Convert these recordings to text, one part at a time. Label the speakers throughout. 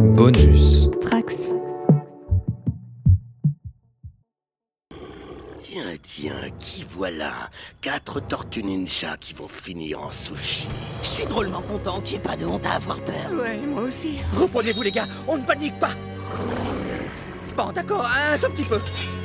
Speaker 1: Bonus.
Speaker 2: Trax.
Speaker 3: Tiens, qui voilà? 4 tortues ninja qui vont finir en sushi.
Speaker 4: Je suis drôlement content qu'il n'y ait pas de honte à avoir peur.
Speaker 5: Ouais, moi aussi.
Speaker 4: Reprenez-vous les gars, on ne panique pas. Bon, d'accord, un tout petit peu.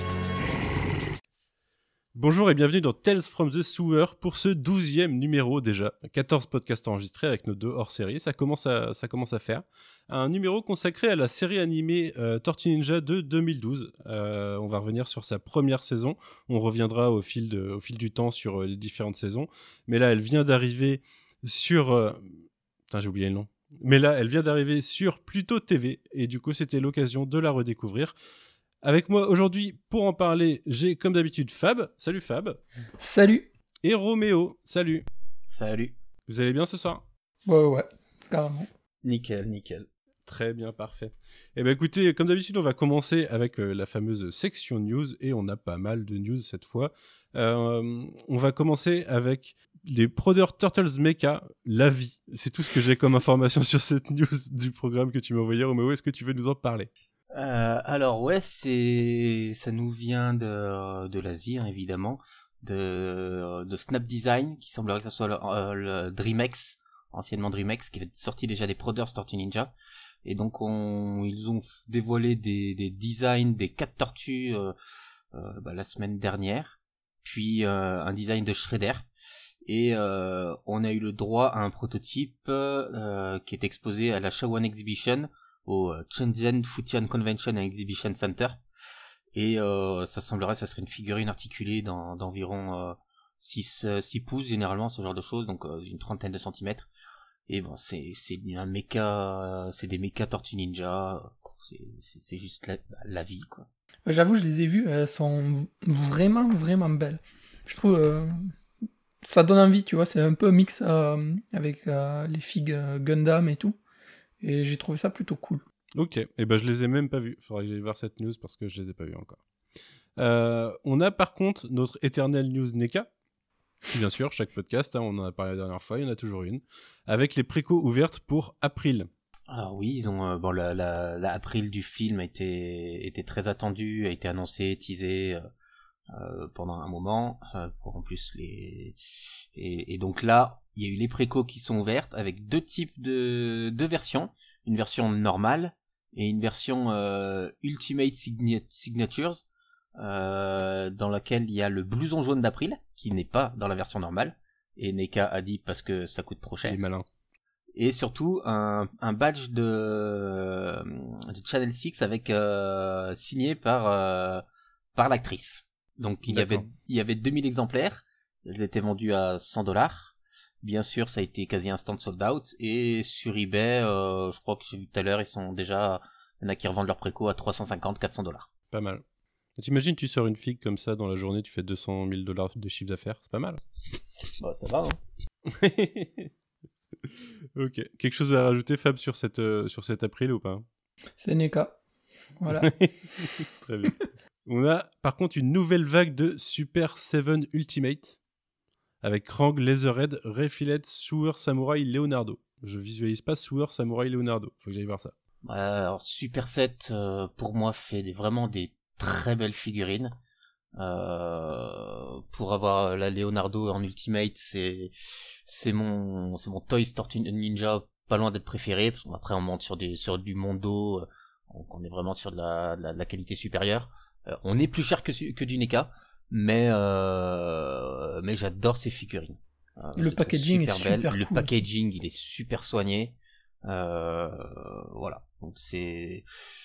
Speaker 6: Bonjour et bienvenue dans Tales from the Sewer pour ce 12e numéro déjà. 14 podcasts enregistrés avec nos 2 hors-série, ça commence à faire. Un numéro consacré à la série animée Tortue Ninja de 2012. On va revenir sur sa première saison. On reviendra au fil du temps sur les différentes saisons. Mais là, elle vient d'arriver sur... Putain, j'ai oublié le nom. Mais là, elle vient d'arriver sur Pluto TV. Et du coup, c'était l'occasion de la redécouvrir. Avec moi aujourd'hui, pour en parler, j'ai comme d'habitude Fab. Salut Fab.
Speaker 7: Salut.
Speaker 6: Et Roméo. Salut.
Speaker 8: Salut.
Speaker 6: Vous allez bien ce soir ?
Speaker 7: Ouais, carrément.
Speaker 8: Nickel.
Speaker 6: Très bien, parfait. Eh bien écoutez, comme d'habitude, on va commencer avec la fameuse section news, et on a pas mal de news cette fois. On va commencer avec les Brother Turtles Mecha, la vie. C'est tout ce que j'ai comme information sur cette news du programme que tu m'as envoyé. Roméo, est-ce que tu veux nous en parler ?
Speaker 8: Alors ouais, ça nous vient de l'Asie, hein, évidemment, de Snap Design, qui semblerait que ce soit le DreamX, anciennement DreamX, qui avait sorti déjà des Brothers Tortue Ninja, et donc ils ont dévoilé des designs des 4 tortues la semaine dernière, puis un design de Shredder, et on a eu le droit à un prototype qui est exposé à la Shawan Exhibition au Shenzhen Futian Convention and Exhibition Center, et ça serait une figurine articulée d'environ 6 pouces généralement, ce genre de choses, donc une trentaine de centimètres, et bon, c'est un méca, c'est des méca Tortues Ninja, c'est juste la vie, quoi.
Speaker 7: J'avoue, je les ai vues, elles sont vraiment belles. Je trouve ça donne envie, tu vois, c'est un peu mix avec les figues Gundam et tout. Et j'ai trouvé ça plutôt cool.
Speaker 6: Ok, et ben je les ai même pas vus. Faudrait que j'aille voir cette news parce que je les ai pas vus encore. On a par contre notre éternelle news NECA. Bien sûr, chaque podcast, hein, on en a parlé la dernière fois, il y en a toujours une. Avec les précos ouvertes pour April.
Speaker 8: Alors oui, ils ont la April du film était très attendue, a été annoncée, teasée pendant un moment. Pour en plus et donc là, il y a eu les précos qui sont ouvertes avec deux types de versions, une version normale et une version Ultimate Signatures, dans laquelle il y a le blouson jaune d'April qui n'est pas dans la version normale, et NECA a dit parce que ça coûte trop cher.
Speaker 6: Il est malin.
Speaker 8: Et surtout un badge de Channel 6 avec signé par l'actrice. Donc il y avait 2000 exemplaires, elles étaient vendues à $100. Bien sûr, ça a été quasi instant sold out, et sur eBay, je crois que j'ai vu tout à l'heure, il y en a qui revendent leur préco à $350-400.
Speaker 6: Pas mal. T'imagines, tu sors une figue comme ça dans la journée, tu fais $200 000 de chiffre d'affaires, c'est pas mal.
Speaker 8: Bah ça va, hein.
Speaker 6: Ok. Quelque chose à rajouter, Fab, sur cette April ou pas ?
Speaker 7: C'est NECA. Voilà.
Speaker 6: Très bien. On a par contre une nouvelle vague de Super 7 Ultimate avec Krang, Laserhead, Refillet, Sewer Samurai, Leonardo. Je visualise pas Sewer Samurai, Leonardo. Faut que j'aille voir ça.
Speaker 8: Alors Super 7 pour moi fait vraiment des très belles figurines. Pour avoir la Leonardo en Ultimate, c'est mon Toys Tortue Ninja pas loin d'être préféré, parce qu'après on monte sur du Mondo, donc on est vraiment sur de la qualité supérieure. On est plus cher que du NECA, mais j'adore ces figurines.
Speaker 7: Le packaging est super
Speaker 8: belle. Le
Speaker 7: cool
Speaker 8: packaging, il est super soigné. Voilà. Donc c'est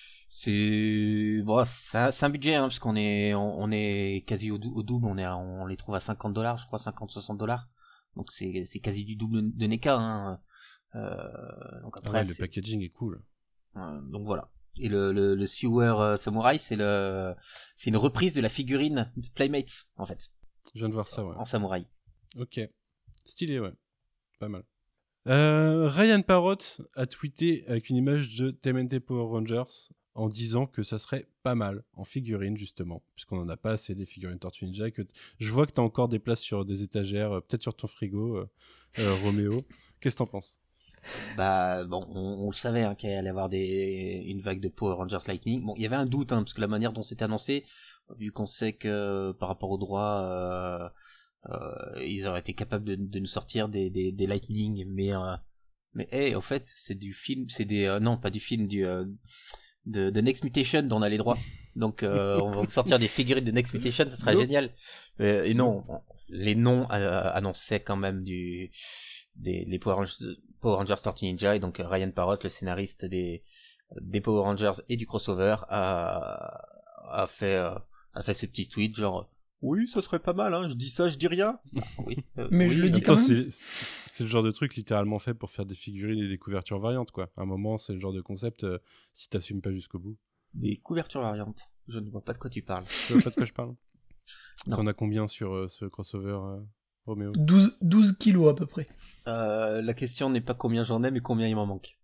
Speaker 8: un budget, hein, parce qu'on est quasi au double. On les trouve à $50, je crois, $50-60. Donc c'est quasi du double de NECA, hein. Donc après,
Speaker 6: le packaging est cool.
Speaker 8: Donc voilà. Et le Sewer Samurai, c'est une reprise de la figurine de Playmates, en fait.
Speaker 6: Je viens de voir ça, ouais.
Speaker 8: En samouraï.
Speaker 6: Ok. Stylé, ouais. Pas mal. Ryan Parrott a tweeté avec une image de TMNT Power Rangers en disant que ça serait pas mal en figurines, justement, puisqu'on en a pas assez des figurines Tortue Ninja. Je vois que t'as encore des places sur des étagères, peut-être sur ton frigo, Roméo. Qu'est-ce que t'en penses ?
Speaker 8: Bah bon, on le savait qu'il allait y avoir une vague de Power Rangers Lightning. Bon, il y avait un doute parce que la manière dont c'était annoncé, vu qu'on sait que par rapport aux droits, ils auraient été capables de nous sortir des Lightning, mais hey, au fait, c'est du film, c'est non, pas du film, de Next Mutation dont on a les droits. Donc on va vous sortir des figurines de Next Mutation, ça sera génial. Et non, bon, les noms annonçaient quand même les Power Rangers Tortue Ninja, et donc Ryan Parrott, le scénariste des Power Rangers et du crossover, a fait ce petit tweet genre oui, ça serait pas mal, je dis ça, je dis rien. Oui,
Speaker 7: mais
Speaker 8: oui,
Speaker 7: je le dis quand même.
Speaker 6: C'est le genre de truc littéralement fait pour faire des figurines et des couvertures variantes, quoi. À un moment, c'est le genre de concept, si t'assumes pas jusqu'au bout.
Speaker 8: Des couvertures variantes. Je ne vois pas de quoi tu parles.
Speaker 6: Tu vois pas de quoi je parle?
Speaker 8: Non.
Speaker 6: T'en as combien sur ce crossover, Roméo?
Speaker 7: 12 kilos à peu près.
Speaker 8: La question n'est pas combien j'en ai, mais combien il m'en manque.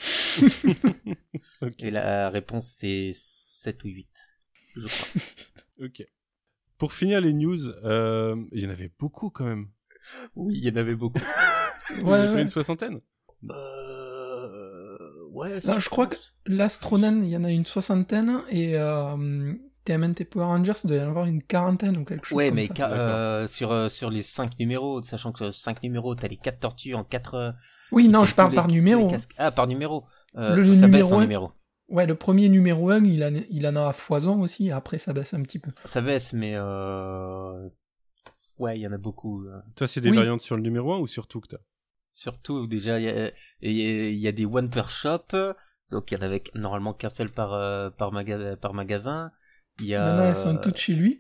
Speaker 6: Okay.
Speaker 8: Et la réponse, c'est 7 ou 8, je crois.
Speaker 6: Ok. Pour finir les news, il y en avait beaucoup quand même.
Speaker 8: Oui, il y en avait beaucoup.
Speaker 6: Il y en a plus une soixantaine.
Speaker 8: Ouais.
Speaker 7: Non, je crois que l'Astronen, il y en a une soixantaine, et TMNT Power Rangers, il doit y en avoir une quarantaine ou quelque chose comme ça.
Speaker 8: Sur les 5 numéros, sachant que 5 numéros, t'as les 4 tortues en 4...
Speaker 7: Oui, non, je parle par numéro.
Speaker 8: Par numéro.
Speaker 7: Le
Speaker 8: ça
Speaker 7: numéro
Speaker 8: baisse en
Speaker 7: 1.
Speaker 8: numéro.
Speaker 7: Ouais, le premier numéro 1, il en a à foison aussi, après ça baisse un petit peu.
Speaker 8: Ça baisse, mais ouais, il y en a beaucoup.
Speaker 6: Toi, c'est des variantes sur le numéro 1 ou sur tout que t'as?
Speaker 8: Surtout, déjà, il y a des one per shop, donc il y en avait normalement qu'un seul par magasin.
Speaker 7: Maintenant, elles sont toutes chez lui.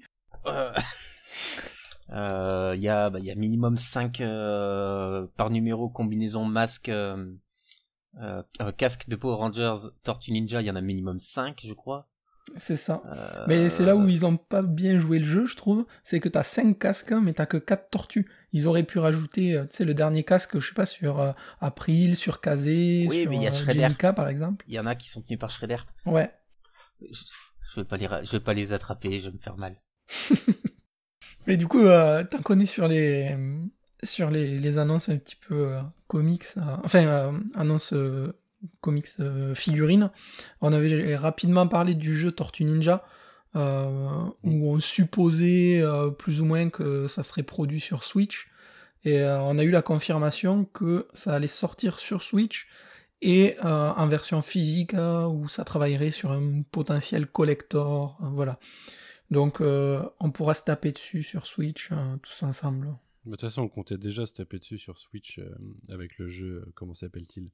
Speaker 8: Il y a minimum 5 par numéro, combinaison masque, casque de Power Rangers Tortue Ninja, il y en a minimum 5, je crois.
Speaker 7: C'est ça. Mais c'est là où ils ont pas bien joué le jeu, je trouve. C'est que t'as 5 casques, mais t'as que 4 tortues. Ils auraient pu rajouter, tu sais, le dernier casque, je sais pas, sur April, sur Kazé,
Speaker 8: oui,
Speaker 7: sur
Speaker 8: mais il y a Shredder.
Speaker 7: Jellica, par exemple.
Speaker 8: Il y en a qui sont tenus par Shredder.
Speaker 7: Ouais.
Speaker 8: Je vais pas les attraper, je vais me faire mal.
Speaker 7: Mais du coup, t'en connais sur les annonces un petit peu comics, annonces comics figurines. On avait rapidement parlé du jeu Tortue Ninja, où on supposait plus ou moins que ça serait produit sur Switch, et on a eu la confirmation que ça allait sortir sur Switch, et en version physique, où ça travaillerait sur un potentiel collector, voilà. Donc on pourra se taper dessus sur Switch, tous ensemble.
Speaker 6: De toute façon, on comptait déjà se taper dessus sur Switch avec le jeu, comment s'appelle-t-il,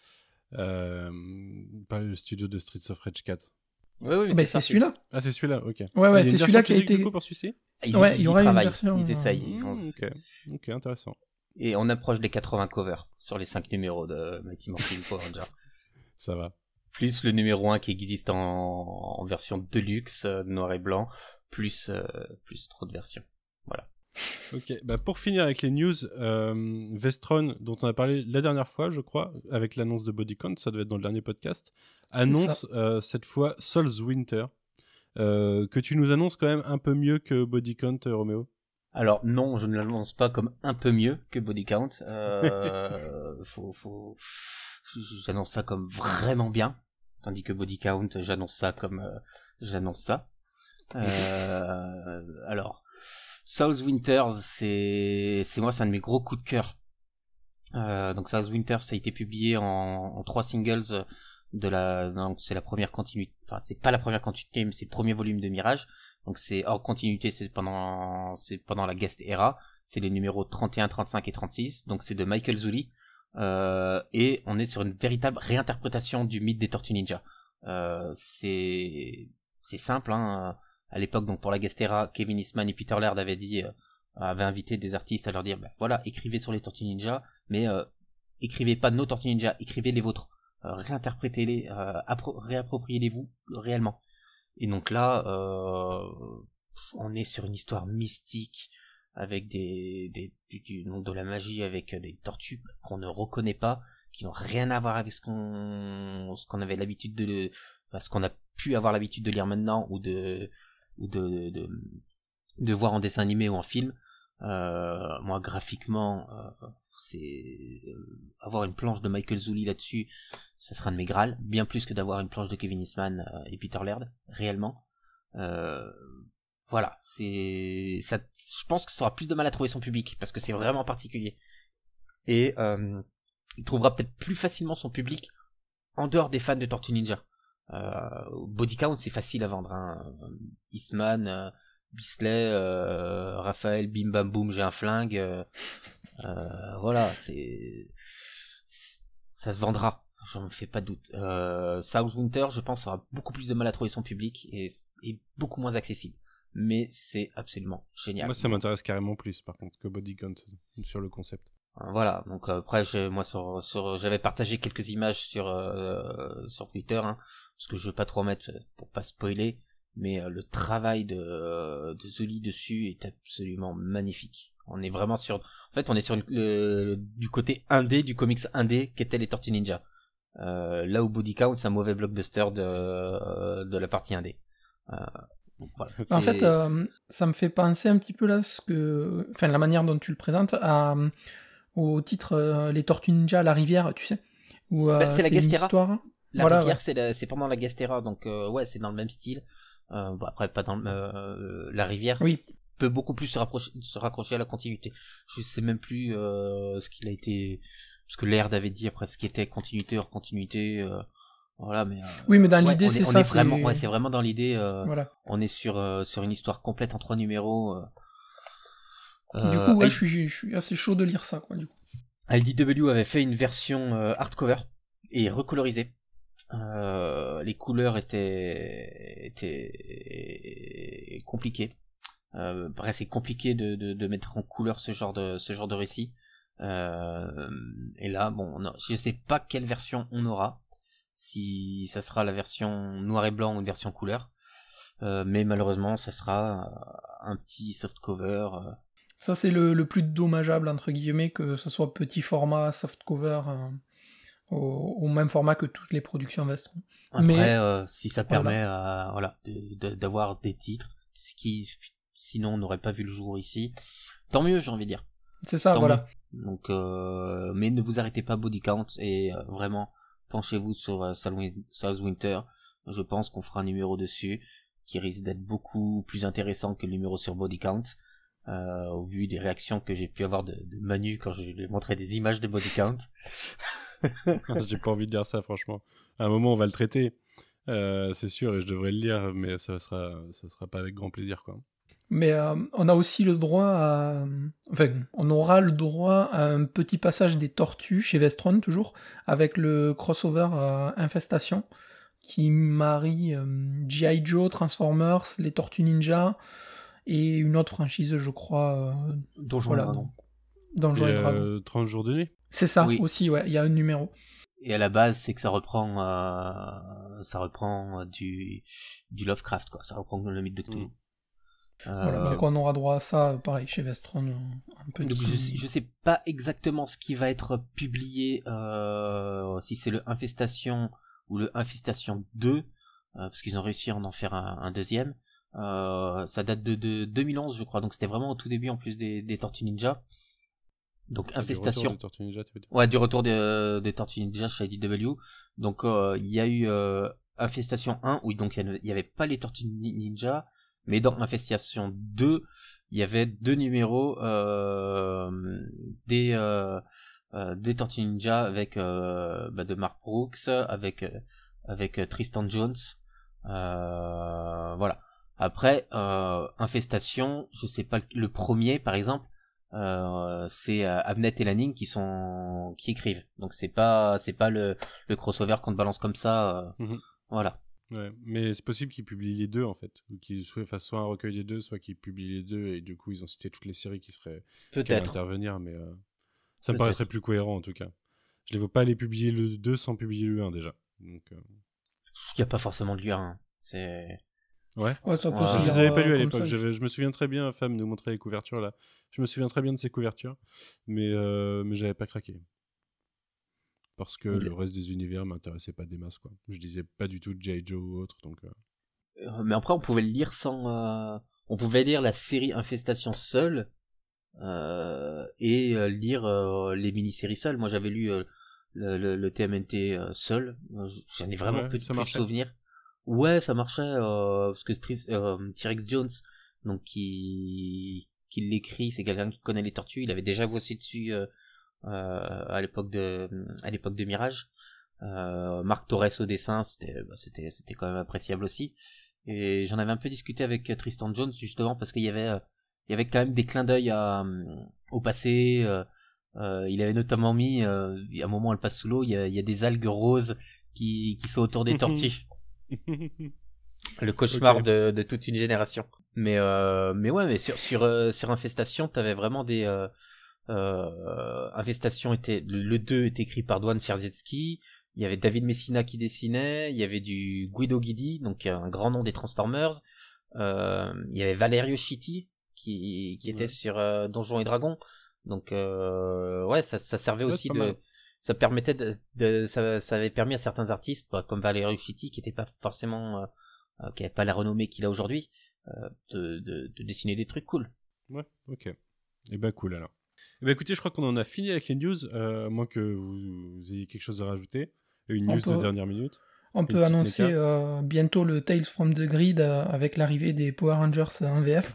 Speaker 6: par le studio de Streets of Rage 4.
Speaker 8: Oui,
Speaker 7: mais c'est celui-là.
Speaker 6: Ah, c'est celui-là, ok.
Speaker 7: Ouais, c'est celui-là qui a été...
Speaker 6: pour celui-ci.
Speaker 8: Il
Speaker 7: y aura
Speaker 8: travaillent,
Speaker 7: une version...
Speaker 8: ils essayent.
Speaker 6: Ok, intéressant.
Speaker 8: Et on approche des 80 covers sur les 5 numéros de Mighty Morphin Power Rangers.
Speaker 6: Ça va.
Speaker 8: Plus le numéro 1 qui existe en version deluxe, noir et blanc, plus trop de versions. Voilà.
Speaker 6: Ok, pour finir avec les news, Vestron, dont on a parlé la dernière fois, je crois, avec l'annonce de Body Count, ça devait être dans le dernier podcast, annonce cette fois Souls Winter, que tu nous annonces quand même un peu mieux que Body Count, Roméo.
Speaker 8: Alors non, je ne l'annonce pas comme un peu mieux que Body Count. J'annonce ça comme vraiment bien, tandis que Body Count, j'annonce ça comme j'annonce ça. Alors, Souls Winters, c'est moi, c'est un de mes gros coups de cœur. Donc Souls Winters, ça a été publié en 3 singles donc c'est la première continuité. Enfin, c'est pas la première continuité, mais c'est le premier volume de Mirage. Donc c'est hors continuité, c'est pendant la guest era. C'est les numéros 31, 35 et 36. Donc c'est de Michael Zulli. Et on est sur une véritable réinterprétation du mythe des Tortues Ninja. C'est simple, hein. À l'époque, donc pour la guest era, Kevin Eastman et Peter Laird avaient invité des artistes à leur dire, voilà, écrivez sur les Tortues Ninja, mais écrivez pas nos Tortues Ninja, écrivez les vôtres, réinterprétez-les, réappropriez-les-vous réellement. Et donc là, on est sur une histoire mystique avec du nom de la magie, avec des tortues qu'on ne reconnaît pas, qui n'ont rien à voir avec ce qu'on avait l'habitude ce qu'on a pu avoir l'habitude de lire maintenant ou de voir en dessin animé ou en film. Moi, graphiquement, c'est avoir une planche de Michael Zulli là-dessus, ça sera de mes Graal, bien plus que d'avoir une planche de Kevin Eastman et Peter Laird, réellement. Voilà, c'est ça. Je pense que ça aura plus de mal à trouver son public parce que c'est vraiment particulier. Et il trouvera peut-être plus facilement son public en dehors des fans de Tortue Ninja. Body Count, c'est facile à vendre. Hein. Eastman, Bisley, Raphaël, bim bam boum, j'ai un flingue. Voilà, ça se vendra. J'en fais pas de doute. South Winter, je pense, aura beaucoup plus de mal à trouver son public et beaucoup moins accessible. Mais c'est absolument génial.
Speaker 6: Moi, ça m'intéresse carrément plus, par contre, que Body Count sur le concept.
Speaker 8: Voilà. Donc après, moi, j'avais partagé quelques images sur Twitter, hein, parce que je veux pas trop en mettre pour pas spoiler. Mais le travail de Zulli dessus est absolument magnifique. On est vraiment sur du côté indé du comics indé qu'étaient les Tortues Ninja. Là où Body Count, c'est un mauvais blockbuster de la partie indé. Donc, voilà,
Speaker 7: en fait, ça me fait penser un petit peu là, la manière dont tu le présentes, au titre Les Tortues Ninja à la rivière, tu sais. Où,
Speaker 8: c'est la Gastera. La rivière,
Speaker 7: ouais.
Speaker 8: c'est pendant la Gastera, donc ouais, c'est dans le même style. Bon, après, pas dans la rivière.
Speaker 7: Oui.
Speaker 8: Peut beaucoup plus se raccrocher à la continuité. Je sais même plus ce qu'il a été, parce que Laird avait dit après ce qui était continuité hors continuité. Voilà, mais
Speaker 7: oui, mais dans l'idée, c'est ça.
Speaker 8: C'est vraiment dans l'idée.
Speaker 7: Voilà.
Speaker 8: On est sur une histoire complète en 3 numéros.
Speaker 7: Du coup, ouais, je suis assez chaud de lire ça, quoi. Du coup.
Speaker 8: IDW avait fait une version hardcover et recolorisée. Les couleurs étaient compliquées. Bref, c'est compliqué de mettre en couleur ce genre de récit. Et là, bon, je sais pas quelle version on aura. Si ça sera la version noir et blanc ou une version couleur, mais malheureusement ça sera un petit softcover.
Speaker 7: Ça c'est le plus dommageable entre guillemets, que ce soit petit format softcover au même format que toutes les productions Vestron.
Speaker 8: Après, si ça permet d'avoir des titres qui sinon n'auraient pas vu le jour ici, tant mieux, j'ai envie de dire.
Speaker 7: C'est ça,
Speaker 8: tant
Speaker 7: voilà.
Speaker 8: Mieux. Donc, mais ne vous arrêtez pas Body Count et vraiment penchez-vous sur South Winter. Je pense qu'on fera un numéro dessus qui risque d'être beaucoup plus intéressant que le numéro sur Body Count, au vu des réactions que j'ai pu avoir de Manu quand je lui ai montré des images de Body Count.
Speaker 6: J'ai pas envie de dire ça, franchement. À un moment, on va le traiter, c'est sûr, et je devrais le lire, mais ça sera pas avec grand plaisir, quoi.
Speaker 7: Mais on a aussi le droit on aura le droit à un petit passage des Tortues chez Vestron, toujours, avec le crossover Infestation, qui marie G.I. Joe, Transformers, les Tortues Ninja, et une autre franchise, je crois...
Speaker 8: Donjons et Dragons.
Speaker 7: Donjons et Dragons.
Speaker 6: 30 jours de nuit.
Speaker 7: C'est ça, oui. Aussi, ouais, il y a un numéro.
Speaker 8: Et à la base, c'est que ça reprend du Lovecraft, quoi. Ça reprend le mythe de Cthulhu.
Speaker 7: Voilà, donc on aura droit à ça, pareil, chez Vestron.
Speaker 8: Donc je sais pas exactement ce qui va être publié, si c'est le Infestation ou le Infestation 2, parce qu'ils ont réussi à en faire un deuxième. Ça date de 2011, je crois, donc c'était vraiment au tout début en plus des Tortues Ninja. Donc Infestation.
Speaker 6: Du retour des Tortues Ninja, tu veux dire ?
Speaker 8: Ouais, du retour des Tortues Ninja chez IDW. Donc il y a eu Infestation 1 où donc il y avait pas les Tortues Ninja. Mais dans Infestation 2, il y avait 2 numéros des Tortues Ninja avec de Mark Brooks, avec Tristan Jones. Voilà. Après Infestation, je sais pas, le premier par exemple, c'est Abnett et Lanning qui écrivent. Donc c'est pas le crossover qu'on te balance comme ça. Voilà.
Speaker 6: Ouais, mais c'est possible qu'ils publient les deux en fait, ou qu'ils fassent soit un recueil des deux, soit qu'ils publient les deux, et du coup ils ont cité toutes les séries qui seraient
Speaker 8: peut-être
Speaker 6: intervenir, mais ça me paraîtrait plus cohérent en tout cas. Je les vois pas aller publier le 2 sans publier le 1 déjà. Donc,
Speaker 8: il y a pas forcément de lien. Hein. C'est
Speaker 6: ouais.
Speaker 7: Ça peut
Speaker 6: je les avais pas lus à l'époque. Je me souviens très bien, Femme nous montrait les couvertures là. Je me souviens très bien de ces couvertures, mais j'avais pas craqué. Parce que le reste des univers m'intéressait pas des masses, quoi. Je disais pas du tout de G.I. Joe ou autre, donc...
Speaker 8: Mais après, on pouvait le lire sans... On pouvait lire la série Infestation seule, lire les mini-séries seules. Moi, j'avais lu le TMNT seul. J'en ai vraiment plus de souvenirs. Ouais, ça marchait parce que T-Rex Jones, donc qui l'écrit, c'est quelqu'un qui connaît les tortues. Il avait déjà bossé dessus à l'époque de Mirage. Marc Torres au dessin, c'était quand même appréciable aussi. Et j'en avais un peu discuté avec Tristan Jones justement parce qu'il y avait quand même des clins d'œil au passé. Il avait notamment mis à un moment elle passe sous l'eau, il y a des algues roses qui sont autour des tortues. Le cauchemar de toute une génération. Mais sur Infestation, t'avais vraiment des Infestation le 2 était écrit par Duane Fierzetzky. Il y avait David Messina qui dessinait, il y avait du Guido Guidi, donc un grand nom des Transformers. Il y avait Valerio Chitti qui était sur Donjons et Dragons. Donc ça servait aussi ça permettait ça avait permis à certains artistes comme Valerio Chitti qui était pas forcément qui avait pas la renommée qu'il a aujourd'hui de dessiner des trucs cool.
Speaker 6: Ouais, OK. Et bah cool alors. Et bah écoutez, je crois qu'on en a fini avec les news, à moins que vous ayez quelque chose à rajouter. Une news de dernière minute.
Speaker 7: On peut annoncer bientôt le Tales from the Grid avec l'arrivée des Power Rangers en VF.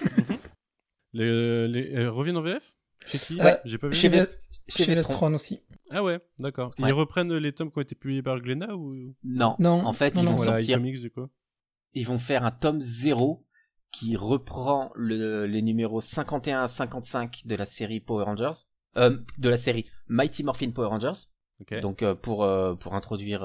Speaker 6: Les reviennent en VF? Chez qui? J'ai pas vu.
Speaker 7: Chez Vestron aussi.
Speaker 6: Ah ouais, d'accord.
Speaker 8: Ouais.
Speaker 6: Ils reprennent les tomes qui ont été publiés par Glénat ou...
Speaker 8: Non, en fait, ils vont sortir...
Speaker 6: iComics, du coup.
Speaker 8: Ils vont faire un tome 0 qui reprend les numéros 51 à 55 de la série Power Rangers, de la série Mighty Morphin Power Rangers. Okay. Donc pour introduire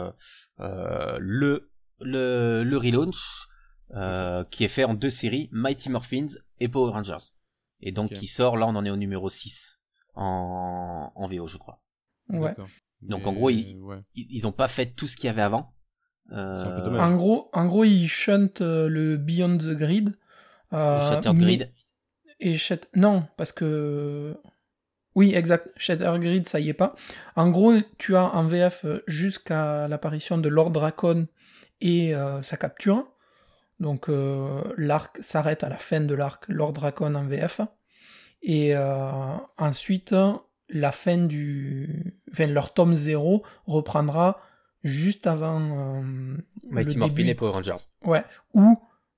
Speaker 8: le relaunch qui est fait en 2 séries, Mighty Morphins et Power Rangers. Et donc qui sort, là on en est au numéro 6 en VO je crois.
Speaker 7: Ouais.
Speaker 8: Donc en gros ils ont pas fait tout ce qu'il y avait avant.
Speaker 6: C'est un peu dommage.
Speaker 7: En gros ils shuntent le Beyond the Grid.
Speaker 8: Le Shattered Grid.
Speaker 7: Non, parce que... Oui, exact. Shattered Grid, ça y est pas. En gros, tu as en VF jusqu'à l'apparition de Lord Dracon et sa capture. Donc l'arc s'arrête à la fin de l'arc Lord Dracon en VF. Et ensuite, la fin leur tome 0 reprendra juste avant
Speaker 8: Mighty Morphin et Power Rangers.
Speaker 7: Ouais. Où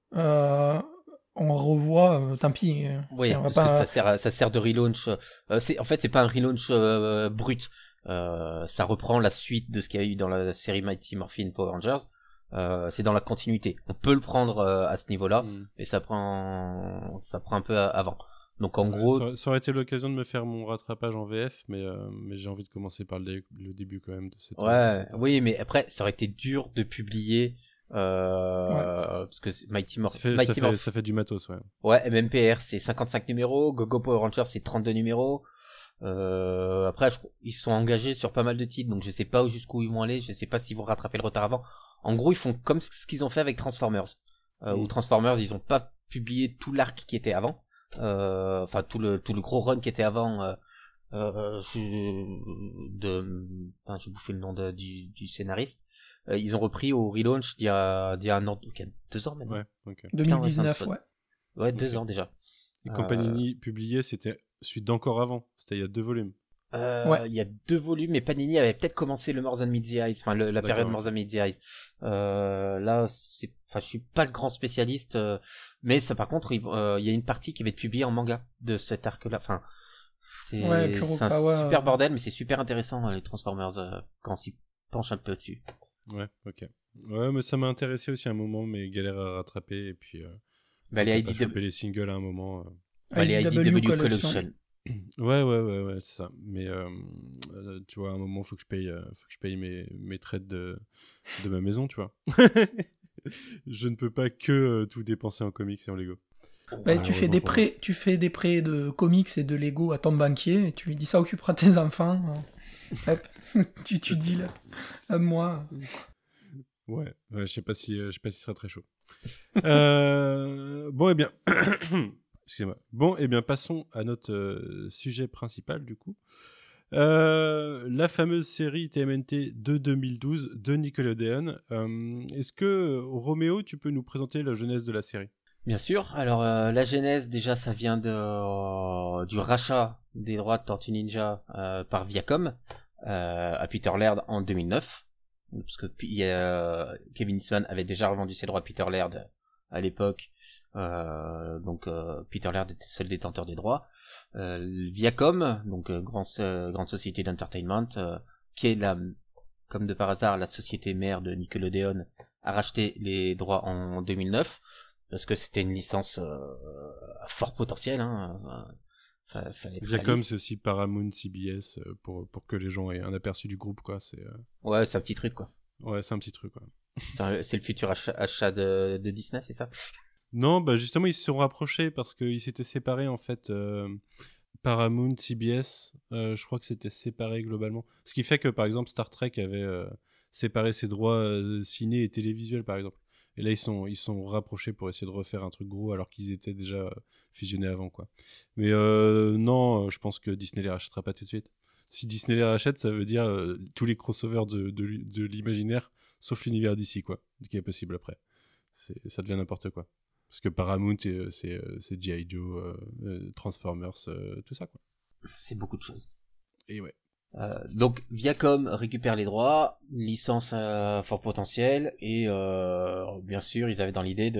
Speaker 7: on revoit, tant pis.
Speaker 8: Oui, parce que ça sert de relaunch. En fait, c'est pas un relaunch brut. Ça reprend la suite de ce qu'il y a eu dans la série Mighty Morphin Power Rangers. C'est dans la continuité. On peut le prendre à ce niveau-là, mais ça prend un peu avant. Donc en gros,
Speaker 6: ça aurait été l'occasion de me faire mon rattrapage en VF, mais j'ai envie de commencer par le début quand même de cette.
Speaker 8: Oui, mais après, ça aurait été dur de publier. Parce que Mighty Morphin
Speaker 6: ça fait du matos, ouais.
Speaker 8: Ouais, MMPR c'est 55 numéros, GoGo Power Rangers c'est 32 numéros. Après ils sont engagés sur pas mal de titres, donc je sais pas jusqu'où ils vont aller, je sais pas s'ils vont rattraper le retard avant. En gros, ils font comme ce qu'ils ont fait avec Transformers. Où Transformers, ils ont pas publié tout l'arc qui était avant. Enfin tout le gros run qui était avant. J'ai bouffé le nom du scénariste. Ils ont repris au relaunch d'il y a un an, 2 ans maintenant.
Speaker 6: Ouais, okay.
Speaker 7: 2019, ouais.
Speaker 8: Ouais, 2 ans déjà.
Speaker 6: Et quand Panini publiait, c'était suite d'encore avant. C'était il y a 2 volumes.
Speaker 8: Il y a 2 volumes, mais Panini avait peut-être commencé le More Than Meets the Eyes, enfin la période More Than Meets the Eyes. Là, je suis pas le grand spécialiste, mais ça, par contre, il y a une partie qui va être publiée en manga de cet arc-là. Enfin, c'est un super bordel, mais c'est super intéressant les Transformers quand on s'y penche un peu dessus.
Speaker 6: Ouais, ok. Ouais, mais ça m'a intéressé aussi à un moment, mais galère à rattraper, et puis
Speaker 8: les
Speaker 6: IDW, les singles à un moment.
Speaker 8: Les IDW Collection.
Speaker 6: Ouais, c'est ça. Mais tu vois, à un moment, faut que je paye mes traites de ma maison, tu vois. Je ne peux pas que tout dépenser en comics et en Lego.
Speaker 7: Tu fais des prêts de comics et de Lego à ton banquier, et tu lui dis ça occupera tes enfants. Hop, tu dis là, à moi.
Speaker 6: Ouais, je sais pas si ce sera très chaud. Bon, eh bien, excusez-moi. Bon, eh bien, passons à notre sujet principal, du coup. La fameuse série TMNT de 2012 de Nickelodeon. Est-ce que, Roméo, tu peux nous présenter la genèse de la série ?
Speaker 8: Bien sûr. Alors la genèse déjà ça vient du rachat des droits de Tortue Ninja par Viacom à Peter Laird en 2009. Parce que Kevin Eastman avait déjà revendu ses droits à Peter Laird à l'époque. Donc Peter Laird était seul détenteur des droits. Viacom, donc grande société d'entertainment, qui est comme de par hasard la société mère de Nickelodeon, a racheté les droits en 2009. Parce que c'était une licence à fort potentiel, hein. Fallait être
Speaker 6: Viacom,
Speaker 8: réaliste.
Speaker 6: c'est aussi Paramount, CBS, pour que les gens aient un aperçu du groupe, quoi.
Speaker 8: Ouais, c'est un petit truc, quoi.
Speaker 6: Ouais, c'est un petit truc, quoi.
Speaker 8: C'est le futur achat de Disney, c'est ça?
Speaker 6: Non, bah justement, ils se sont rapprochés parce qu'ils s'étaient séparés, en fait. Paramount, CBS, je crois que c'était séparé globalement. Ce qui fait que, par exemple, Star Trek avait séparé ses droits ciné et télévisuels, par exemple. Et là, ils sont rapprochés pour essayer de refaire un truc gros alors qu'ils étaient déjà fusionnés avant, quoi. Mais non, je pense que Disney les rachètera pas tout de suite. Si Disney les rachète, ça veut dire tous les crossovers de l'imaginaire, sauf l'univers d'ici, quoi. Ce qui est possible après. Ça devient n'importe quoi. Parce que Paramount, c'est G.I. Joe, Transformers, tout ça, quoi.
Speaker 8: C'est beaucoup de choses.
Speaker 6: Et ouais.
Speaker 8: Donc Viacom récupère les droits, une licence fort potentiel, et bien sûr ils avaient dans l'idée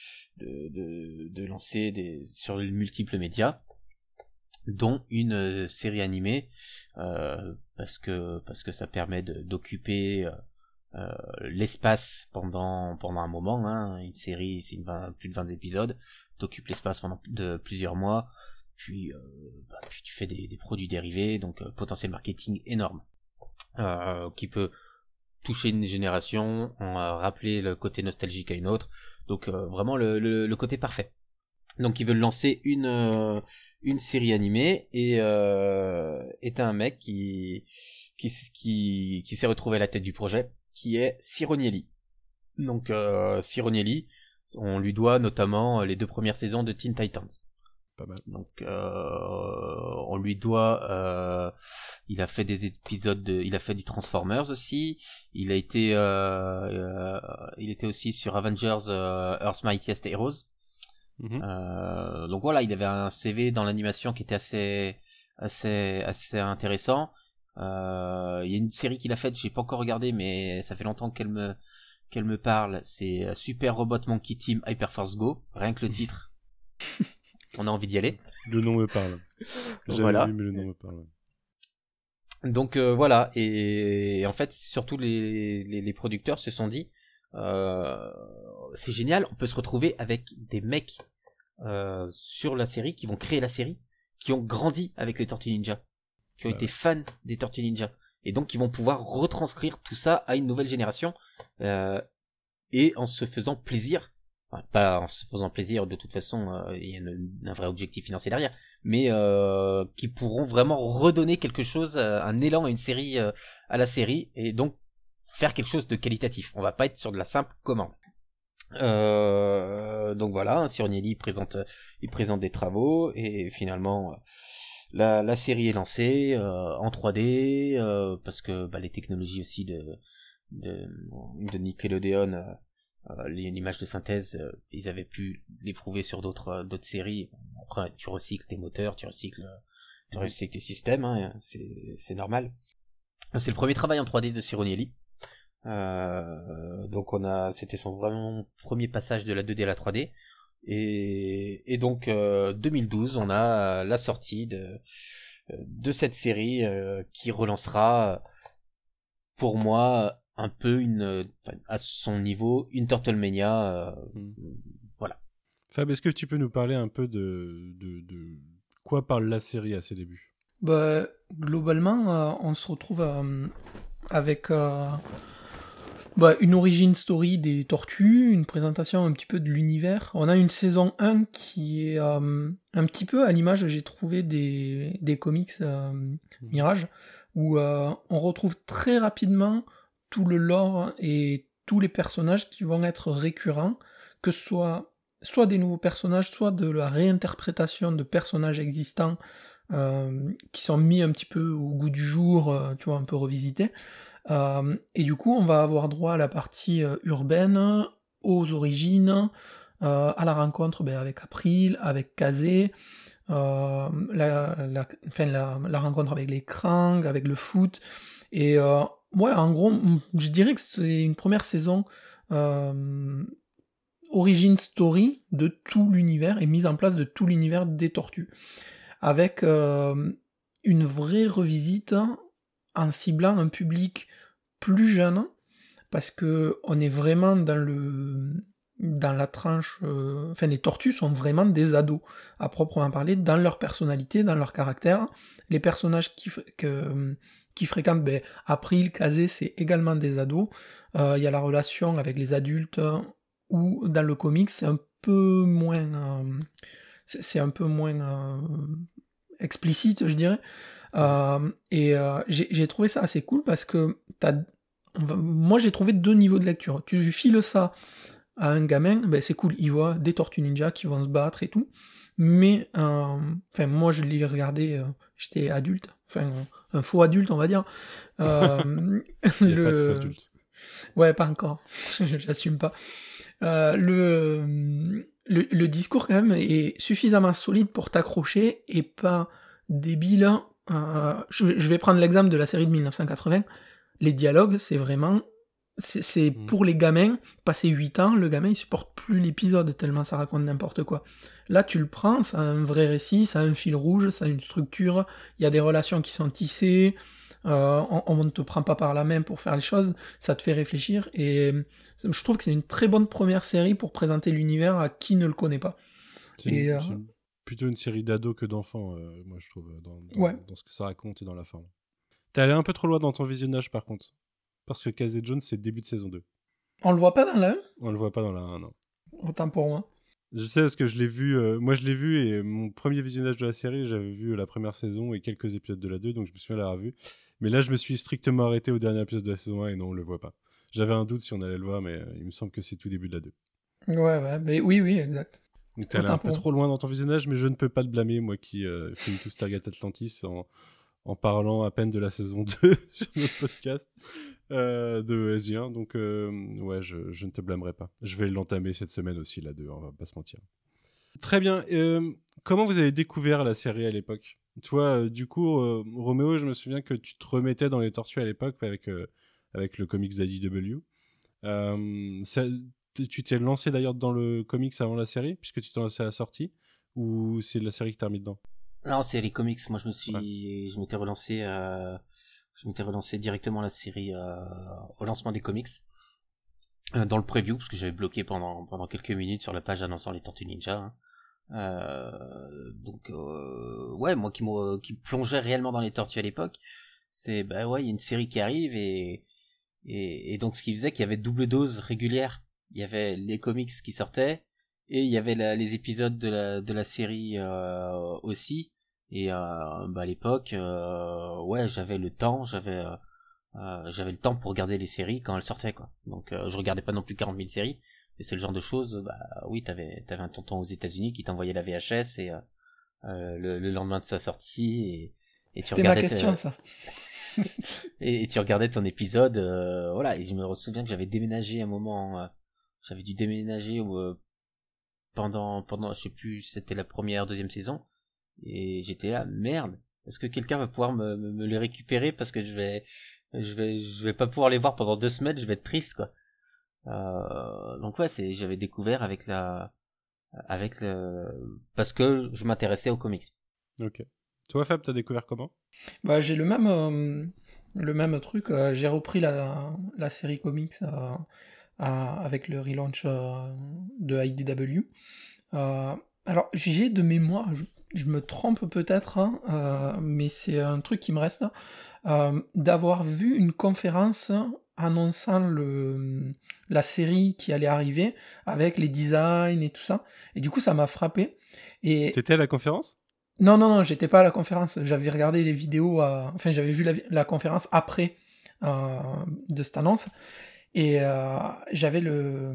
Speaker 8: de lancer sur les multiples médias, dont une série animée, parce que ça permet d'occuper l'espace pendant un moment, hein. Une série c'est plus de 20 épisodes, t'occupes l'espace pendant de plusieurs mois. Puis tu fais des produits dérivés, donc potentiel marketing énorme, qui peut toucher une génération, rappeler le côté nostalgique à une autre, donc vraiment le côté parfait. Donc ils veulent lancer une série animée, et t'as un mec qui s'est retrouvé à la tête du projet, qui est Ciro-Nieli. Donc Ciro-Nieli, on lui doit notamment les 2 premières saisons de Teen Titans.
Speaker 6: Pas mal.
Speaker 8: Donc on lui doit il a fait des épisodes il a fait du Transformers aussi, il était aussi sur Avengers Earth's Mightiest Heroes. Donc voilà, il avait un CV dans l'animation qui était assez intéressant. Il y a une série qu'il a faite, j'ai pas encore regardé, mais ça fait longtemps qu'elle me parle, c'est Super Robot Monkey Team Hyperforce Go, rien que le titre. On a envie d'y aller.
Speaker 6: Le nom me parle. J'ai
Speaker 8: Voilà.
Speaker 6: vu, mais le nom me parle.
Speaker 8: Donc voilà, et en fait surtout les producteurs se sont dit c'est génial, on peut se retrouver avec des mecs sur la série, qui vont créer la série, qui ont grandi avec les Tortues Ninja, qui ont été fans des Tortues Ninja, et donc qui vont pouvoir retranscrire tout ça à une nouvelle génération, et en se faisant plaisir. Enfin, pas en se faisant plaisir, de toute façon, il y a un vrai objectif financier derrière, mais qui pourront vraiment redonner quelque chose, un élan à une série, à la série, et donc faire quelque chose de qualitatif. On va pas être sur de la simple commande. Donc voilà, Ciro-Nieli présente des travaux, et finalement la série est lancée en 3D, parce que les technologies aussi de Nickelodeon, l'image de synthèse, ils avaient pu l'éprouver sur d'autres séries. Après, tu recycles tes moteurs, tu recycles tes systèmes, hein, c'est normal. C'est le premier travail en 3D de Ciro-Nieli. Donc c'était son vraiment premier passage de la 2D à la 3D. Et donc 2012, on a la sortie de cette série qui relancera, pour moi, un peu à son niveau, une Turtlemania. Voilà.
Speaker 6: Fab, est-ce que tu peux nous parler un peu de quoi parle la série à ses débuts?
Speaker 7: Globalement, on se retrouve avec une origin story des tortues, une présentation un petit peu de l'univers. On a une saison 1 qui est un petit peu à l'image, j'ai trouvé, des comics Mirage, où on retrouve très rapidement tout le lore et tous les personnages qui vont être récurrents, que ce soit des nouveaux personnages, soit de la réinterprétation de personnages existants qui sont mis un petit peu au goût du jour, tu vois, un peu revisités. Et du coup, on va avoir droit à la partie urbaine, aux origines, à la rencontre avec April, avec Kazé, la rencontre avec les Krang, avec le foot. Et ouais, en gros, je dirais que c'est une première saison origin story de tout l'univers et mise en place de tout l'univers des Tortues. Avec une vraie revisite en ciblant un public plus jeune, parce que on est vraiment dans la tranche... les Tortues sont vraiment des ados, à proprement parler, dans leur personnalité, dans leur caractère. Les personnages qui fréquentent, April, Kazé, c'est également des ados. Il y a la relation avec les adultes, où dans le comics, c'est un peu moins... explicite, je dirais. J'ai trouvé ça assez cool parce que moi j'ai trouvé 2 niveaux de lecture. Tu files ça à un gamin, c'est cool, il voit des Tortues Ninja qui vont se battre et tout, mais moi je l'ai regardé, j'étais adulte, un faux adulte on va dire.
Speaker 6: Il y a pas de faux adulte.
Speaker 7: Ouais, pas encore, j'assume pas. Le discours quand même est suffisamment solide pour t'accrocher et pas débile. Je vais prendre l'exemple de la série de 1980. Les dialogues, c'est vraiment... C'est pour les gamins, passé 8 ans, le gamin il supporte plus l'épisode tellement ça raconte n'importe quoi. Là tu le prends, ça a un vrai récit, ça a un fil rouge, ça a une structure, il y a des relations qui sont tissées, on ne te prend pas par la main pour faire les choses, ça te fait réfléchir, et je trouve que c'est une très bonne première série pour présenter l'univers à qui ne le connaît pas.
Speaker 6: C'est plutôt une série d'ados que d'enfants, moi je trouve, dans ce que ça raconte et dans la forme. T'es allé un peu trop loin dans ton visionnage par contre, parce que Kazé Jones c'est le début de saison 2.
Speaker 7: On le voit pas dans la 1 ?
Speaker 6: On le voit pas dans la 1, non.
Speaker 7: Autant pour moi.
Speaker 6: Je sais parce que je l'ai vu, moi je l'ai vu et mon premier visionnage de la série, j'avais vu la première saison et quelques épisodes de la 2, donc je me souviens l'avoir vu. Mais là je me suis strictement arrêté au dernier épisode de la saison 1 et non, on le voit pas. J'avais un doute si on allait le voir, mais il me semble que c'est tout début de la 2.
Speaker 7: Ouais, mais oui, exact.
Speaker 6: Donc t'es allé un peu trop loin dans ton visionnage, mais je ne peux pas te blâmer, moi qui filme tout Stargate Atlantis en parlant à peine de la saison 2 sur notre podcast de SG1. Donc ouais, je ne te blâmerai pas. Je vais l'entamer cette semaine aussi, la 2, on va pas se mentir. Très bien. Comment vous avez découvert la série à l'époque ? Toi, du coup, Roméo, je me souviens que tu te remettais dans les Tortues à l'époque avec le comics d'IDW. Tu t'es lancé d'ailleurs dans le comics avant la série, puisque tu t'es lancé à la sortie, ou c'est la série qui t'a remis dedans ?
Speaker 8: Non, c'est les comics. Moi, je m'étais relancé directement la série au lancement des comics, dans le preview, parce que j'avais bloqué pendant quelques minutes sur la page annonçant les Tortues Ninja. Ouais, moi qui plongeais réellement dans les Tortues à l'époque, c'est il y a une série qui arrive et donc ce qui faisait qu'il y avait double dose régulière. Il y avait les comics qui sortaient et il y avait les épisodes de la série aussi. Et à l'époque, j'avais le temps, j'avais le temps pour regarder les séries quand elles sortaient, quoi. Donc je regardais pas non plus 40 000 séries, mais c'est le genre de choses. Oui, t'avais un tonton aux États-Unis qui t'envoyait la VHS et le lendemain de sa sortie et tu regardais.
Speaker 7: C'était ma question, ça.
Speaker 8: et tu regardais ton épisode, voilà. Et je me souviens que j'avais déménagé un moment. J'avais dû déménager pendant, je sais plus, c'était la première, deuxième saison. Et j'étais là, merde. Est-ce que quelqu'un va pouvoir me les récupérer parce que je vais pas pouvoir les voir pendant 2 semaines, je vais être triste, quoi. Donc ouais, j'avais découvert parce que je m'intéressais aux comics.
Speaker 6: Ok. Toi, Fab, t'as découvert comment ?
Speaker 7: J'ai le même truc. J'ai repris la série comics avec le relaunch de IDW. Alors, j'ai de mémoire, je me trompe peut-être, mais c'est un truc qui me reste, d'avoir vu une conférence annonçant la série qui allait arriver, avec les designs et tout ça. Et du coup, ça m'a frappé.
Speaker 6: T'étais à la conférence ?
Speaker 7: Non, j'étais pas à la conférence. J'avais regardé les vidéos, j'avais vu la conférence après de cette annonce. Et j'avais le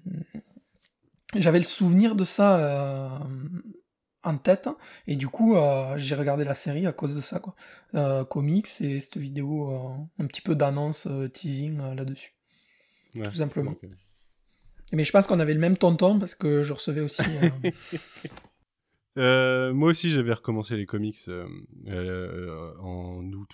Speaker 7: souvenir de ça en tête, et du coup j'ai regardé la série à cause de ça, quoi. Comics et cette vidéo un petit peu d'annonce teasing là-dessus, tout simplement.
Speaker 6: Okay.
Speaker 7: Mais je pense qu'on avait le même tonton parce que je recevais aussi.
Speaker 6: Moi aussi, j'avais recommencé les comics en août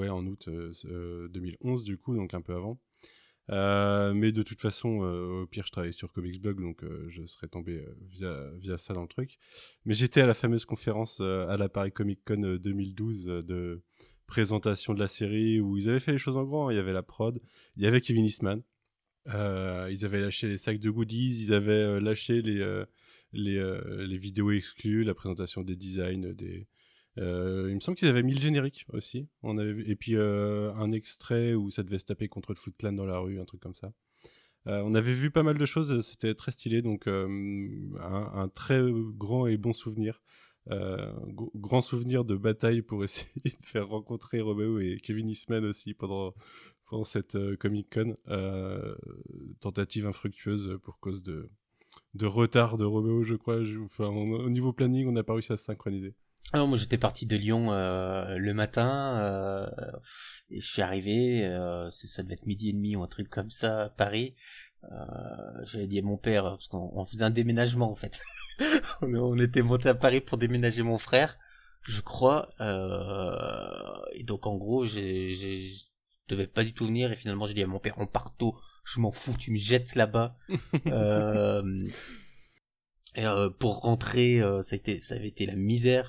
Speaker 6: 2011 du coup, donc un peu avant. Mais de toute façon, au pire, je travaillais sur Comics Blog, donc je serais tombé via ça dans le truc. Mais j'étais à la fameuse conférence à la Paris Comic Con 2012 de présentation de la série où ils avaient fait les choses en grand. Il y avait la prod, il y avait Kevin Eastman. Ils avaient lâché les sacs de goodies, ils avaient lâché les vidéos exclues, la présentation des designs, il me semble qu'ils avaient mis le générique aussi. Et puis un extrait où ça devait se taper contre le Foot Clan dans la rue, un truc comme ça. On avait vu pas mal de choses, c'était très stylé, donc un très grand et bon souvenir. Grand souvenir de bataille pour essayer de faire rencontrer Romeo et Kevin Eastman aussi pendant cette Comic-Con. Tentative infructueuse pour cause de retard de Romeo, je crois. Au niveau planning, on n'a pas réussi à se synchroniser.
Speaker 8: Alors moi j'étais parti de Lyon le matin et je suis arrivé, ça devait être 12h30 ou un truc comme ça à Paris. J'avais dit à mon père, parce qu'on faisait un déménagement en fait. On était monté à Paris pour déménager mon frère, je crois. Et donc en gros je devais pas du tout venir et finalement j'ai dit à mon père, on part tôt, je m'en fous, tu me jettes là-bas. Pour rentrer, ça avait été la misère.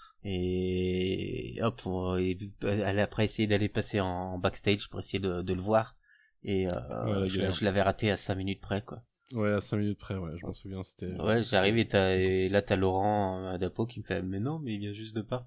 Speaker 8: Et hop, elle a après essayé d'aller passer en backstage pour essayer de le voir. Et je l'avais raté à 5 minutes près, quoi.
Speaker 6: Ouais, à 5 minutes près, ouais, je m'en souviens, c'était...
Speaker 8: Ouais, j'arrive et là t'as Laurent Adapo qui me fait « Mais non, mais il vient juste de partir !»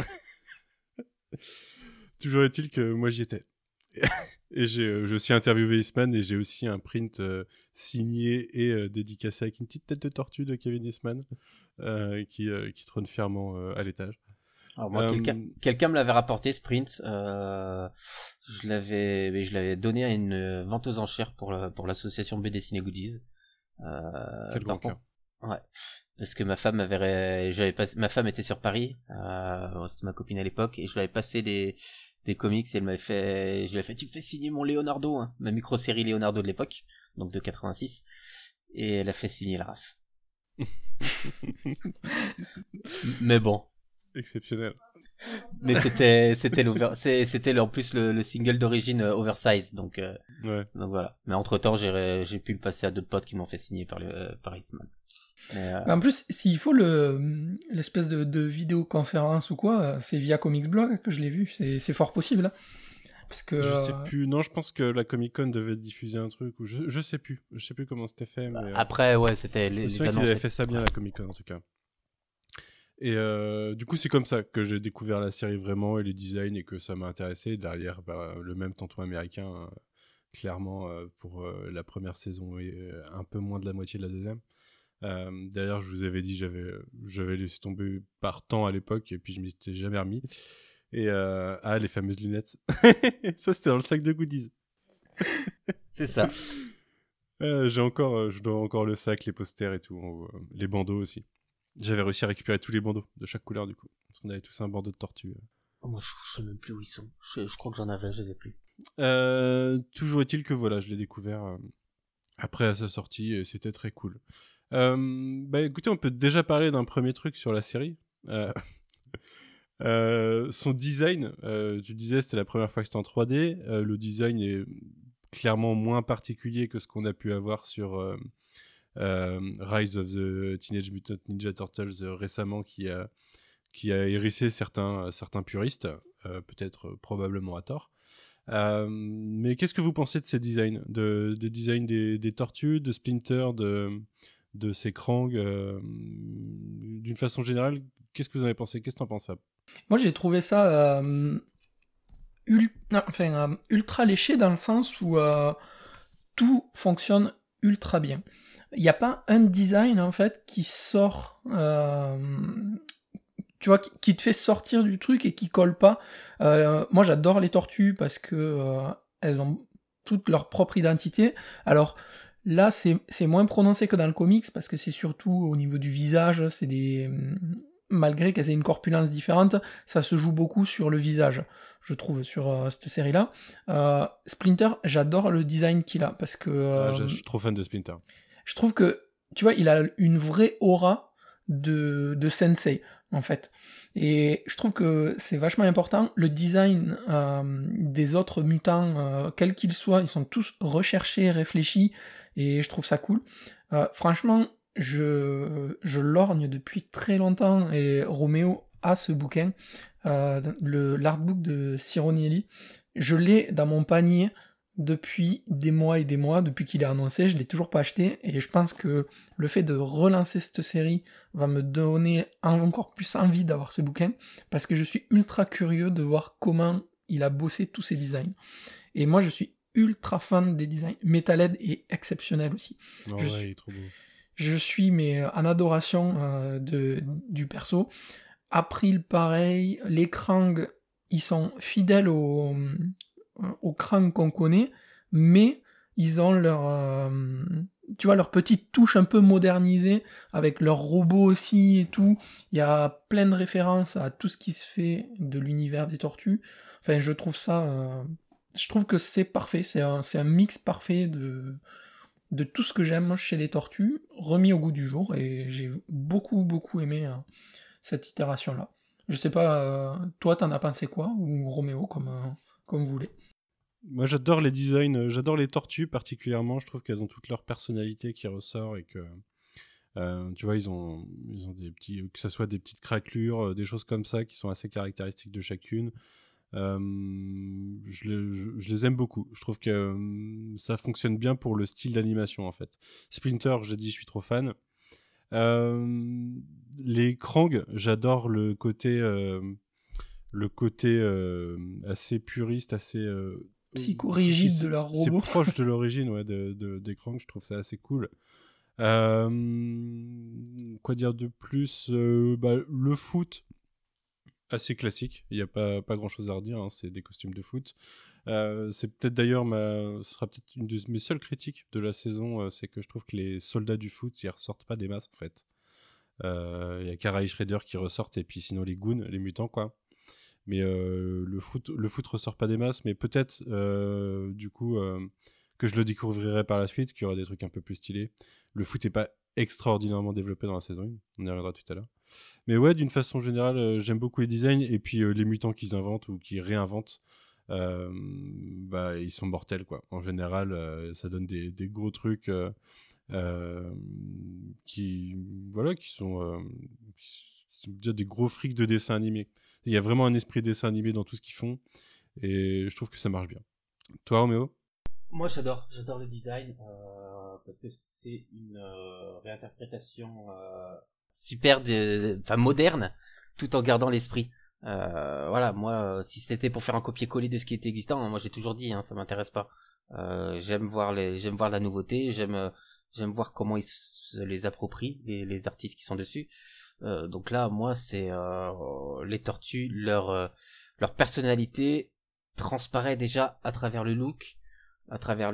Speaker 6: Toujours est-il que moi j'y étais. Et j'ai aussi interviewé Eastman et j'ai aussi un print signé et dédicacé avec une petite tête de tortue de Kevin Eastman qui trône fièrement à l'étage.
Speaker 8: Alors moi, quelqu'un me l'avait rapporté ce print. Je l'avais donné à une vente aux enchères pour l'association BD Ciné Goodies.
Speaker 6: Quel grand cœur.
Speaker 8: Ouais. Parce que ma femme ma femme était sur Paris. C'était ma copine à l'époque et je lui avais passé des comics et je lui avais fait tu me fais signer mon Leonardo, hein, ma micro-série Leonardo de l'époque, donc de 86, et elle a fait signer la RAF. Mais bon.
Speaker 6: Exceptionnel.
Speaker 8: Mais c'était en plus le single d'origine oversize, donc
Speaker 6: ouais.
Speaker 8: Donc voilà. Mais entre temps j'ai pu le passer à d'autres potes qui m'ont fait signer par Eastman.
Speaker 7: En plus, s'il faut l'espèce de vidéoconférence ou quoi, c'est via Comics Blog que je l'ai vu, c'est fort possible. Hein. Parce que,
Speaker 6: je sais plus, non, je pense que la Comic-Con devait diffuser un truc, ou je sais plus comment c'était fait. Mais,
Speaker 8: après, ouais, c'était les
Speaker 6: annonces. Qu'ils avaient fait ça bien, la Comic-Con en tout cas. Et du coup, c'est comme ça que j'ai découvert la série vraiment et les designs et que ça m'a intéressé. Derrière, le même tonton américain, clairement, pour la première saison et un peu moins de la moitié de la deuxième. D'ailleurs, je vous avais dit, j'avais laissé tomber par temps à l'époque et puis je m'y étais jamais remis. Et les fameuses lunettes. Ça, c'était dans le sac de goodies.
Speaker 8: C'est ça.
Speaker 6: Je dois encore le sac, les posters et tout, les bandeaux aussi. J'avais réussi à récupérer tous les bandeaux de chaque couleur du coup. Parce qu'on avait tous un bandeau de tortue.
Speaker 8: Moi, je sais même plus où ils sont. Je crois que j'en avais, je les ai plus.
Speaker 6: Toujours est-il que voilà, je l'ai découvert après à sa sortie et c'était très cool. Écoutez, on peut déjà parler d'un premier truc sur la série. Son design, tu disais c'était la première fois que c'était en 3D. Le design est clairement moins particulier que ce qu'on a pu avoir sur Rise of the Teenage Mutant Ninja Turtles récemment, qui a hérissé certains puristes, peut-être probablement à tort. Mais qu'est-ce que vous pensez de ces designs, des designs des tortues, de Splinter, de ces Krang, d'une façon générale? Qu'est-ce que vous en avez pensé? Qu'est-ce que t'en penses, Fab?
Speaker 7: Moi, j'ai trouvé ça ultra léché dans le sens où tout fonctionne ultra bien. Il n'y a pas un design, en fait, qui sort... tu vois, qui te fait sortir du truc et qui colle pas. Moi, j'adore les tortues parce que elles ont toute leur propre identité. Alors... Là, c'est moins prononcé que dans le comics, parce que c'est surtout au niveau du visage, c'est des malgré qu'elles aient une corpulence différente, ça se joue beaucoup sur le visage, je trouve, sur cette série-là. Splinter, j'adore le design qu'il a, parce que...
Speaker 6: je suis trop fan de Splinter.
Speaker 7: Je trouve que, tu vois, il a une vraie aura de sensei, en fait. Et je trouve que c'est vachement important. Le design des autres mutants, quels qu'ils soient, ils sont tous recherchés, réfléchis, et je trouve ça cool. Franchement, je lorgne depuis très longtemps, et Roméo a ce bouquin, l'artbook de Cironielli. Je l'ai dans mon panier depuis des mois et des mois, depuis qu'il est annoncé, je l'ai toujours pas acheté, et je pense que le fait de relancer cette série va me donner encore plus envie d'avoir ce bouquin, parce que je suis ultra curieux de voir comment il a bossé tous ses designs. Et moi, je suis ultra fan des designs. Metalhead est exceptionnel aussi.
Speaker 6: Oh, ouais, il est trop beau.
Speaker 7: Je suis en adoration du perso. April, pareil. Les Krang, ils sont fidèles au Krang qu'on connaît, mais ils ont leur petite touche un peu modernisée, avec leurs robots aussi et tout. Il y a plein de références à tout ce qui se fait de l'univers des tortues. Enfin, je trouve que c'est parfait, c'est un mix parfait de tout ce que j'aime chez les tortues, remis au goût du jour, et j'ai beaucoup, beaucoup aimé cette itération-là. Je sais pas, toi, t'en as pensé quoi, ou Roméo, comme vous voulez.
Speaker 6: Moi, j'adore les designs, j'adore les tortues particulièrement. Je trouve qu'elles ont toute leur personnalité qui ressort, et que tu vois, ils ont des petits, que ça soit des petites craquelures, des choses comme ça qui sont assez caractéristiques de chacune. Je les aime beaucoup. Je trouve que ça fonctionne bien pour le style d'animation, en fait. Splinter, je l'ai dit, je suis trop fan. Les Krang, j'adore le côté assez puriste, assez
Speaker 7: psychorigide de leur robot.
Speaker 6: C'est proche de l'origine, ouais, des Krang. Je trouve ça assez cool. Quoi dire de plus, le foot, assez classique. Il n'y a pas grand chose à redire, hein, c'est des costumes de foot. C'est peut-être d'ailleurs ce sera peut-être une de mes seules critiques de la saison, c'est que je trouve que les soldats du foot, ils ressortent pas des masses, en fait. Il y a Kara et Shredder qui ressortent, et puis sinon les goons, les mutants, quoi. Mais le foot ressort pas des masses, mais peut-être du coup que je le découvrirai par la suite, qu'il y aura des trucs un peu plus stylés. Le foot est pas extraordinairement développé dans la saison 1, on y reviendra tout à l'heure. Mais ouais, d'une façon générale, j'aime beaucoup les designs, et puis les mutants qu'ils inventent ou qu'ils réinventent, ils sont mortels, quoi. En général, ça donne des gros trucs qui sont des gros frics de dessin animé. Il y a vraiment un esprit dessin animé dans tout ce qu'ils font, et je trouve que ça marche bien. Toi, Roméo ?
Speaker 8: Moi, j'adore le design, parce que c'est une réinterprétation super moderne, tout en gardant l'esprit. Voilà, moi, si c'était pour faire un copier-coller de ce qui était existant, moi j'ai toujours dit, hein, ça m'intéresse pas. J'aime voir la nouveauté, j'aime voir comment ils se les approprient, les artistes qui sont dessus. Donc là, moi, c'est les tortues, leur personnalité transparaît déjà à travers le look, à travers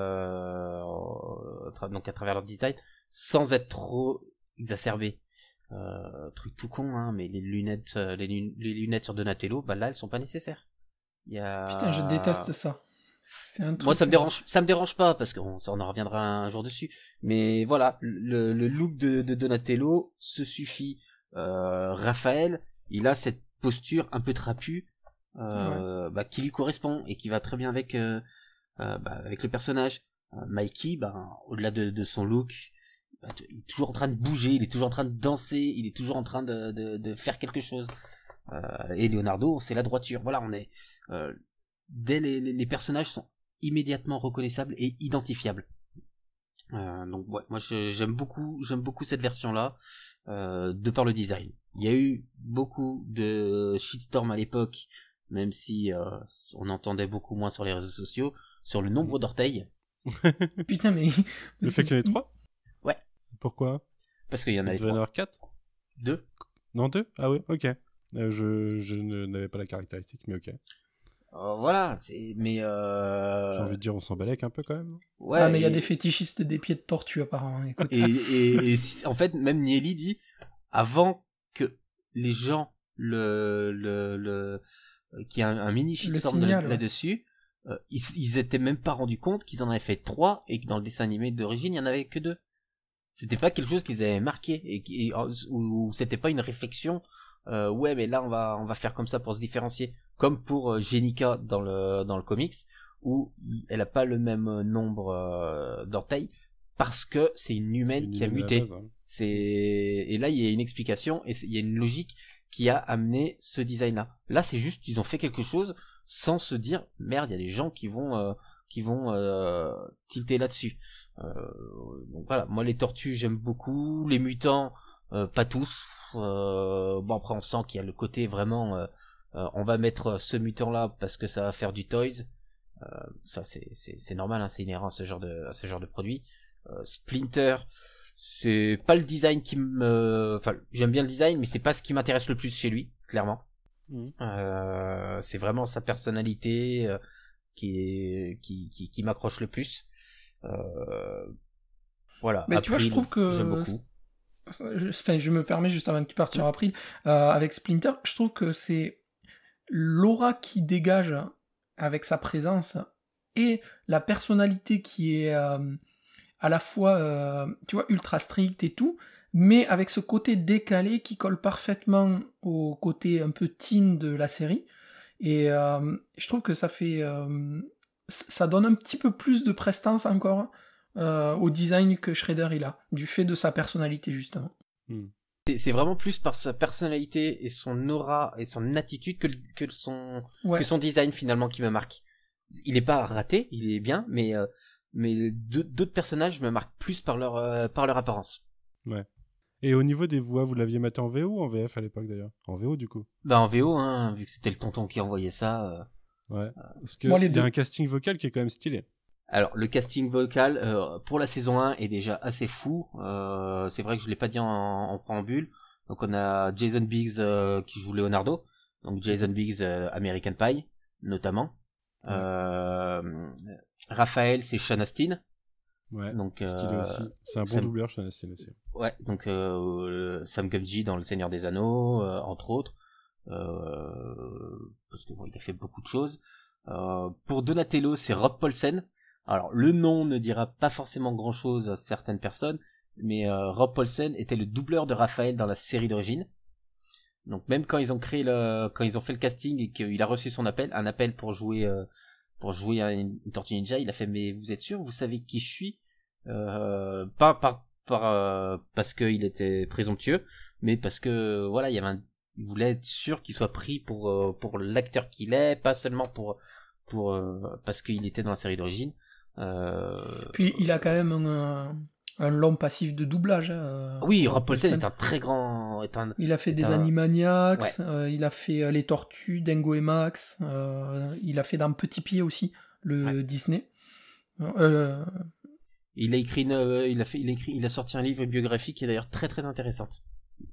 Speaker 8: leur design, sans être trop exacerbé. Truc tout con, hein, mais les lunettes sur Donatello, là, elles sont pas nécessaires.
Speaker 7: Putain, je déteste ça. C'est un truc.
Speaker 8: Moi, ça me dérange pas, parce qu'on en reviendra un jour dessus. Mais voilà, le look de Donatello se suffit. Raphaël, il a cette posture un peu trapue, qui lui correspond et qui va très bien avec le personnage. Mikey, au-delà de son look, il est toujours en train de bouger, il est toujours en train de danser, il est toujours en train de faire quelque chose. Et Leonardo, c'est la droiture. Voilà, on est dès les personnages sont immédiatement reconnaissables et identifiables. Donc ouais, moi j'aime beaucoup cette version-là, de par le design. Il y a eu beaucoup de shitstorm à l'époque, même si on entendait beaucoup moins sur les réseaux sociaux, sur le nombre d'orteils.
Speaker 7: Putain, mais
Speaker 6: le fait qu'il y en ait 3 ?
Speaker 8: Ouais.
Speaker 6: Pourquoi ?
Speaker 8: Parce qu'il y en avait 3.
Speaker 6: Il devait y en avoir 4 ?
Speaker 8: 2.
Speaker 6: Non, 2 ? Ah oui, ok. Je n'avais pas la caractéristique, mais ok.
Speaker 8: Voilà, mais
Speaker 6: j'ai envie de dire, on s'en balèque un peu quand même.
Speaker 7: Ouais, mais il y a des fétichistes des pieds de tortue apparemment. Écoute.
Speaker 8: Et en fait, même Nieli dit, avant que les gens qui a un mini shitstorm là-dessus, ils étaient même pas rendus compte qu'ils en avaient fait 3 et que dans le dessin animé d'origine il y en avait que 2. C'était pas quelque chose qu'ils avaient marqué ou c'était pas une réflexion. Ouais, mais là on va faire comme ça pour se différencier, comme pour Jenica dans le comics où elle a pas le même nombre d'orteils parce que c'est une humaine qui a muté. Base, hein. Et là il y a une explication et il y a une logique qui a amené ce design-là. Là, c'est juste qu'ils ont fait quelque chose sans se dire merde, il y a des gens qui vont tilter là-dessus. Donc voilà, moi les tortues j'aime beaucoup, les mutants pas tous. Bon après on sent qu'il y a le côté vraiment on va mettre ce mutant-là parce que ça va faire du toys. Ça c'est normal, hein, c'est inhérent à ce genre de produit. Splinter, c'est pas le design qui me, enfin j'aime bien le design mais c'est pas ce qui m'intéresse le plus chez lui, clairement. C'est vraiment sa personnalité qui m'accroche le plus. Voilà.
Speaker 7: Mais April, tu vois, je trouve que
Speaker 8: j'aime beaucoup.
Speaker 7: Je me permets juste avant que tu partes sur April, avec Splinter, je trouve que c'est l'aura qui dégage avec sa présence et la personnalité qui est à la fois, tu vois, ultra stricte et tout, mais avec ce côté décalé qui colle parfaitement au côté un peu teen de la série. Et je trouve que ça fait, ça donne un petit peu plus de prestance encore au design que Shredder il a, du fait de sa personnalité justement.
Speaker 8: C'est vraiment plus par sa personnalité et son aura et son attitude que son design finalement qui me marque. Il est pas raté, il est bien, mais d'autres personnages me marquent plus par leur apparence.
Speaker 6: Ouais. Et au niveau des voix, vous l'aviez maté en VO ou en VF à l'époque d'ailleurs ? En VO du coup ?
Speaker 8: Bah en VO, hein, vu que c'était le tonton qui envoyait ça.
Speaker 6: Ouais. Parce que il y a un casting vocal qui est quand même stylé.
Speaker 8: Alors le casting vocal pour la saison 1 est déjà assez fou. C'est vrai que je l'ai pas dit en préambule. Donc on a Jason Biggs qui joue Leonardo. Donc Jason Biggs American Pie notamment. Raphaël c'est Sean Astin.
Speaker 6: Ouais.
Speaker 8: Donc
Speaker 6: stylé aussi. C'est un bon doubleur Sean Astin aussi.
Speaker 8: Ouais. Donc Sam Gamgee dans Le Seigneur des Anneaux entre autres. Parce que bon il a fait beaucoup de choses. Pour Donatello c'est Rob Paulsen. Alors le nom ne dira pas forcément grand chose à certaines personnes, mais Rob Paulsen était le doubleur de Raphaël dans la série d'origine. Donc même quand ils ont fait le casting et qu'il a reçu un appel pour jouer à une Tortue Ninja, il a fait mais vous êtes sûr, vous savez qui je suis, pas parce qu'il était présomptueux, mais parce que voilà il voulait être sûr qu'il soit pris pour l'acteur qu'il est, pas seulement pour parce qu'il était dans la série d'origine.
Speaker 7: Puis il a quand même un long passif de doublage.
Speaker 8: Oui, Rob Paulsen est un très grand.
Speaker 7: Il a fait des Animaniacs, ouais. Il a fait Les Tortues, Dingo et Max. Il a fait dans Petit Pied aussi, le Disney.
Speaker 8: Il a écrit il a sorti un livre biographique qui est d'ailleurs très très intéressante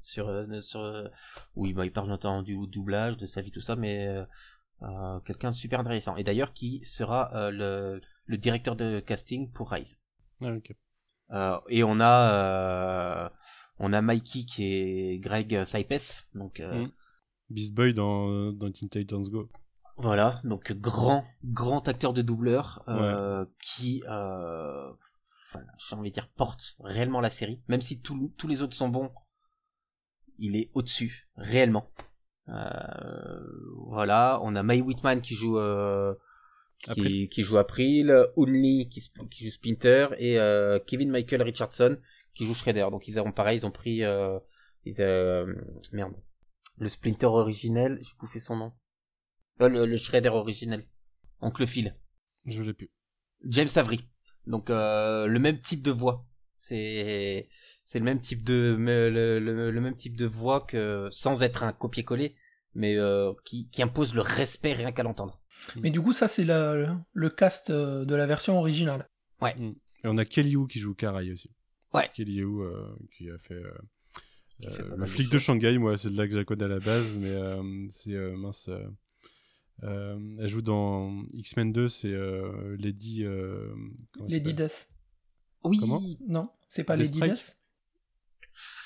Speaker 8: où il parle notamment du doublage, de sa vie, tout ça, mais quelqu'un de super intéressant. Et d'ailleurs qui sera le directeur de casting pour Rise.
Speaker 6: Ah, ok.
Speaker 8: Et on a Mikey qui est Greg Saipes, donc
Speaker 6: Beast Boy dans Teen Titans Go.
Speaker 8: Voilà, donc grand acteur de doubleur qui j'ai envie de dire porte réellement la série, même si tous les autres sont bons, il est au-dessus réellement. Voilà, on a Mae Whitman qui joue qui joue April, Only qui joue Splinter et Kevin Michael Richardson qui joue Shredder. Donc ils ont pris merde, le Splinter originel, j'ai bouffé son nom. Le Shredder originel. Oncle Phil.
Speaker 6: Je l'ai plus.
Speaker 8: James Avery. Donc le même type de voix. C'est le même type de le même type de voix que sans être un copier-coller, mais qui impose le respect rien qu'à l'entendre.
Speaker 7: Mais du coup ça c'est le cast de la version originale.
Speaker 8: Ouais.
Speaker 6: Et on a Kelly Hu qui joue Karai aussi.
Speaker 8: Ouais.
Speaker 6: Kelly Hu qui a fait le flic de Shanghai, moi c'est de là que je la connais à la base, mais c'est mince. Elle joue dans X-Men 2, c'est Lady.
Speaker 7: Lady Death.
Speaker 8: Oui.
Speaker 6: Comment ?
Speaker 7: Non, c'est pas Lady Death.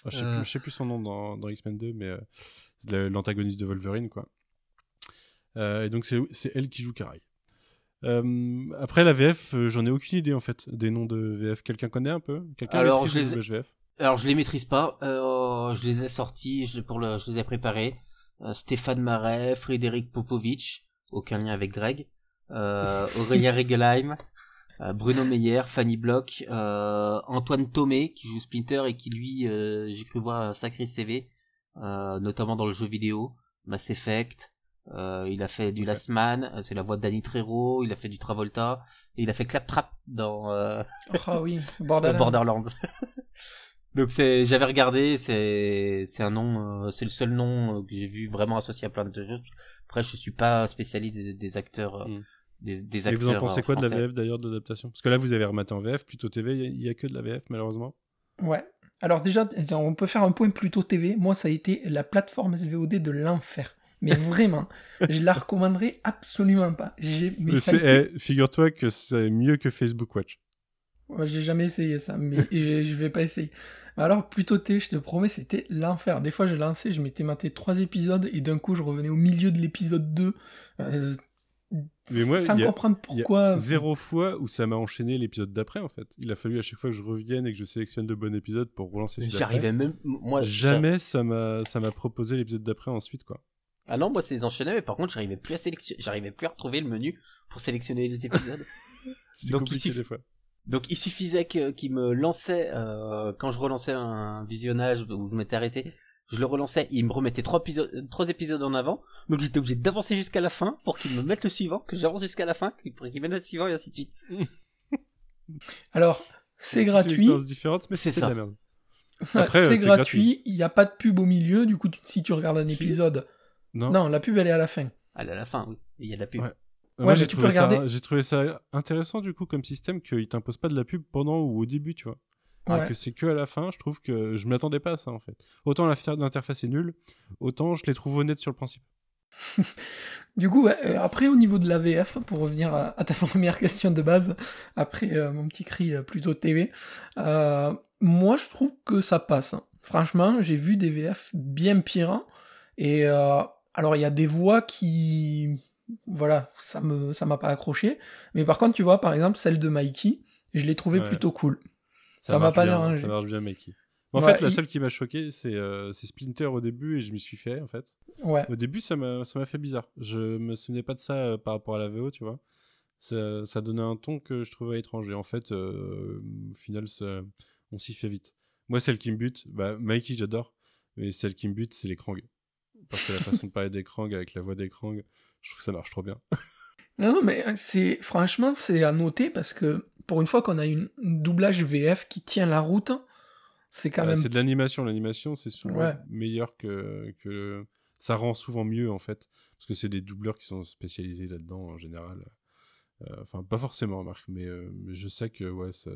Speaker 6: Je sais plus son nom dans X-Men 2, mais c'est l'antagoniste de Wolverine, quoi. Et donc c'est elle qui joue Karai. Après la VF, j'en ai aucune idée en fait des noms de VF. Quelqu'un connaît un peu? Quelqu'un maîtrise les VF?
Speaker 8: Alors je les maîtrise pas. Je les ai sortis, je les ai préparés. Stéphane Marais, Frédéric Popovich, aucun lien avec Greg. Aurélien Regelheim, Bruno Meyer, Fanny Bloch, Antoine Thomé qui joue Splinter et qui lui, j'ai cru voir un sacré CV, notamment dans le jeu vidéo, Mass Effect. Il a fait du Last Man, c'est la voix de Danny Trejo, il a fait du Travolta, et il a fait Claptrap dans
Speaker 7: oui,
Speaker 8: Borderlands. Donc j'avais regardé, c'est un nom, c'est le seul nom que j'ai vu vraiment associé à plein de jeux. Après, je suis pas spécialiste des acteurs, des acteurs.
Speaker 6: Et vous en pensez quoi
Speaker 8: français.
Speaker 6: de la VF d'ailleurs d'adaptation? Parce que là, vous avez rematé en VF, plutôt TV, il y a que de la VF malheureusement.
Speaker 7: Ouais. Alors déjà, on peut faire un point plutôt TV. Moi, ça a été la plateforme SVOD de l'enfer. Mais vraiment, je la recommanderais absolument pas.
Speaker 6: Figure-toi que c'est mieux que Facebook Watch.
Speaker 7: Ouais, j'ai jamais essayé ça, mais je vais pas essayer. Alors, plutôt T, je te promets, c'était l'enfer. Des fois, je lançais, je m'étais maté 3 épisodes, et d'un coup, je revenais au milieu de l'épisode 2,
Speaker 6: mais moi,
Speaker 7: sans comprendre pourquoi.
Speaker 6: Il y a 0 fois où ça m'a enchaîné l'épisode d'après, en fait. Il a fallu à chaque fois que je revienne et que je sélectionne le bon épisode pour relancer celui d'après.
Speaker 8: J'arrivais même... Moi,
Speaker 6: jamais ça m'a proposé l'épisode d'après ensuite, quoi.
Speaker 8: Ah non, moi, c'est les enchaînés, mais par contre, j'arrivais plus à retrouver le menu pour sélectionner les épisodes.
Speaker 6: C'est compliqué des fois.
Speaker 8: Donc il suffisait qu'il me lançait quand je relançais un visionnage où je m'étais arrêté, je le relançais, il me remettait 3 épisodes en avant, donc j'étais obligé d'avancer jusqu'à la fin pour qu'il me mette le suivant, que j'avance jusqu'à la fin, pour qu'il mette le suivant et ainsi de suite.
Speaker 7: Alors c'est gratuit.
Speaker 6: C'est une expérience différente, mais c'est ça. De la merde.
Speaker 7: Après, c'est gratuit, il n'y a pas de pub au milieu, du coup si tu regardes un épisode, non, la pub elle est à la fin.
Speaker 8: Elle est à la fin, oui, il y a de la pub.
Speaker 6: Ouais. Moi, j'ai trouvé ça intéressant du coup comme système qu'il t'impose pas de la pub pendant ou au début, tu vois. Ouais. Que c'est que à la fin, je trouve que je m'attendais pas à ça en fait. Autant l'interface est nulle, autant je les trouve honnêtes sur le principe.
Speaker 7: Du coup, après au niveau de la VF, pour revenir à ta première question de base, après mon petit cri plutôt TV, moi je trouve que ça passe. Franchement, j'ai vu des VF bien pires. Et alors il y a des voix qui... Voilà, ça m'a pas accroché. Mais par contre, tu vois, par exemple, celle de Mikey, je l'ai trouvée plutôt cool. Ça m'a pas dérangé.
Speaker 6: Ça marche bien, Mikey. En fait, la seule qui m'a choqué, c'est Splinter au début, et je m'y suis fait, en fait.
Speaker 7: Ouais.
Speaker 6: Au début, ça m'a fait bizarre. Je me souvenais pas de ça par rapport à la VO, tu vois. Ça donnait un ton que je trouvais étrange. Et en fait, au final, on s'y fait vite. Moi, celle qui me bute, Mikey, j'adore. Mais celle qui me bute, c'est les Krang. Parce que la façon de parler des Krang avec la voix des Krang, je trouve que ça marche trop bien.
Speaker 7: Non, mais franchement, c'est à noter parce que pour une fois qu'on a une doublage VF qui tient la route, c'est quand même...
Speaker 6: C'est de l'animation. L'animation, c'est souvent meilleur que... Ça rend souvent mieux, en fait. Parce que c'est des doubleurs qui sont spécialisés là-dedans, en général. Enfin, pas forcément, Marc, mais je sais que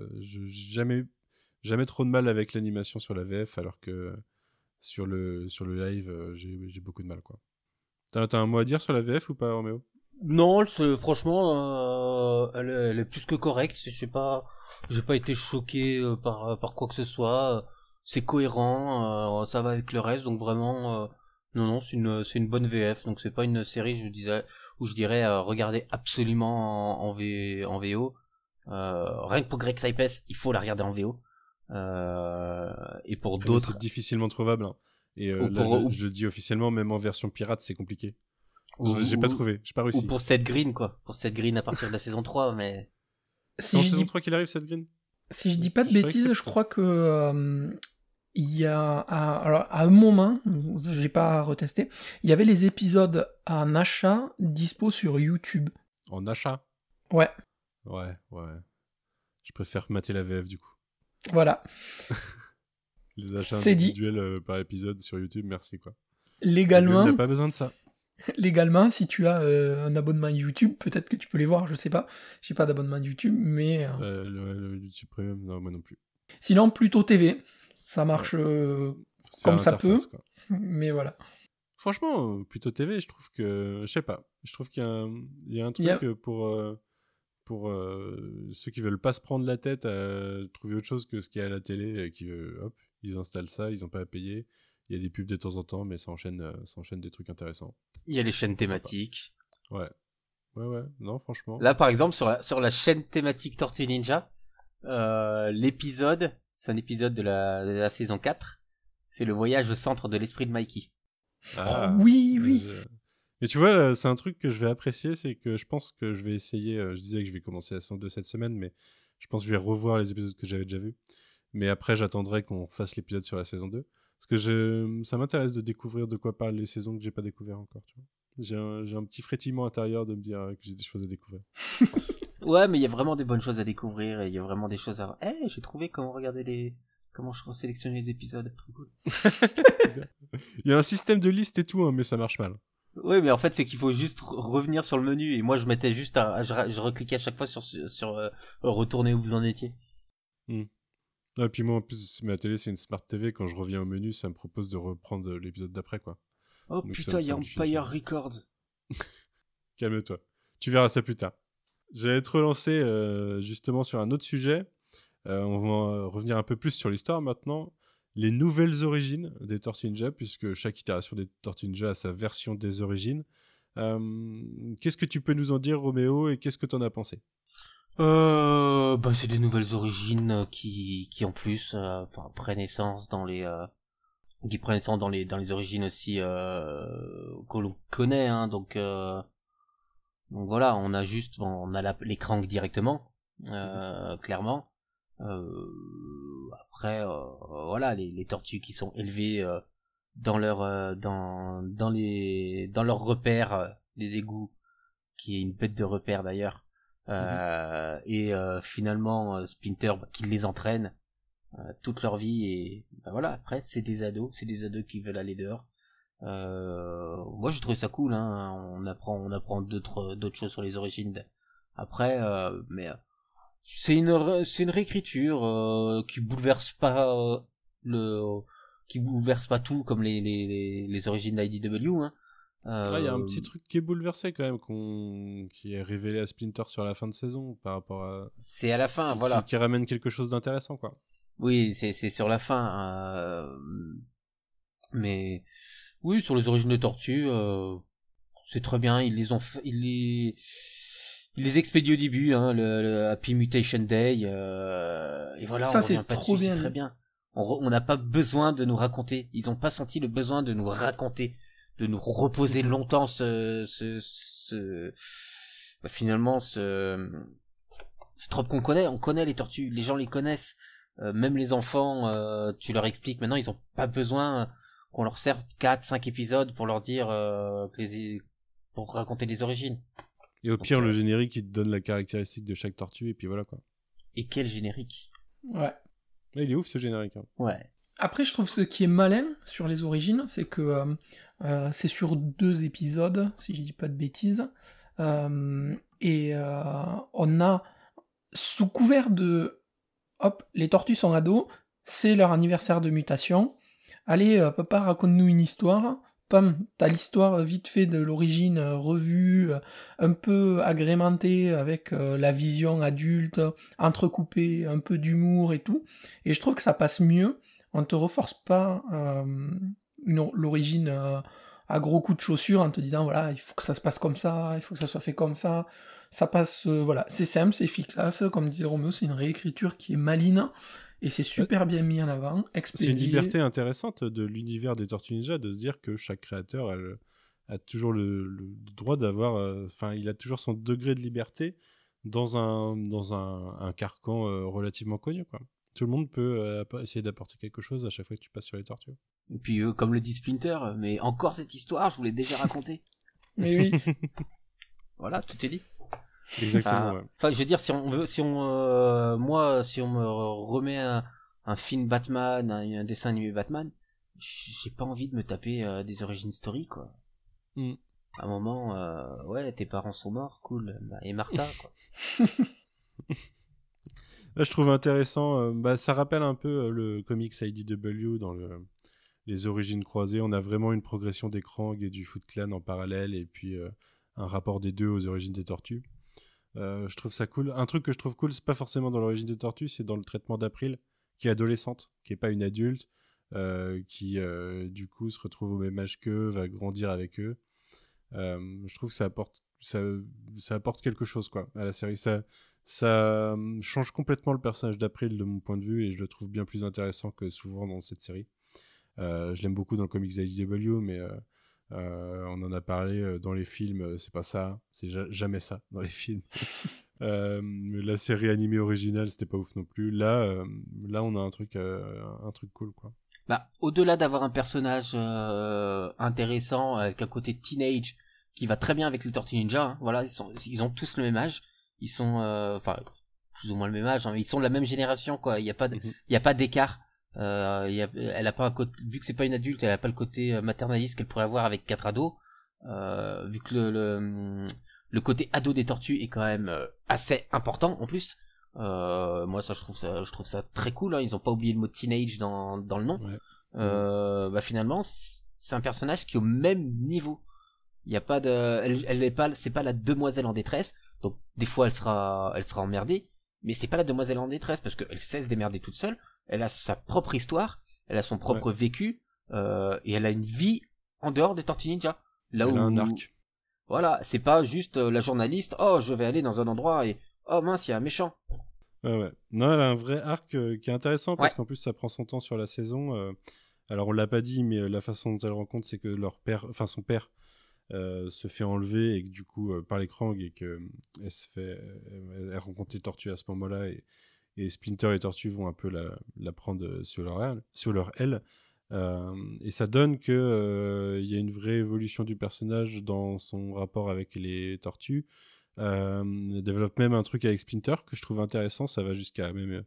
Speaker 6: jamais trop de mal avec l'animation sur la VF, alors que sur le live, j'ai beaucoup de mal, quoi. T'as un mot à dire sur la VF ou pas, Roméo?
Speaker 8: Non, franchement, elle est plus que correcte. J'ai pas été choqué par quoi que ce soit. C'est cohérent, ça va avec le reste, donc vraiment, non, c'est une bonne VF. Donc c'est pas une série, je dirais regarder absolument en VO. Rien que pour Greg Cipes, il faut la regarder en VO. Et pour d'autres,
Speaker 6: c'est difficilement trouvable. Hein. Et je le dis officiellement, même en version pirate, c'est compliqué. J'ai pas trouvé, j'ai pas réussi.
Speaker 8: Ou pour Seth Green, quoi. Pour Seth Green à partir de la saison 3, mais...
Speaker 6: C'est en saison 3 qu'il arrive, Seth Green?
Speaker 7: Si je dis pas de bêtises, je crois que... il y a... Alors, à un moment, j'ai pas retesté, il y avait les épisodes en achat dispo sur YouTube.
Speaker 6: En achat?
Speaker 7: Ouais.
Speaker 6: Ouais. Je préfère mater la VF, du coup.
Speaker 7: Voilà.
Speaker 6: Les achats individuels par épisode sur YouTube, merci, quoi.
Speaker 7: Légalement...
Speaker 6: On n'a pas besoin de ça.
Speaker 7: Légalement, si tu as un abonnement YouTube, peut-être que tu peux les voir, je sais pas. J'ai pas d'abonnement YouTube, mais...
Speaker 6: le YouTube Premium, non, moi non plus.
Speaker 7: Sinon, plutôt TV. Ça marche comme ça peut,
Speaker 6: quoi.
Speaker 7: Mais voilà.
Speaker 6: Franchement, plutôt TV, je trouve que... Je sais pas. Je trouve qu'il y a un truc pour ceux qui veulent pas se prendre la tête à trouver autre chose que ce qu'il y a à la télé, et qui Ils installent ça, ils n'ont pas à payer. Il y a des pubs de temps en temps, mais ça enchaîne des trucs intéressants.
Speaker 8: Il y a les chaînes thématiques.
Speaker 6: Ouais. Non, franchement.
Speaker 8: Là, par exemple, sur la chaîne thématique Tortue Ninja, l'épisode, c'est un épisode de la saison 4. C'est le voyage au centre de l'esprit de Mikey.
Speaker 6: Ah,
Speaker 7: oui.
Speaker 6: Mais tu vois, c'est un truc que je vais apprécier, c'est que je pense que je vais essayer. Je disais que je vais commencer la saison 2 cette semaine, mais je pense que je vais revoir les épisodes que j'avais déjà vus. Mais après, j'attendrai qu'on fasse l'épisode sur la saison 2. Parce que ça m'intéresse de découvrir de quoi parlent les saisons que j'ai pas découvert encore. Tu vois. J'ai un petit frétillement intérieur de me dire que j'ai des choses à découvrir.
Speaker 8: Ouais, mais il y a vraiment des bonnes choses à découvrir et il y a vraiment des choses à... j'ai trouvé comment je resélectionne les épisodes. Trop cool.
Speaker 6: Il y a un système de liste et tout, hein, mais ça marche mal.
Speaker 8: Oui, mais en fait, c'est qu'il faut juste revenir sur le menu et moi, je mettais juste je recliquais à chaque fois sur retourner où vous en étiez.
Speaker 6: Et puis moi, en plus, ma télé, c'est une Smart TV. Quand je reviens au menu, ça me propose de reprendre l'épisode d'après, quoi.
Speaker 8: Oh
Speaker 6: donc
Speaker 8: putain, il y a Empire Records.
Speaker 6: Calme-toi. Tu verras ça plus tard. J'allais te relancer justement sur un autre sujet. On va revenir un peu plus sur l'histoire maintenant. Les nouvelles origines des Tortues Ninja, puisque chaque itération des Tortues Ninja a sa version des origines. Qu'est-ce que tu peux nous en dire, Roméo, et qu'est-ce que tu en as pensé ?
Speaker 8: C'est des nouvelles origines qui en plus prennent naissance dans les origines aussi que l'on connaît, hein. Donc voilà, on a les Krang directement, clairement. Après voilà, les tortues qui sont élevées dans leur repère, les égouts, qui est une bête de repère d'ailleurs. Finalement Splinter qui les entraîne toute leur vie et voilà, après c'est des ados qui veulent aller dehors. Moi j'ai trouvé ça cool, hein. On apprend d'autres choses sur les origines après, mais c'est une réécriture qui bouleverse pas tout comme les origines d'IDW, hein.
Speaker 6: Il y a un petit truc qui est bouleversé quand même, qui est révélé à Splinter sur la fin de saison par rapport à...
Speaker 8: C'est à la fin, voilà.
Speaker 6: Qui ramène quelque chose d'intéressant, quoi.
Speaker 8: Oui, c'est sur la fin. Mais oui, sur les origines de Tortue, c'est très bien. Ils les expédient au début, hein, le Happy Mutation Day. Et voilà,
Speaker 7: ça,
Speaker 8: on revient pas
Speaker 7: trop
Speaker 8: dessus,
Speaker 7: bien.
Speaker 8: C'est très bien. On n'a pas besoin de nous raconter. Ils ont pas senti le besoin de nous raconter, de nous reposer longtemps finalement ce trope qu'on connaît. On connaît les tortues, les gens les connaissent, même les enfants, tu leur expliques maintenant, ils ont pas besoin qu'on leur serve 4-5 épisodes pour leur dire pour raconter les origines.
Speaker 6: Et au pire, le générique il te donne la caractéristique de chaque tortue et puis voilà, quoi.
Speaker 8: Et quel générique.
Speaker 7: Ouais.
Speaker 6: Il est ouf ce générique, hein.
Speaker 8: Ouais.
Speaker 7: Après, je trouve ce qui est malin sur les origines, c'est que c'est sur 2 épisodes, si je dis pas de bêtises, et on a, sous couvert de hop, les tortues sont ados, c'est leur anniversaire de mutation, allez, papa, raconte-nous une histoire. Pam, t'as l'histoire vite fait de l'origine revue, un peu agrémentée avec la vision adulte, entrecoupée, un peu d'humour et tout, et je trouve que ça passe mieux. On te reforce pas l'origine à gros coups de chaussure en te disant voilà, il faut que ça se passe comme ça, il faut que ça soit fait comme ça. Ça passe, voilà, c'est simple, c'est efficace, comme disait Roméo, c'est une réécriture qui est maligne, et c'est super bien mis en avant, expédié.
Speaker 6: C'est une liberté intéressante de l'univers des Tortues Ninja, de se dire que chaque créateur a toujours le droit d'avoir... il a toujours son degré de liberté dans un carcan relativement connu, quoi. Tout le monde peut essayer d'apporter quelque chose à chaque fois que tu passes sur les tortues.
Speaker 8: Et puis, comme le dit Splinter, mais encore cette histoire, je vous l'ai déjà racontée.
Speaker 7: Mais oui.
Speaker 8: Voilà, tout est dit.
Speaker 6: Exactement, ouais.
Speaker 8: Enfin, je veux dire, si on me remet un film Batman, un dessin animé Batman, j'ai pas envie de me taper des origines story, quoi. À un moment, ouais, tes parents sont morts, cool. Et Martha, quoi.
Speaker 6: Là, je trouve intéressant, ça rappelle un peu le comics IDW dans les origines croisées. On a vraiment une progression des Krang et du Foot Clan en parallèle, et puis un rapport des deux aux origines des tortues. Je trouve ça cool. Un truc que je trouve cool, c'est pas forcément dans l'origine des tortues, c'est dans le traitement d'April, qui est adolescente, qui est pas une adulte, qui du coup se retrouve au même âge qu'eux, va grandir avec eux. Je trouve que ça apporte quelque chose quoi à la série. Ça change complètement le personnage d'April de mon point de vue et je le trouve bien plus intéressant que souvent dans cette série. Je l'aime beaucoup dans le comics IDW, mais on en a parlé dans les films, c'est pas ça, c'est jamais ça dans les films. La série animée originale, c'était pas ouf non plus. Là, on a un truc cool quoi.
Speaker 8: Bah, au-delà d'avoir un personnage intéressant avec un côté teenage qui va très bien avec les Tortues Ninja, hein, voilà, ils ont tous le même âge, ils sont enfin plus ou moins le même âge, hein, ils sont de la même génération quoi, il y a pas d'écart. Elle a pas un côté, vu que c'est pas une adulte, elle a pas le côté maternaliste qu'elle pourrait avoir avec 4 ados, vu que le côté ado des tortues est quand même assez important en plus. Moi ça je trouve ça très cool, hein. Ils ont pas oublié le mot teenage dans le nom. Ouais. Bah finalement c'est un personnage qui est au même niveau. Il y a pas de, elle est pas, c'est pas la demoiselle en détresse. Donc des fois elle sera emmerdée, mais c'est pas la demoiselle en détresse parce qu'elle sait se démerder toute seule. Elle a sa propre histoire, elle a son propre vécu, et elle a une vie en dehors des Tortues Ninja.
Speaker 6: Elle a un arc.
Speaker 8: Voilà, c'est pas juste la journaliste. Oh, je vais aller dans un endroit et oh mince, il y a un méchant.
Speaker 6: Ouais. Non, elle a un vrai arc qui est intéressant parce qu'en plus ça prend son temps sur la saison. Alors on l'a pas dit, mais la façon dont elle rencontre, c'est que son père se fait enlever et que du coup par les Krang et que elle rencontre les tortues à ce moment-là et Splinter et Tortue vont un peu la prendre sur leur aile. Et ça donne que y a une vraie évolution du personnage dans son rapport avec les tortues. Elle développe même un truc avec Splinter que je trouve intéressant. Ça va jusqu'à même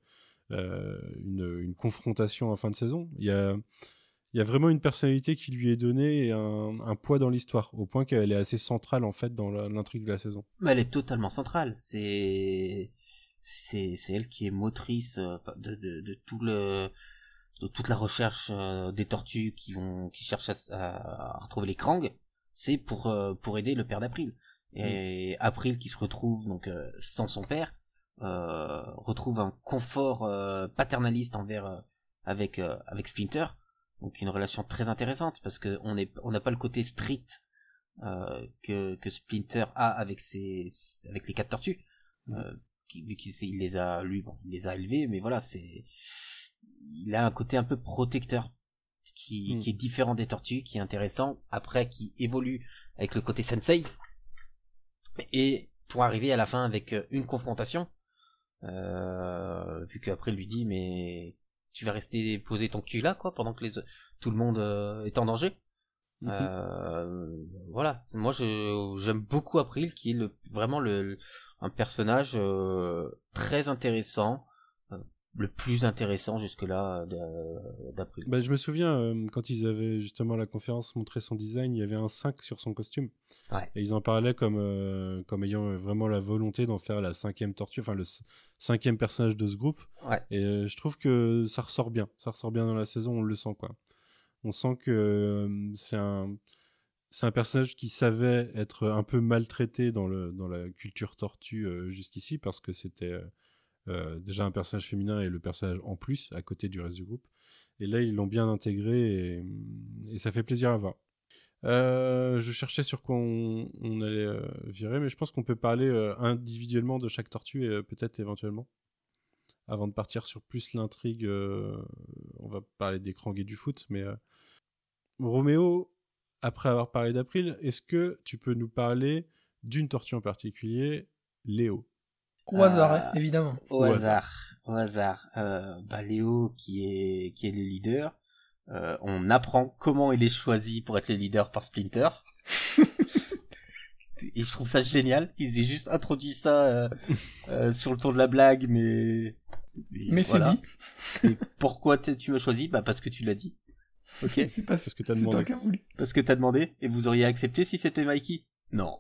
Speaker 6: une confrontation en fin de saison. Il y a vraiment une personnalité qui lui est donnée et un poids dans l'histoire, au point qu'elle est assez centrale en fait dans l'intrigue de la saison.
Speaker 8: Mais elle est totalement centrale. C'est elle qui est motrice de toute la recherche des tortues qui cherchent à retrouver les Krang. C'est pour aider le père d'April. Et April qui se retrouve donc sans son père retrouve un confort paternaliste avec Splinter, donc une relation très intéressante parce que on n'a pas le côté strict que Splinter a avec les 4 tortues, vu qu'il les a élevés, mais voilà, il a un côté un peu protecteur qui est différent des tortues, qui est intéressant, après qui évolue avec le côté sensei. Et pour arriver à la fin avec une confrontation, vu qu'après il lui dit mais tu vas rester poser ton cul là quoi pendant que tout le monde est en danger. Voilà, moi j'aime beaucoup April qui est vraiment un personnage très intéressant, le plus intéressant jusque-là d'April.
Speaker 6: Bah, je me souviens, quand ils avaient justement la conférence montré son design, il y avait un 5 sur son costume.
Speaker 8: Ouais.
Speaker 6: Et ils en parlaient comme ayant vraiment la volonté d'en faire la 5e tortue, enfin le 5e personnage de ce groupe.
Speaker 8: Ouais.
Speaker 6: Et je trouve que ça ressort bien dans la saison, on le sent quoi. On sent que c'est un personnage qui savait être un peu maltraité dans la culture tortue jusqu'ici, parce que c'était déjà un personnage féminin et le personnage en plus à côté du reste du groupe. Et là ils l'ont bien intégré et ça fait plaisir à voir. Je cherchais sur quoi on allait virer, mais je pense qu'on peut parler individuellement de chaque tortue et peut-être éventuellement avant de partir sur plus l'intrigue. On va parler des Krang et du foot, mais Roméo, après avoir parlé d'April, est-ce que tu peux nous parler d'une tortue en particulier, Léo?
Speaker 7: Au hasard, évidemment.
Speaker 8: Au hasard. Léo qui est le leader. On apprend comment il est choisi pour être le leader par Splinter. Et je trouve ça génial. Ils aient juste introduit ça sur le ton de la blague, mais voilà. C'est dit. C'est pourquoi tu m'as choisi? Bah parce que tu l'as dit. Ok.
Speaker 7: C'est pas
Speaker 6: parce que t'as demandé.
Speaker 7: Toi qui as voulu.
Speaker 8: Parce que t'as demandé et vous auriez accepté si c'était Mikey? Non.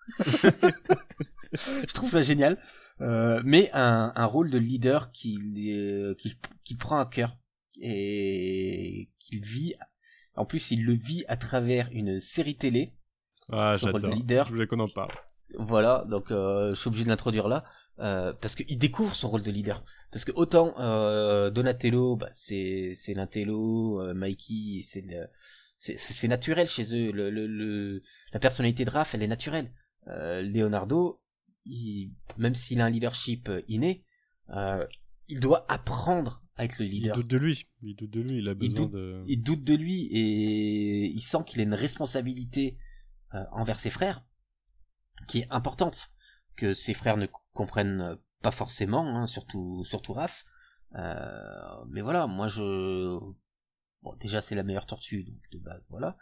Speaker 8: Je trouve ça génial. Mais un rôle de leader qu'il prend à cœur et qu'il vit. En plus, il le vit à travers une série télé.
Speaker 6: Ah, j'adore.
Speaker 8: Rôle de leader.
Speaker 6: Je voulais qu'on en parle.
Speaker 8: Voilà, donc je suis obligé de l'introduire là. parce qu'il découvre son rôle de leader. Parce que autant Donatello, bah, c'est l'intello, Mikey, c'est naturel chez eux. La personnalité de Raph, elle est naturelle. Leonardo, même s'il a un leadership inné, il doit apprendre à être le leader.
Speaker 6: Il doute de lui, il a besoin
Speaker 8: Il doute de lui et il sent qu'il a une responsabilité envers ses frères qui est importante, que ses frères ne comprennent pas forcément, hein, surtout Raph. Mais voilà, moi bon, déjà c'est la meilleure tortue, donc de base, voilà.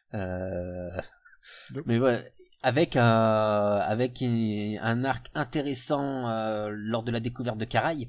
Speaker 8: Mais ouais, avec un arc intéressant lors de la découverte de Caraï,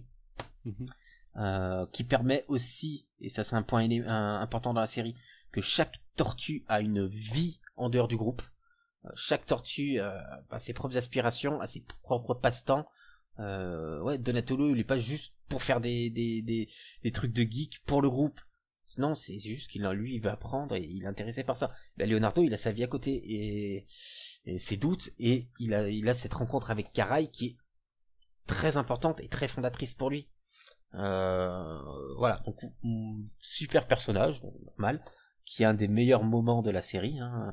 Speaker 8: qui permet aussi, et ça c'est un point important dans la série, que chaque tortue a une vie en dehors du groupe. Chaque tortue a ses propres aspirations, a ses propres passe-temps. Ouais, Donatello, il est pas juste pour faire des trucs de geek pour le groupe. Non, c'est juste qu'il lui, il veut apprendre et il est intéressé par ça. Ben, Leonardo, il a sa vie à côté et ses doutes, et il a cette rencontre avec Caraï qui est très importante et très fondatrice pour lui. Voilà, donc super personnage, normal, qui est un des meilleurs moments de la série, hein.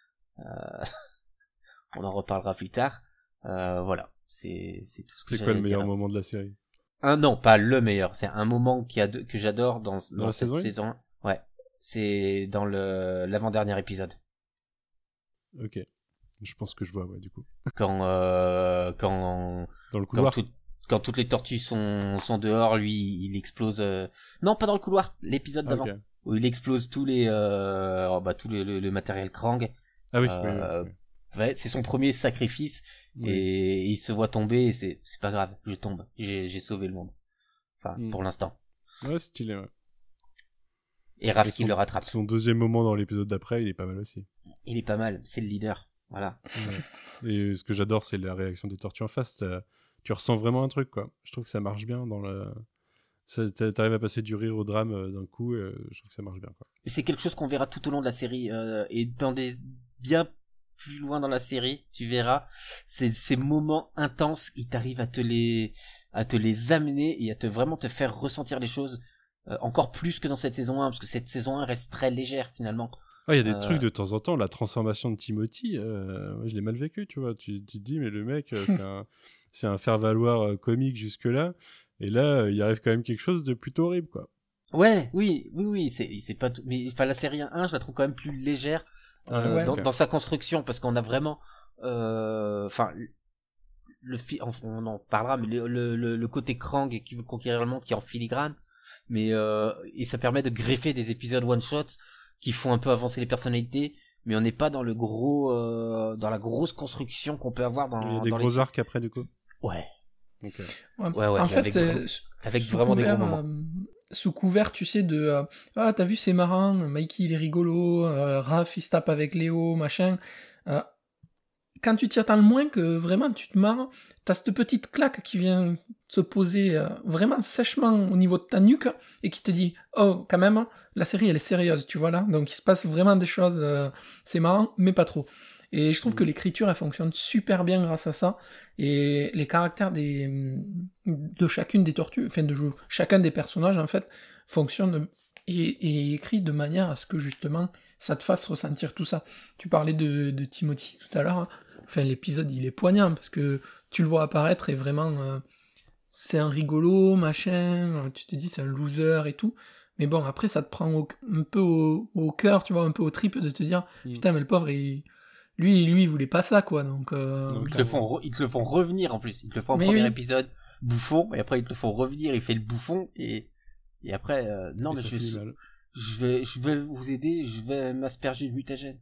Speaker 8: On en reparlera plus tard. Voilà, c'est tout ce que j'ai à dire.
Speaker 6: C'est quoi le meilleur moment de la série?
Speaker 8: Non, pas le meilleur, c'est un moment que j'adore dans cette saison 1. Ouais, c'est dans l'avant-dernier épisode.
Speaker 6: Ok, je pense que je vois, ouais, du coup.
Speaker 8: Quand
Speaker 6: dans le couloir.
Speaker 8: Quand toutes les tortues sont dehors, lui, il explose. Non, pas dans le couloir. L'épisode d'avant, okay. Où il explose tout le matériel Krang.
Speaker 6: Ah oui.
Speaker 8: Oui. Ouais, c'est son premier sacrifice, oui. Et il se voit tomber. Et c'est pas grave, je tombe. J'ai sauvé le monde. Enfin, pour l'instant.
Speaker 6: Ouais, stylé. Ouais.
Speaker 8: Et Raph qui le rattrape.
Speaker 6: Son deuxième moment dans l'épisode d'après, il est pas mal aussi.
Speaker 8: Il est pas mal. C'est le leader. Voilà.
Speaker 6: Ouais. Et ce que j'adore, c'est la réaction des tortues en face. Tu ressens vraiment un truc, quoi. Je trouve que ça marche bien dans le... T'arrives à passer du rire au drame d'un coup, et je trouve que ça marche bien, quoi.
Speaker 8: Et c'est quelque chose qu'on verra tout au long de la série, et dans des bien plus loin dans la série, tu verras, ces moments intenses, ils t'arrivent à te les amener et à vraiment te faire ressentir les choses encore plus que dans cette saison 1, parce que cette saison 1 reste très légère finalement.
Speaker 6: Il y a des trucs de temps en temps, la transformation de Timothy, je l'ai mal vécu, tu vois. Tu te dis, mais le mec, c'est un faire-valoir comique jusque-là, et là, il arrive quand même quelque chose de plutôt horrible, quoi.
Speaker 8: Ouais, oui, c'est pas tout, mais enfin la série 1, je la trouve quand même plus légère dans sa construction, parce qu'on a vraiment enfin on en parlera, mais le côté Krang qui veut conquérir le monde, qui est en filigrane, mais et ça permet de greffer des épisodes one shot qui font un peu avancer les personnalités, mais on n'est pas dans le gros dans la grosse construction qu'on peut avoir dans... Il y a
Speaker 7: des
Speaker 6: gros arcs après, du coup.
Speaker 8: Ouais.
Speaker 6: Okay.
Speaker 7: Ouais, en fait,
Speaker 8: avec vraiment des gros moments.
Speaker 7: Sous couvert, tu sais, de t'as vu, c'est marrant, Mikey il est rigolo, Raph il se tape avec Léo, machin. Quand tu t'y attends le moins, que vraiment tu te marres, t'as cette petite claque qui vient se poser vraiment sèchement au niveau de ta nuque et qui te dit oh, quand même, la série elle est sérieuse, tu vois là, donc il se passe vraiment des choses, c'est marrant, mais pas trop. Et je trouve que l'écriture elle fonctionne super bien grâce à ça, et les caractères de chacune des tortues, enfin de chacun des personnages en fait, fonctionnent et écrit de manière à ce que justement ça te fasse ressentir tout ça. Tu parlais de Timothy tout à l'heure, hein. Enfin l'épisode il est poignant parce que tu le vois apparaître et vraiment c'est un rigolo, machin, tu te dis c'est un loser et tout, mais bon après ça te prend un peu au cœur, tu vois, un peu au trip de te dire putain mais le pauvre lui il voulait pas ça quoi, donc
Speaker 8: ils te le font revenir en plus, ils te le font au premier épisode bouffon, et après ils te le font revenir, il fait le bouffon et après non mais je vais vous aider, je vais m'asperger de mutagène.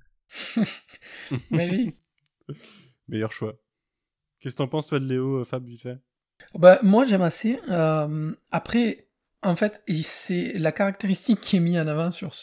Speaker 7: Mais oui.
Speaker 6: Meilleur choix. Qu'est-ce que t'en penses toi de Léo, Fab, vite fait?
Speaker 7: Bah moi j'aime assez. Après en fait c'est la caractéristique qui est mise en avant sur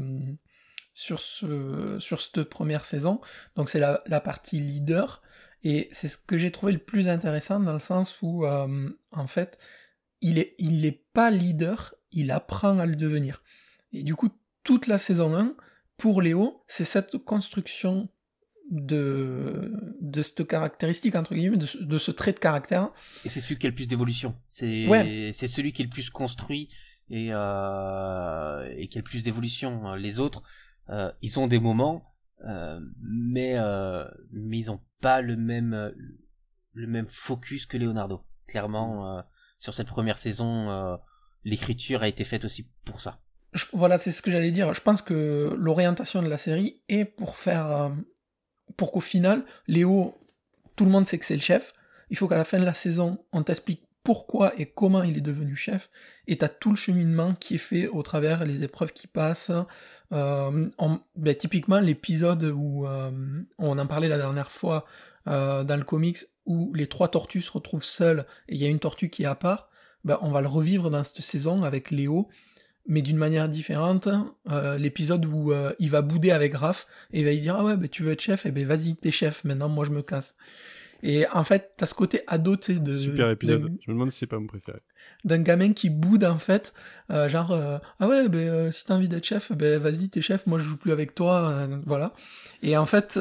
Speaker 7: cette première saison, donc c'est la partie leader, et c'est ce que j'ai trouvé le plus intéressant dans le sens où en fait il est pas leader, il apprend à le devenir, et du coup toute la saison 1 pour Léo c'est cette construction de cette caractéristique, entre guillemets, de ce trait de caractère.
Speaker 8: Et c'est celui qui a le plus d'évolution. C'est celui qui est le plus construit et qui a le plus d'évolution. Les autres, ils ont des moments, mais ils ont pas le même focus que Leonardo. Clairement, sur cette première saison, l'écriture a été faite aussi pour ça.
Speaker 7: Voilà, c'est ce que j'allais dire. Je pense que l'orientation de la série est pour qu'au final, Léo, tout le monde sait que c'est le chef. Il faut qu'à la fin de la saison, on t'explique pourquoi et comment il est devenu chef. Et t'as tout le cheminement qui est fait au travers les épreuves qui passent. Typiquement, l'épisode où on en parlait la dernière fois dans le comics, où les 3 tortues se retrouvent seules et il y a une tortue qui est à part, on va le revivre dans cette saison avec Léo, mais d'une manière différente. L'épisode où il va bouder avec Raph et il va lui dire ah ouais tu veux être chef, et vas-y t'es chef, maintenant moi je me casse. Et en fait t'as ce côté ado, tu sais,
Speaker 6: super épisode, je me demande si c'est pas mon préféré,
Speaker 7: d'un gamin qui boude en fait, ah ouais si t'as envie d'être chef, vas-y t'es chef, moi je joue plus avec toi, voilà. Et en fait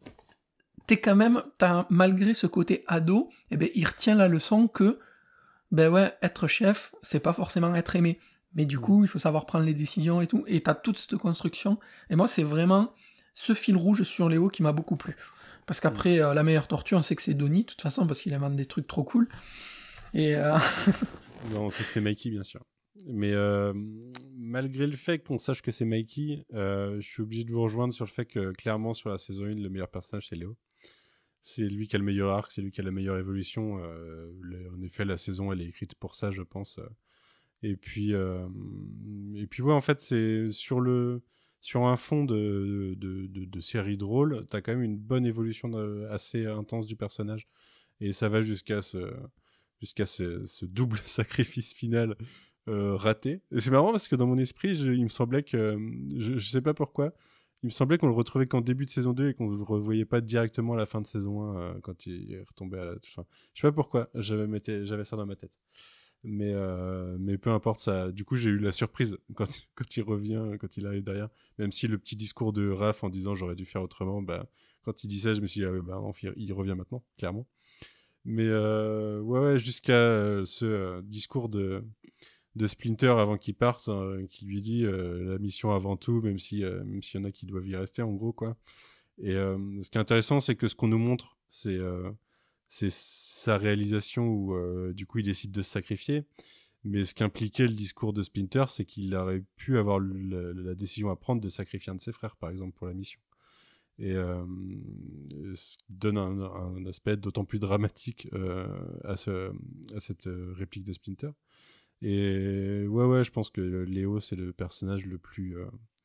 Speaker 7: malgré ce côté ado, il retient la leçon que être chef c'est pas forcément être aimé. Mais du coup, il faut savoir prendre les décisions et tout. Et t'as toute cette construction. Et moi, c'est vraiment ce fil rouge sur Léo qui m'a beaucoup plu. Parce qu'après, la meilleure tortue, on sait que c'est Donnie, de toute façon, parce qu'il invente des trucs trop cool. Et
Speaker 6: non, on sait que c'est Mikey, bien sûr. Mais malgré le fait qu'on sache que c'est Mikey, je suis obligé de vous rejoindre sur le fait que, clairement, sur la saison 1, le meilleur personnage, c'est Léo. C'est lui qui a le meilleur arc, c'est lui qui a la meilleure évolution. En effet, la saison, elle est écrite pour ça, je pense. Et puis ouais, en fait, c'est sur un fond de série drôle, t'as quand même une bonne évolution assez intense du personnage. Et ça va jusqu'à ce double sacrifice final raté. Et c'est marrant parce que dans mon esprit, il me semblait que... Je sais pas pourquoi. Il me semblait qu'on le retrouvait qu'en début de saison 2 et qu'on ne le revoyait pas directement à la fin de saison 1 quand il est retombé à la fin. Je sais pas pourquoi, j'avais ça dans ma tête. Mais peu importe, ça. Du coup, j'ai eu la surprise quand il revient, quand il arrive derrière. Même si le petit discours de Raph en disant j'aurais dû faire autrement, quand il dit ça, je me suis dit non, il revient maintenant, clairement. Mais ouais, jusqu'à ce discours de Splinter avant qu'il parte, qui lui dit la mission avant tout, même s'il y en a qui doivent y rester, en gros, quoi. Et ce qui est intéressant, c'est que ce qu'on nous montre, c'est sa réalisation où du coup il décide de se sacrifier, mais ce qu'impliquait le discours de Splinter, c'est qu'il aurait pu avoir la décision à prendre de sacrifier un de ses frères, par exemple, pour la mission, et ce qui donne un aspect d'autant plus dramatique à cette réplique de Splinter. Et ouais, je pense que Léo, c'est le personnage le plus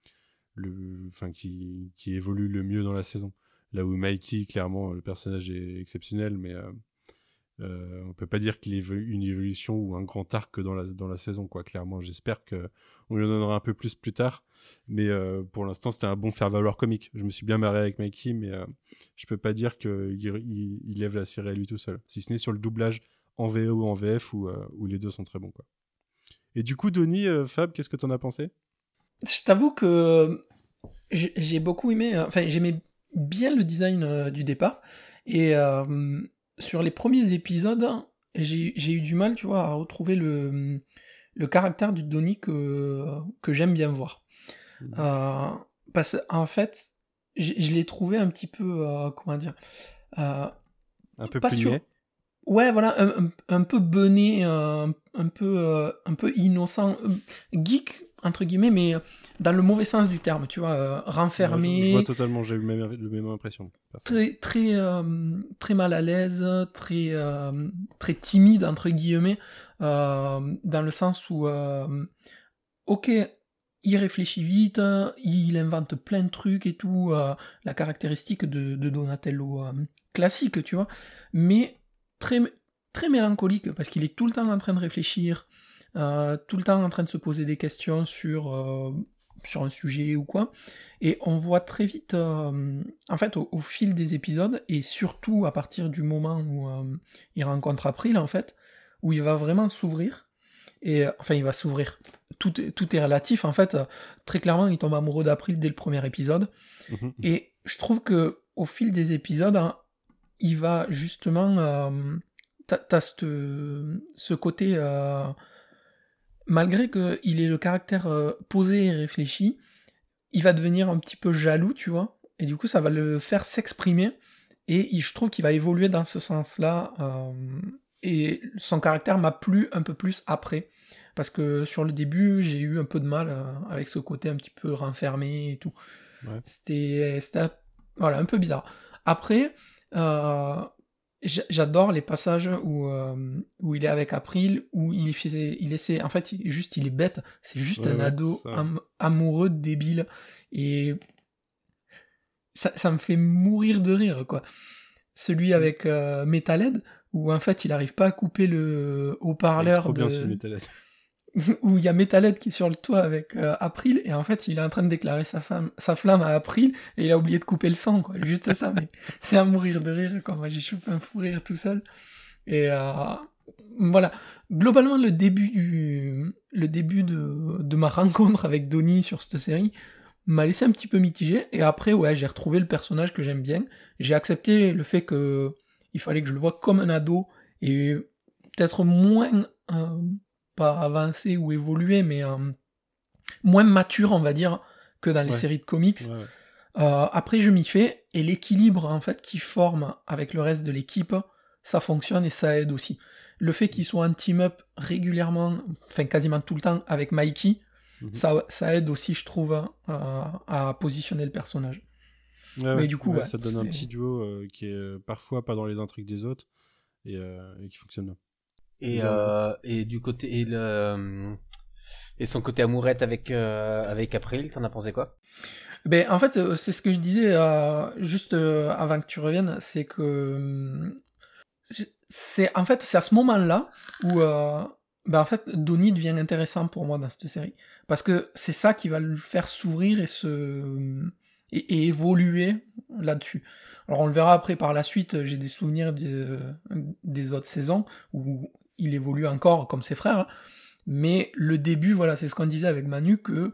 Speaker 6: qui évolue le mieux dans la saison. Là où Mikey, clairement, le personnage est exceptionnel, mais on peut pas dire qu'il ait une évolution ou un grand arc dans la saison, quoi. Clairement, j'espère qu'on lui en donnera un peu plus tard, mais pour l'instant, c'était un bon faire-valoir comique. Je me suis bien marré avec Mikey, mais je peux pas dire qu'il lève la série à lui tout seul, si ce n'est sur le doublage en VO ou en VF, où les deux sont très bons, quoi. Et du coup, Donnie, Fab, qu'est-ce que t'en as pensé ?
Speaker 7: Je t'avoue que j'ai beaucoup aimé, j'aimais bien le design du départ, et sur les premiers épisodes, j'ai eu du mal, tu vois, à retrouver le caractère du Donnie que j'aime bien voir. Parce qu'en fait, je l'ai trouvé un petit peu, comment dire...
Speaker 6: un peu plus niais.
Speaker 7: Ouais, voilà, un peu bené, un peu innocent, geek, entre guillemets, mais dans le mauvais sens du terme, tu vois, renfermé.
Speaker 6: Je vois totalement, j'ai eu la même impression.
Speaker 7: Très mal à l'aise, très timide, entre guillemets, dans le sens où, ok, il réfléchit vite, il invente plein de trucs et tout, la caractéristique de Donatello classique, tu vois, mais très mélancolique, parce qu'il est tout le temps en train de réfléchir, tout le temps en train de se poser des questions sur un sujet ou quoi, et on voit très vite, en fait, au fil des épisodes, et surtout à partir du moment où il rencontre April, en fait, où il va vraiment s'ouvrir, et enfin il va s'ouvrir, tout est relatif, en fait, très clairement il tombe amoureux d'April dès le premier épisode, et je trouve que au fil des épisodes, hein, il va justement... t'as ce côté... malgré qu'il ait le caractère posé et réfléchi, il va devenir un petit peu jaloux, tu vois. Et du coup, ça va le faire s'exprimer. Et je trouve qu'il va évoluer dans ce sens-là. Et son caractère m'a plu un peu plus après. Parce que sur le début, j'ai eu un peu de mal avec ce côté un petit peu renfermé et tout.
Speaker 6: Ouais.
Speaker 7: C'était voilà, un peu bizarre. Après, j'adore les passages où il est avec April, où il essaie... En fait, il est bête. C'est juste un ado amoureux, débile. Et... Ça me fait mourir de rire, quoi. Celui avec Metalhead, où en fait il arrive pas à couper le haut-parleur
Speaker 6: trop bien ce Metalhead.
Speaker 7: où il y a Metalhead qui est sur le toit avec April, et en fait il est en train de déclarer sa flamme à April, et il a oublié de couper le sang, quoi. Juste ça, mais c'est à mourir de rire, quoi. Moi j'ai chopé un fou rire tout seul. Et voilà. Globalement, le début de ma rencontre avec Donnie sur cette série m'a laissé un petit peu mitigé, et après, ouais, j'ai retrouvé le personnage que j'aime bien. J'ai accepté le fait que il fallait que je le voie comme un ado, et peut-être moins, pas avancé ou évolué, mais moins mature, on va dire, que dans les séries de comics. Ouais. Après, je m'y fais, et l'équilibre, en fait, qui forme avec le reste de l'équipe, ça fonctionne, et ça aide aussi. Le fait qu'il soit en team-up régulièrement, enfin quasiment tout le temps, avec Mikey, ça aide aussi, je trouve, à positionner le personnage. Mais du coup,
Speaker 6: ça donne un petit duo qui est parfois pas dans les intrigues des autres et qui fonctionne bien.
Speaker 8: Et du côté et son côté amourette avec April, t'en as pensé quoi?
Speaker 7: Ben en fait, c'est ce que je disais juste avant que tu reviennes, c'est que c'est à ce moment-là où en fait, Donnie devient intéressant pour moi dans cette série. Parce que c'est ça qui va le faire s'ouvrir et évoluer là-dessus. Alors on le verra après par la suite, j'ai des souvenirs des autres saisons où il évolue encore comme ses frères. Mais le début, voilà, c'est ce qu'on disait avec Manu, que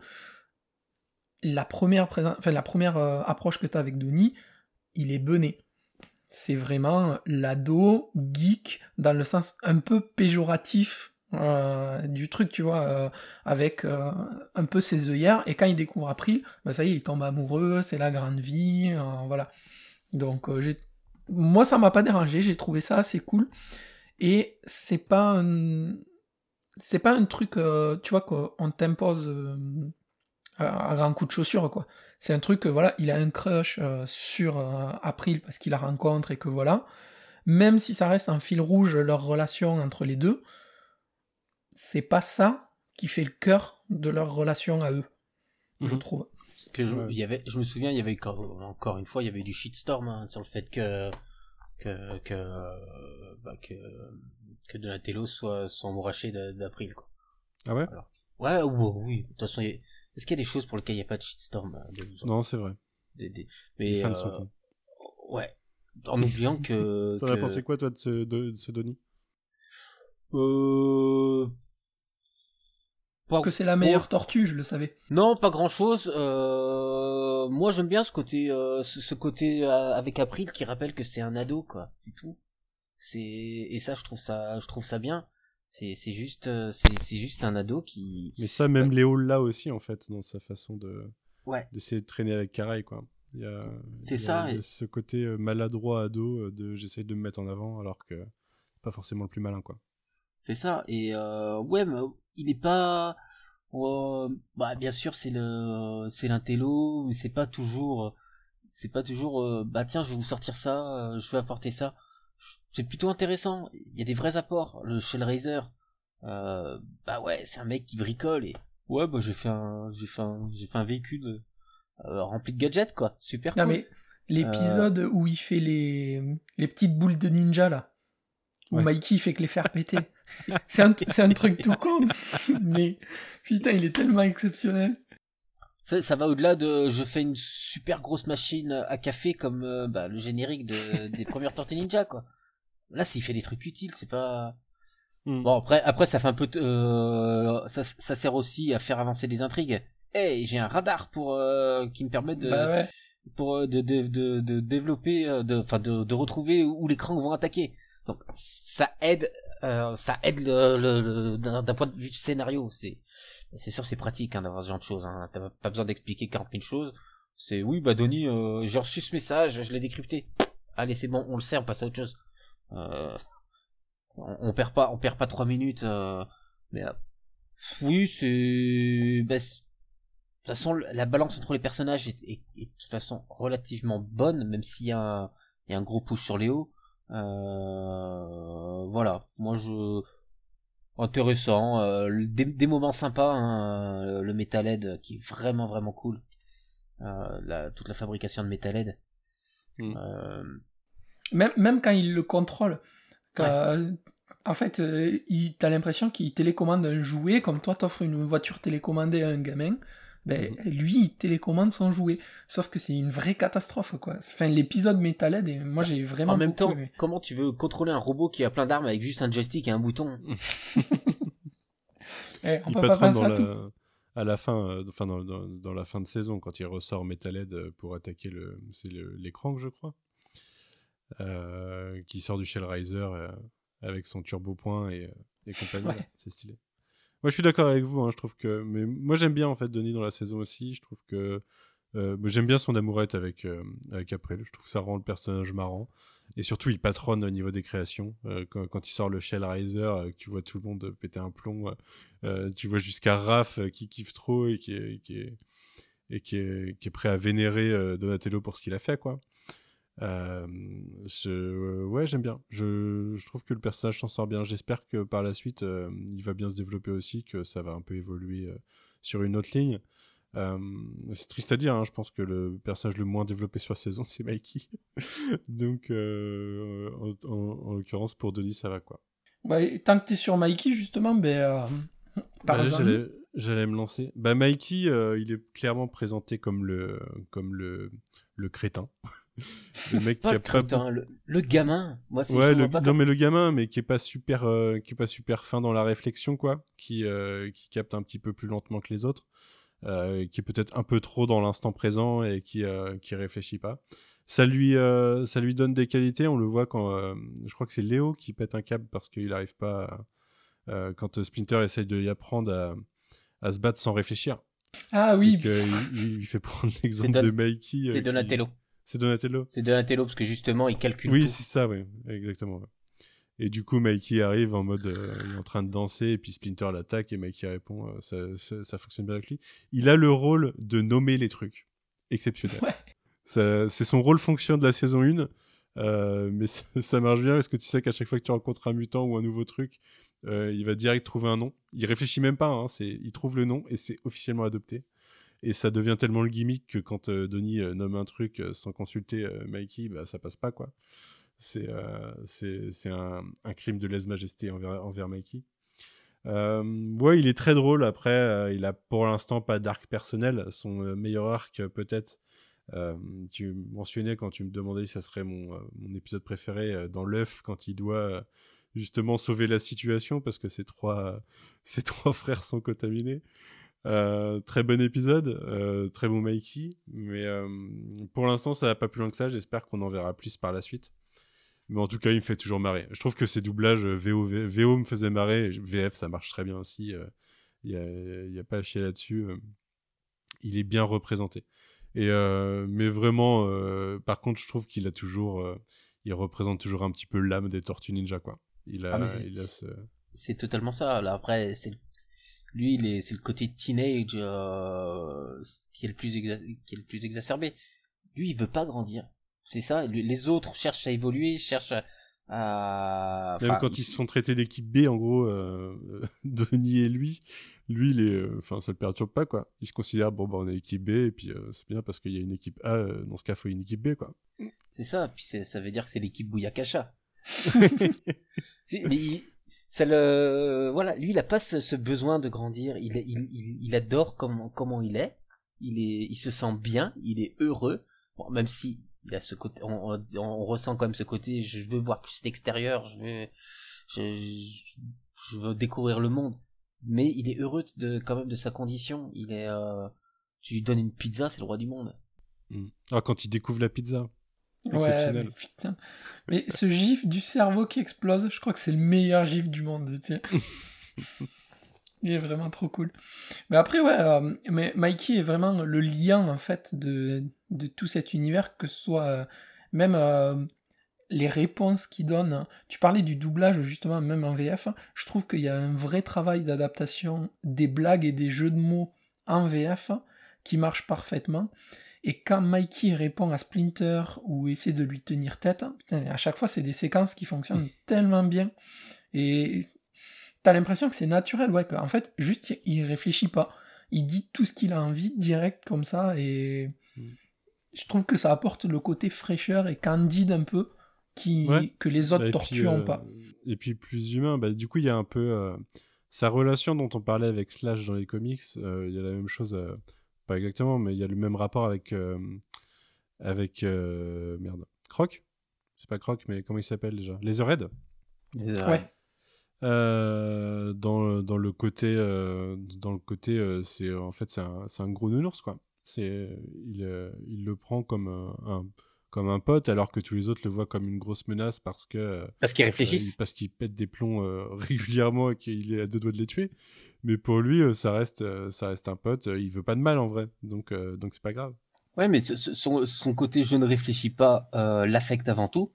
Speaker 7: la première approche que tu as avec Donnie, il est bené. C'est vraiment l'ado geek dans le sens un peu péjoratif du truc, tu vois, avec un peu ses œillères, et quand il découvre April, ça y est, il tombe amoureux, c'est la grande vie, voilà. Donc moi ça m'a pas dérangé, j'ai trouvé ça assez cool, et c'est pas un truc, tu vois, qu'on t'impose à grand coup de chaussure, quoi. C'est un truc, voilà, il a un crush sur April parce qu'il la rencontre, et que voilà, même si ça reste un fil rouge leur relation entre les deux, c'est pas ça qui fait le cœur de leur relation à eux, je trouve.
Speaker 8: Je me souviens, il y avait encore une fois, il y avait du shitstorm sur le fait que Donatello soit amouraché d'April, quoi.
Speaker 6: Ah ouais?
Speaker 8: Alors, oui. De toute façon, est-ce qu'il y a des choses pour lesquelles il n'y a pas de shitstorm
Speaker 6: Non, c'est vrai.
Speaker 8: Mais
Speaker 6: les fans sont cons.
Speaker 8: Ouais. En oubliant que.
Speaker 6: T'en as pensé quoi, toi, de ce Donnie?
Speaker 7: Que c'est la meilleure tortue, je le savais.
Speaker 8: Non, pas grand-chose. Moi, j'aime bien ce côté avec April qui rappelle que c'est un ado, quoi. C'est tout. Et ça, je trouve ça bien. C'est juste un ado qui.
Speaker 6: Mais ça, même Léo là aussi, en fait, dans sa façon d'essayer de traîner avec Karai, quoi. Il y a ce côté maladroit ado j'essaie de me mettre en avant, alors que pas forcément le plus malin, quoi.
Speaker 8: C'est ça. Et mais il est pas. Bien sûr, c'est l'intello, mais c'est pas toujours. Tiens, je vais vous sortir ça, je vais apporter ça. C'est plutôt intéressant. Il y a des vrais apports. Le Shellraiser, c'est un mec qui bricole, et j'ai fait un véhicule rempli de gadgets, quoi. Super cool.
Speaker 7: Non, mais l'épisode où il fait les petites boules de ninja, là, où Mikey fait que les faire péter, c'est un truc tout con, mais putain, il est tellement exceptionnel.
Speaker 8: Ça va au-delà de je fais une super grosse machine à café comme le générique des premières Tortues Ninja, quoi. Là, s'il fait des trucs utiles, c'est pas. Bon, après ça fait un peu ça sert aussi à faire avancer les intrigues. Hey, j'ai un radar pour qui me permet de pour de développer, de retrouver où les Krang vont attaquer. Donc ça aide d'un point de vue scénario. C'est sûr, c'est pratique d'avoir ce genre de choses. T'as pas besoin d'expliquer 40 000 choses. C'est oui, Donnie, j'ai reçu ce message, je l'ai décrypté. Allez, c'est bon, on le sait, on passe à autre chose. On perd pas 3 minutes. Mais oui, c'est de toute façon, la balance entre les personnages est de toute façon relativement bonne, même s'il y a un gros push sur Léo. Voilà, moi intéressant, des moments sympas, le Metalhead qui est vraiment vraiment cool, toute la fabrication de Metalhead.
Speaker 7: Même quand il le contrôle, en fait, t'as l'impression qu'il télécommande un jouet, comme toi t'offres une voiture télécommandée à un gamin. Lui, il télécommande son jouet. Sauf que c'est une vraie catastrophe, quoi. Enfin, l'épisode Metalhead, et moi, j'ai vraiment
Speaker 8: en même temps,
Speaker 7: aimé.
Speaker 8: Comment tu veux contrôler un robot qui a plein d'armes avec juste un joystick et un bouton?
Speaker 7: On peut pas penser à tout.
Speaker 6: À la fin, dans la fin de saison, quand il ressort Metalhead pour attaquer les Krang, je crois, qui sort du Shell Riser avec son turbo point et compagnie.
Speaker 7: Ouais.
Speaker 6: C'est stylé. Moi, je suis d'accord avec vous. Je trouve que, mais moi, j'aime bien en fait Donnie dans la saison aussi. Je trouve que j'aime bien son amourette avec April. Je trouve que ça rend le personnage marrant. Et surtout, il patronne au niveau des créations. Quand il sort le Shell Riser, que tu vois tout le monde péter un plomb, tu vois jusqu'à Raph qui kiffe trop et qui est prêt à vénérer Donatello pour ce qu'il a fait, quoi. Ouais, j'aime bien. Je trouve que le personnage s'en sort bien. J'espère que par la suite, il va bien se développer aussi, que ça va un peu évoluer sur une autre ligne. C'est triste à dire, je pense que le personnage le moins développé sur la saison, c'est Mikey. Donc, en l'occurrence, pour Denis, ça va, quoi.
Speaker 7: Tant que t'es sur Mikey, justement,
Speaker 6: j'allais me lancer. Mikey, il est clairement présenté comme le crétin. Le mec
Speaker 8: pas
Speaker 6: qui
Speaker 8: le crétin, le gamin. Moi, c'est
Speaker 6: mais le gamin, mais qui est pas super fin dans la réflexion, quoi. Qui capte un petit peu plus lentement que les autres. Qui est peut-être un peu trop dans l'instant présent et qui réfléchit pas. Ça lui donne des qualités. On le voit quand je crois que c'est Léo qui pète un câble parce qu'il arrive pas quand Splinter essaye de lui apprendre à se battre sans réfléchir.
Speaker 7: Ah oui.
Speaker 6: Il fait prendre l'exemple de Mikey.
Speaker 8: C'est Donatello.
Speaker 6: C'est Donatello.
Speaker 8: C'est Donatello parce que justement il calcule
Speaker 6: tout.
Speaker 8: Oui,
Speaker 6: c'est ça, oui, exactement. Ouais. Et du coup, Mikey arrive en mode il est en train de danser et puis Splinter l'attaque et Mikey répond. Ça fonctionne bien avec lui. Il a le rôle de nommer les trucs. Exceptionnel.
Speaker 7: Ouais.
Speaker 6: C'est son rôle fonction de la saison 1. Mais ça marche bien parce que tu sais qu'à chaque fois que tu rencontres un mutant ou un nouveau truc, il va direct trouver un nom. Il réfléchit même pas. Il trouve le nom et c'est officiellement adopté. Et ça devient tellement le gimmick que quand Donnie nomme un truc sans consulter Mikey, ça passe pas, quoi. C'est un crime de lèse-majesté envers Mikey. Ouais, il est très drôle. Après, il a pour l'instant pas d'arc personnel. Son meilleur arc, peut-être. Tu mentionnais quand tu me demandais si ça serait mon épisode préféré dans l'œuf quand il doit justement sauver la situation parce que ses trois frères sont contaminés. Très bon épisode, très bon Mikey, mais pour l'instant ça va pas plus loin que ça. J'espère qu'on en verra plus par la suite. Mais en tout cas, il me fait toujours marrer. Je trouve que ces doublages VO me faisaient marrer. VF, ça marche très bien aussi. Il y a pas à chier là-dessus. Il est bien représenté. Et mais vraiment, par contre, je trouve qu'il a toujours, il représente toujours un petit peu l'âme des Tortues Ninja, quoi.
Speaker 8: C'est totalement ça. Là, après, c'est le côté teenage qui est le plus exacerbé. Lui, il veut pas grandir. C'est ça. Les autres cherchent à évoluer, cherchent à...
Speaker 6: Même quand ils se font traiter d'équipe B, en gros, Donnie et lui, il est, ça le perturbe pas, quoi. Il se considère, on est équipe B, et puis c'est bien parce qu'il y a une équipe A, dans ce cas, il faut une équipe B, quoi.
Speaker 8: C'est ça. Puis ça veut dire que c'est l'équipe Bouillakacha. Mais voilà, lui, il a pas ce besoin de grandir. Il adore comment il est. Il se sent bien. Il est heureux. Bon, même si il a ce côté, on ressent quand même ce côté. Je veux voir plus l'extérieur. Je veux découvrir le monde. Mais il est heureux quand même de sa condition. Tu lui donnes une pizza, c'est le roi du monde.
Speaker 6: Ah, quand il découvre la pizza.
Speaker 7: Ouais,
Speaker 6: Exceptionnel.
Speaker 7: mais putain. Mais ce gif du cerveau qui explose, je crois que c'est le meilleur gif du monde, tu sais. Il est vraiment trop cool. Mais après, ouais, mais Mikey est vraiment le lien, en fait, de tout cet univers, que ce soit même les réponses qu'il donne. Tu parlais du doublage, justement, même en VF. Je trouve qu'il y a un vrai travail d'adaptation des blagues et des jeux de mots en VF qui marche parfaitement. Et quand Mikey répond à Splinter ou essaie de lui tenir tête, putain, à chaque fois, c'est des séquences qui fonctionnent tellement bien. Et t'as l'impression que c'est naturel, ouais. En fait, juste, il réfléchit pas. Il dit tout ce qu'il a envie, direct, comme ça, et je trouve que ça apporte le côté fraîcheur et candide un peu que les autres tortues ont pas.
Speaker 6: Et puis plus humain, du coup, il y a un peu sa relation dont on parlait avec Slash dans les comics, il y a la même chose, pas exactement, mais il y a le même rapport avec merde, Croc. C'est pas Croc, mais comment il s'appelle déjà? Leatherhead.
Speaker 7: Ouais.
Speaker 6: Dans le côté c'est en fait c'est un gros nounours, quoi. Il le prend comme un pote, alors que tous les autres le voient comme une grosse menace parce
Speaker 8: qu'ils réfléchissent,
Speaker 6: parce qu'il pète des plombs régulièrement et qu'il est à deux doigts de les tuer. Mais pour lui, ça reste un pote. Il veut pas de mal en vrai, donc c'est pas grave.
Speaker 8: Ouais, mais son côté je ne réfléchis pas l'affecte avant tout.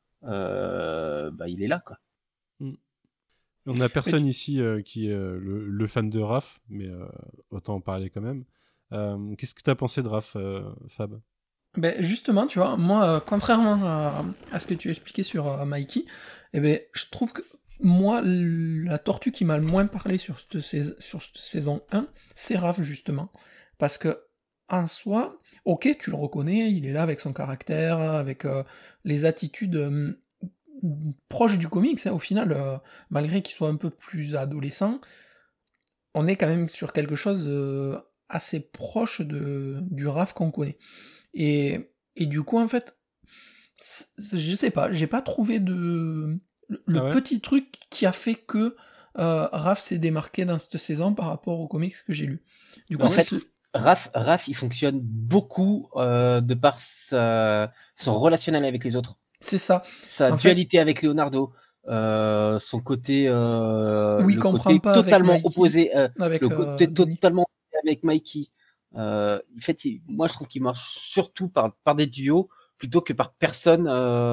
Speaker 8: Il est là, quoi.
Speaker 6: On n'a personne ici qui est le fan de Raph, mais autant en parler quand même. Qu'est-ce que tu as pensé de Raph, Fab?
Speaker 7: Ben justement, tu vois, moi, contrairement à ce que tu expliquais sur Mikey, je trouve que moi, la tortue qui m'a le moins parlé sur cette saison 1, c'est Raph, justement. Parce que, en soi, ok, tu le reconnais, il est là avec son caractère, avec les attitudes proches du comics, au final, malgré qu'il soit un peu plus adolescent, on est quand même sur quelque chose assez proche du Raph qu'on connaît. Et du coup, en fait, je sais pas, j'ai pas trouvé le petit truc qui a fait que Raph s'est démarqué dans cette saison par rapport aux comics que j'ai lus. Du coup,
Speaker 8: en fait, Raph, il fonctionne beaucoup de par son relationnel avec les autres.
Speaker 7: C'est ça.
Speaker 8: Sa dualité avec Leonardo, son côté,
Speaker 7: oui,
Speaker 8: le côté totalement opposé, le côté totalement avec Mikey. En fait, moi je trouve qu'il marche surtout par des duos plutôt que par personnage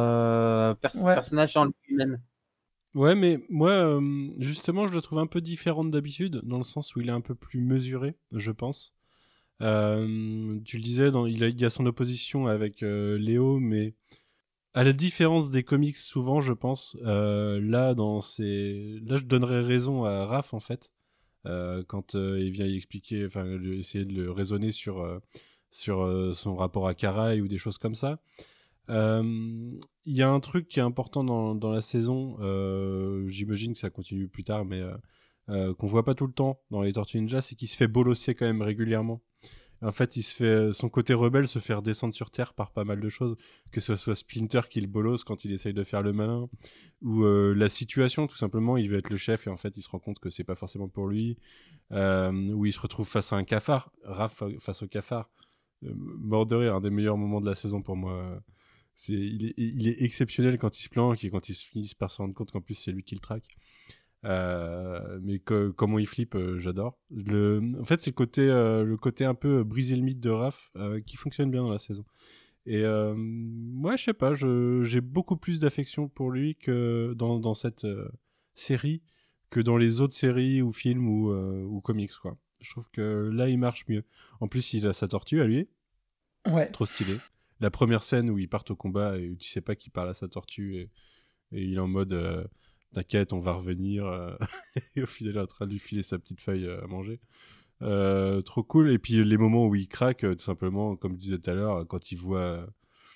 Speaker 8: en lui-même.
Speaker 6: Ouais, mais moi, justement, je le trouve un peu différent d'habitude, dans le sens où il est un peu plus mesuré, je pense. Tu le disais, il y a son opposition avec Léo, mais à la différence des comics, souvent, je pense, là, je donnerais raison à Raph, en fait. Quand il vient y expliquer, essayer de le raisonner sur son rapport à Karai ou des choses comme ça. Il y a un truc qui est important dans la saison, j'imagine que ça continue plus tard, mais qu'on voit pas tout le temps dans les Tortues Ninja, c'est qu'il se fait bolosser quand même régulièrement. En fait, son côté rebelle se fait redescendre sur Terre par pas mal de choses, que ce soit Splinter qui le bolosse quand il essaye de faire le malin, ou la situation, tout simplement, il veut être le chef et en fait, il se rend compte que c'est pas forcément pour lui, où il se retrouve face à un cafard, Raph face au cafard, mort de rire, un des meilleurs moments de la saison pour moi. Il est exceptionnel quand il se planque et quand il finit par se rendre compte qu'en plus c'est lui qui le traque. Mais comment il flippe, j'adore. En fait, c'est le côté un peu briser le mythe de Raph qui fonctionne bien dans la saison. Et ouais, je sais pas, j'ai beaucoup plus d'affection pour lui que dans cette série que dans les autres séries ou films ou comics, quoi. Je trouve que là, il marche mieux. En plus, il a sa tortue à lui.
Speaker 7: Ouais.
Speaker 6: Trop stylé. La première scène où ils partent au combat et où tu sais pas qu'il parle à sa tortue et il est en mode t'inquiète, on va revenir. Et au final, il est en train de lui filer sa petite feuille à manger. Trop cool. Et puis les moments où il craque, tout simplement, comme je disais tout à l'heure, quand il voit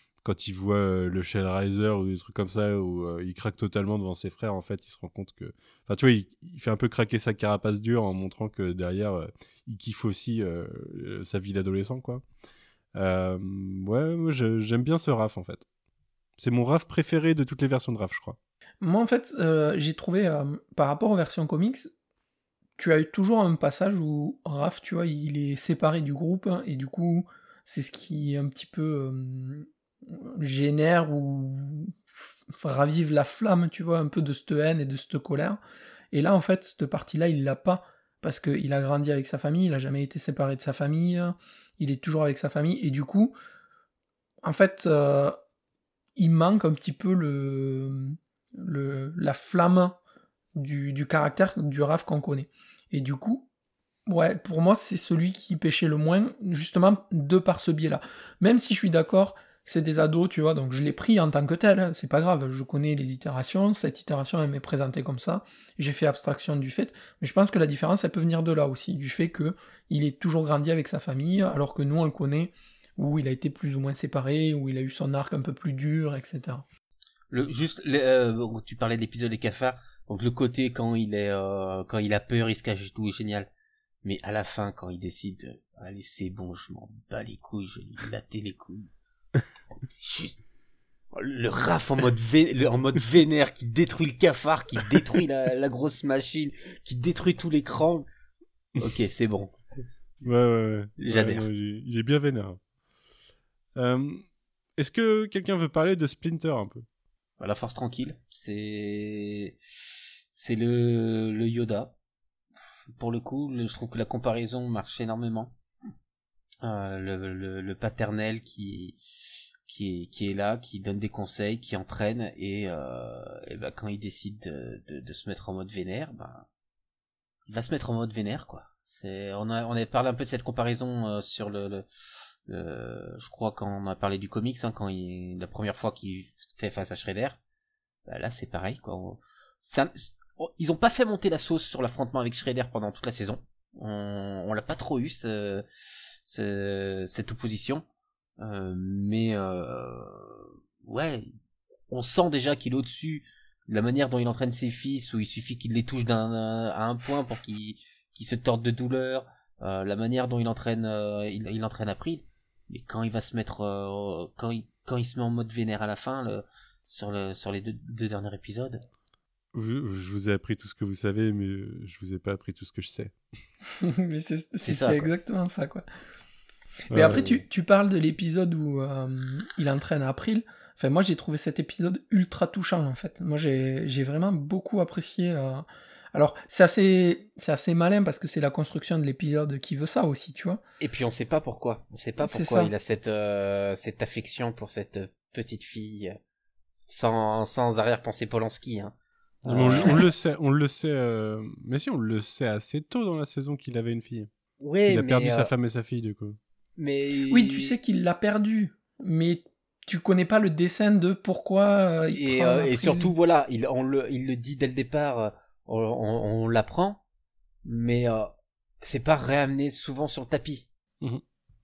Speaker 6: le Shell Riser ou des trucs comme ça, où il craque totalement devant ses frères, en fait, il se rend compte que... Enfin, tu vois, il fait un peu craquer sa carapace dure en montrant que derrière, il kiffe aussi sa vie d'adolescent, quoi. Ouais, moi, j'aime bien ce Raph, en fait. C'est mon Raph préféré de toutes les versions de Raph, je crois.
Speaker 7: Moi, en fait, j'ai trouvé, par rapport aux versions comics, tu as eu toujours un passage où Raph, tu vois, il est séparé du groupe, et du coup, c'est ce qui un petit peu génère ou ravive la flamme, tu vois, un peu de cette haine et de cette colère. Et là, en fait, cette partie-là, il l'a pas, parce qu'il a grandi avec sa famille, il a jamais été séparé de sa famille, il est toujours avec sa famille, et du coup, en fait, il manque un petit peu la flamme du caractère du Raph qu'on connaît. Et du coup, ouais, pour moi, c'est celui qui pêchait le moins, justement, de par ce biais-là. Même si je suis d'accord, c'est des ados, tu vois, donc je l'ai pris en tant que tel, hein, c'est pas grave, je connais les itérations, cette itération, elle m'est présentée comme ça, j'ai fait abstraction du fait, mais je pense que la différence, elle peut venir de là aussi, du fait que il est toujours grandi avec sa famille, alors que nous, on le connaît, où il a été plus ou moins séparé, où il a eu son arc un peu plus dur, etc.
Speaker 8: Tu parlais de l'épisode des cafards, donc le côté quand il a peur, il se cache et tout, est génial. Mais à la fin, quand il décide, allez, c'est bon, je m'en bats les couilles, je vais lui latter les couilles. Juste le Raph en mode vénère qui détruit le cafard, qui détruit la grosse machine, qui détruit tout l'écran. Ok, c'est bon.
Speaker 6: Ouais.
Speaker 8: J'adhère.
Speaker 6: Ouais, il est bien vénère. Est-ce que quelqu'un veut parler de Splinter un peu?
Speaker 8: La force tranquille, c'est le Yoda. Pour le coup, je trouve que la comparaison marche énormément. Le paternel qui est là, qui donne des conseils, qui entraîne, et ben, quand il décide de se mettre en mode vénère, ben, il va se mettre en mode vénère, quoi. On a parlé un peu de cette comparaison sur je crois quand on a parlé du comics, hein, la première fois qu'il fait face à Shredder, ben là c'est pareil, quoi. Ils ont pas fait monter la sauce sur l'affrontement avec Shredder pendant toute la saison. On l'a pas trop eu cette opposition. Mais ouais, on sent déjà qu'il est au-dessus. La manière dont il entraîne ses fils, où il suffit qu'il les touche à un point pour qu'ils se tordent de douleur. La manière dont il entraîne April. Mais quand il va se mettre, quand il se met en mode vénère à la fin, sur les deux derniers épisodes.
Speaker 6: Je vous ai appris tout ce que vous savez, mais je vous ai pas appris tout ce que je sais.
Speaker 7: Mais c'est
Speaker 8: ça,
Speaker 7: exactement ça, quoi. Mais après, tu parles de l'épisode où il entraîne April. Enfin, moi, j'ai trouvé cet épisode ultra touchant, en fait. Moi, j'ai vraiment beaucoup apprécié. Alors, c'est assez malin parce que c'est la construction de l'épisode qui veut ça aussi, tu vois.
Speaker 8: Et puis, on sait pas pourquoi. On sait pas pourquoi il a cette affection pour cette petite fille sans arrière-pensée Polanski, hein.
Speaker 6: On le sait, mais si, on le sait assez tôt dans la saison qu'il avait une fille.
Speaker 8: Ouais,
Speaker 6: il a perdu sa femme et sa fille, du coup.
Speaker 8: Mais...
Speaker 7: Oui, tu sais qu'il l'a perdu, mais tu connais pas le dessin de pourquoi
Speaker 8: et surtout, voilà, il le dit dès le départ, on l'apprend, mais c'est pas réamené souvent sur le tapis.
Speaker 6: Mm-hmm.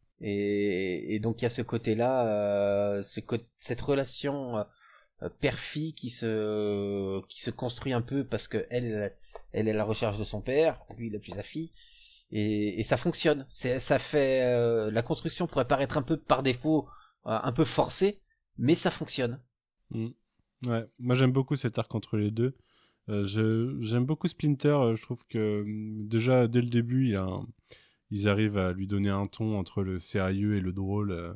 Speaker 8: Et donc il y a ce côté-là, cette relation père-fille qui se construit un peu parce que elle est à la recherche de son père, lui il a plus sa fille. Et ça fonctionne. Ça fait la construction pourrait paraître un peu par défaut, un peu forcée, mais ça fonctionne.
Speaker 6: Ouais, moi j'aime beaucoup cet arc entre les deux. J'aime beaucoup Splinter. Je trouve que déjà dès le début, ils arrivent à lui donner un ton entre le sérieux et le drôle,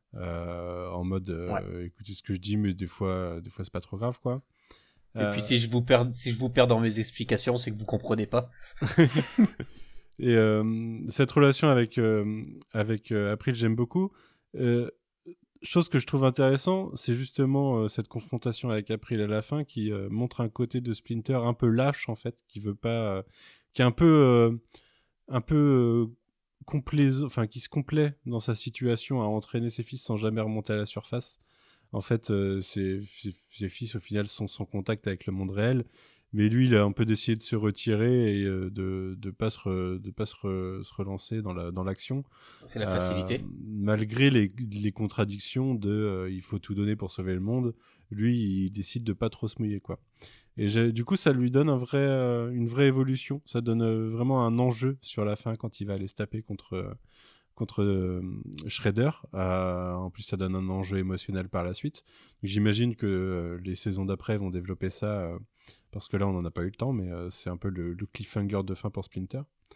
Speaker 6: en mode écoutez ce que je dis, mais des fois c'est pas trop grave, quoi.
Speaker 8: Et puis si je vous perds dans mes explications, c'est que vous comprenez pas.
Speaker 6: Et cette relation avec April, j'aime beaucoup. Chose que je trouve intéressant, c'est justement cette confrontation avec April à la fin qui montre un côté de Splinter un peu lâche, en fait, qui veut pas, qui est un peu enfin qui se complaît dans sa situation à entraîner ses fils sans jamais remonter à la surface. En fait, ses fils au final sont sans contact avec le monde réel. Mais lui, il a un peu décidé de se retirer et de pas se relancer dans l'action.
Speaker 8: C'est la facilité.
Speaker 6: Malgré les contradictions de il faut tout donner pour sauver le monde, lui, il décide de pas trop se mouiller, quoi. Et du coup, ça lui donne une vraie évolution. Ça donne vraiment un enjeu sur la fin quand il va aller se taper contre Shredder. En plus, ça donne un enjeu émotionnel par la suite. Donc, j'imagine que les saisons d'après vont développer ça, parce que là, on n'en a pas eu le temps, mais c'est un peu le cliffhanger de fin pour Splinter.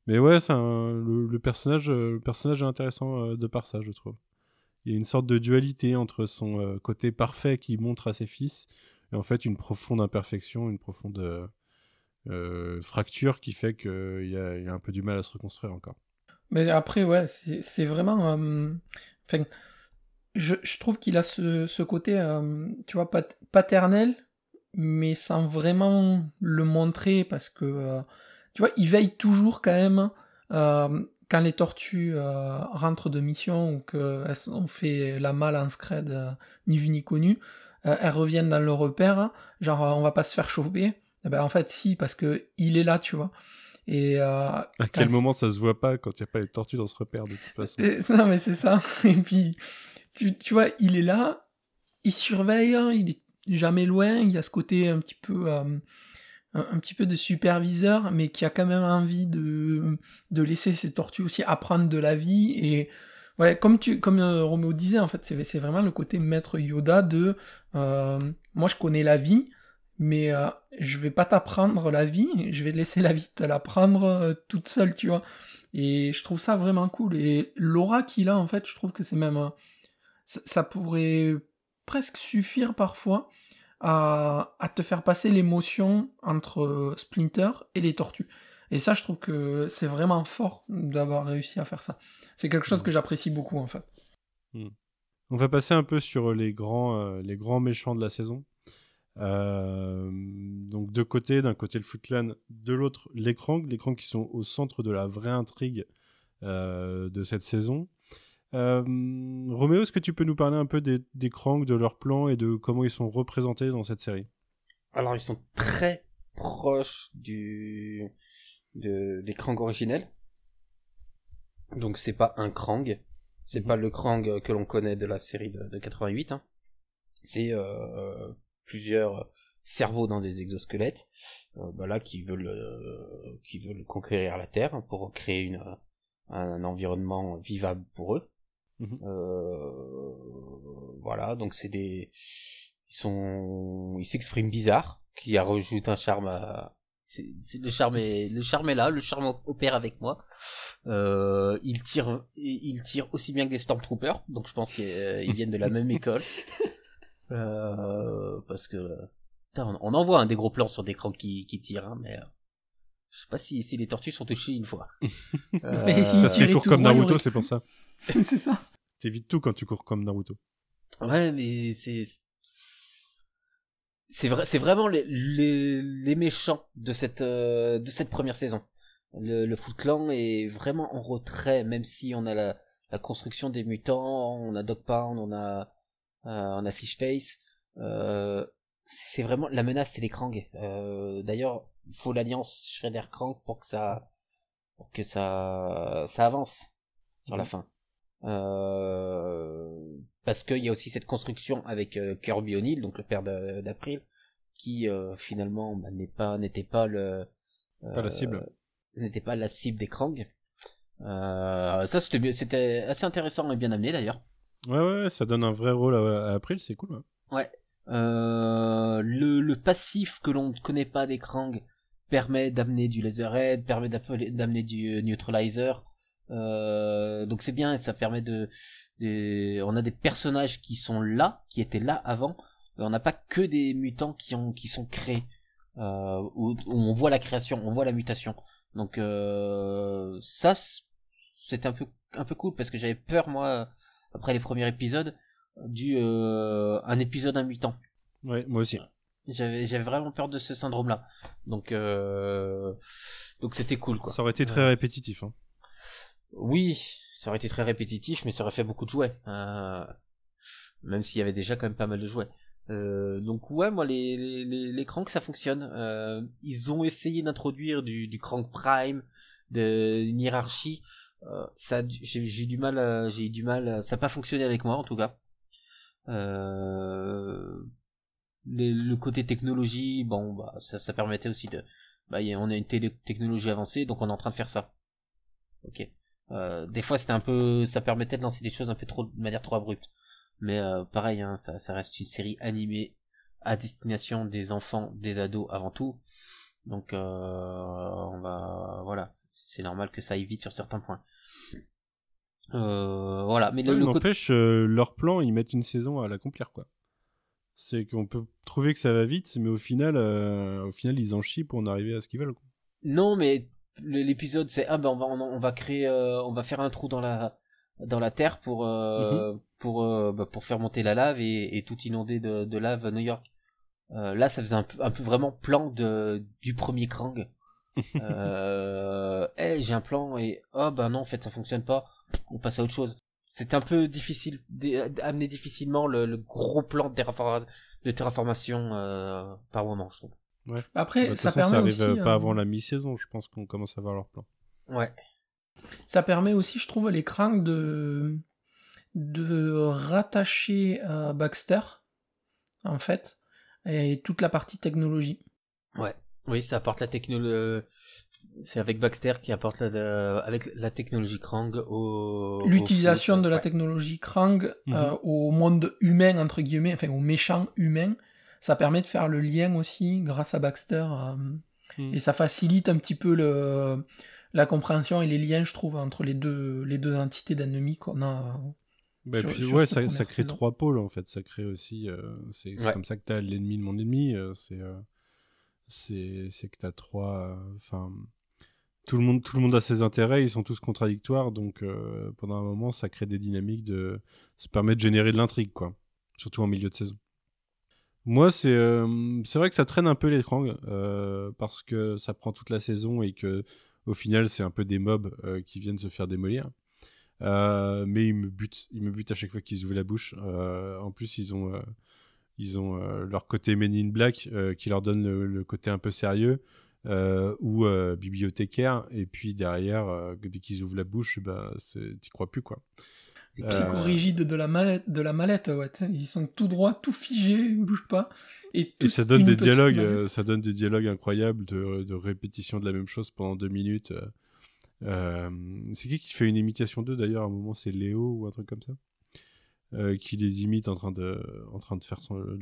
Speaker 6: Mais ouais, le personnage est intéressant de par ça, je trouve. Il y a une sorte de dualité entre son côté parfait qu'il montre à ses fils et en fait une profonde imperfection, une profonde fracture qui fait qu'il y a un peu du mal à se reconstruire encore.
Speaker 7: Mais après, ouais, c'est vraiment... Enfin, je trouve qu'il a ce côté, tu vois, paternel, mais sans vraiment le montrer, parce que, tu vois, il veille toujours quand même, quand les tortues rentrent de mission, ou qu'elles ont fait la malle en scred, ni vu ni connu, elles reviennent dans le repère, genre, on va pas se faire choper. Eh ben, en fait, si, parce que il est là, tu vois. Et
Speaker 6: à quel moment ça se voit pas quand il n'y a pas les tortues dans ce repère de toute façon.
Speaker 7: Non mais c'est ça. Et puis tu vois, il est là, il surveille, hein, il est jamais loin, il y a ce côté un petit peu de superviseur, mais qui a quand même envie de laisser ses tortues aussi apprendre de la vie. Et ouais, comme Roméo disait, en fait, c'est vraiment le côté maître Yoda de moi je connais la vie, mais je vais pas t'apprendre la vie, je vais te laisser la vie te l'apprendre toute seule, tu vois. Et je trouve ça vraiment cool. Et l'aura qu'il a, en fait, je trouve que c'est même... ça pourrait presque suffire parfois à te faire passer l'émotion entre Splinter et les tortues. Et ça, je trouve que c'est vraiment fort d'avoir réussi à faire ça. C'est quelque chose que j'apprécie beaucoup, en fait.
Speaker 6: On va passer un peu sur les grands méchants de la saison. Donc d'un côté le Foot Clan, de l'autre les Krang qui sont au centre de la vraie intrigue de cette saison. Roméo, est-ce que tu peux nous parler un peu des Krang, de leur plan et de comment ils sont représentés dans cette série?
Speaker 8: Alors ils sont très proches des Krang originels. Donc c'est pas un Krang, c'est pas le Krang que l'on connaît de la série de 88, hein. C'est plusieurs cerveaux dans des exosquelettes, là qui veulent conquérir la Terre pour créer un environnement vivable pour eux. Voilà, donc ils s'expriment bizarre, qui rajoute un charme à... le charme est là, le charme opère avec moi. Ils tirent aussi bien que des Stormtroopers, donc je pense qu'ils viennent de la même école. Parce que on en voit des gros plans sur des Krang qui tirent, hein, mais je sais pas si les tortues sont touchées une fois.
Speaker 6: Parce qu'ils courent comme Naruto, c'est pour ça.
Speaker 7: C'est ça.
Speaker 6: T'évites tout quand tu cours comme Naruto.
Speaker 8: Ouais, mais c'est vraiment les méchants de cette première saison. Le Foot Clan est vraiment en retrait, même si on a la construction des mutants, on a Dogpound, on a Fishface. C'est vraiment la menace, c'est les Krang. D'ailleurs, il faut l'alliance Shredder-Krang pour que ça avance sur la fin. Parce qu'il y a aussi cette construction avec Kirby O'Neill, donc le père d'April, qui finalement n'était pas
Speaker 6: la cible.
Speaker 8: N'était pas la cible des Krang. Ça c'était assez intéressant et bien amené d'ailleurs.
Speaker 6: Ouais, ça donne un vrai rôle à April, c'est cool.
Speaker 8: Ouais. Le passif que l'on ne connaît pas des Krang permet d'amener du Laserhead, permet d'amener du Neutralizer. Donc c'est bien, et ça permet on a des personnages qui sont là, qui étaient là avant. On n'a pas que des mutants qui sont créés, où on voit la création, on voit la mutation. Donc ça c'était un peu cool, parce que j'avais peur, moi, après les premiers épisodes, un épisode un mutant.
Speaker 6: Ouais, moi aussi.
Speaker 8: J'avais vraiment peur de ce syndrome-là. Donc c'était cool, quoi.
Speaker 6: Ça aurait été très répétitif, hein.
Speaker 8: Oui, ça aurait été très répétitif, mais ça aurait fait beaucoup de jouets. Même s'il y avait déjà quand même pas mal de jouets. Donc ouais, moi les Krang, ça fonctionne. Ils ont essayé d'introduire du Krang Prime, une hiérarchie. J'ai eu du mal, ça n'a pas fonctionné avec moi en tout cas. Le côté technologie, ça permettait aussi on a une technologie avancée, donc on est en train de faire ça. Ok. Des fois ça permettait de lancer des choses un peu trop, de manière trop abrupte. Mais pareil, hein, ça reste une série animée à destination des enfants, des ados avant tout. Donc voilà, c'est normal que ça aille vite sur certains points. Voilà, mais
Speaker 6: n'empêche, leur plan, ils mettent une saison à l'accomplir, quoi. C'est qu'on peut trouver que ça va vite, mais au final, ils en chient pour en arriver à ce qu'ils veulent, quoi.
Speaker 8: Non, mais l'épisode c'est on va créer, on va faire un trou dans la terre pour faire monter la lave et tout inonder de lave à New York. Là, ça faisait un peu vraiment plan du premier Krang. J'ai un plan et non, en fait ça fonctionne pas, on passe à autre chose. C'est un peu difficile amener difficilement le gros plan de terraformation par moment, je trouve.
Speaker 6: Ouais.
Speaker 7: Après,
Speaker 6: ça
Speaker 7: permet
Speaker 6: arrive
Speaker 7: aussi
Speaker 6: pas avant la mi-saison, je pense qu'on commence à voir leur plan.
Speaker 8: Ouais.
Speaker 7: Ça permet aussi, je trouve, à les Krang de rattacher à Baxter, en fait, et toute la partie technologie.
Speaker 8: Ouais. Oui, ça apporte la technologie. C'est avec Baxter qui apporte avec la technologie Krang
Speaker 7: l'utilisation de la technologie Krang au monde humain, entre guillemets, enfin aux méchants humains. Ça permet de faire le lien aussi grâce à Baxter. Et ça facilite un petit peu la compréhension et les liens, je trouve, entre les deux entités d'ennemis qu'on a.
Speaker 6: Ça crée 3 pôles, en fait. Ça crée aussi... c'est comme ça que t'as l'ennemi de mon ennemi. C'est que t'as 3... tout le monde a ses intérêts, ils sont tous contradictoires, donc pendant un moment, ça crée des dynamiques ça permet de générer de l'intrigue, quoi. Surtout en milieu de saison. Moi, c'est vrai que ça traîne un peu les Krang, parce que ça prend toute la saison et que au final, c'est un peu des mobs qui viennent se faire démolir. Mais ils me butent à chaque fois qu'ils ouvrent la bouche. En plus, ils ont leur côté Men in Black qui leur donne le côté un peu sérieux. Ou bibliothécaire, et puis derrière, dès qu'ils ouvrent la bouche, t'y crois plus, quoi.
Speaker 7: Psychorigide de la mallette, ouais. Ils sont tout droits, tout figés, ils bougent pas. Et
Speaker 6: ça donne des dialogues incroyables de répétition de la même chose pendant 2 minutes. C'est qui fait une imitation d'eux, d'ailleurs, à un moment, c'est Léo ou un truc comme ça, qui les imite en train de faire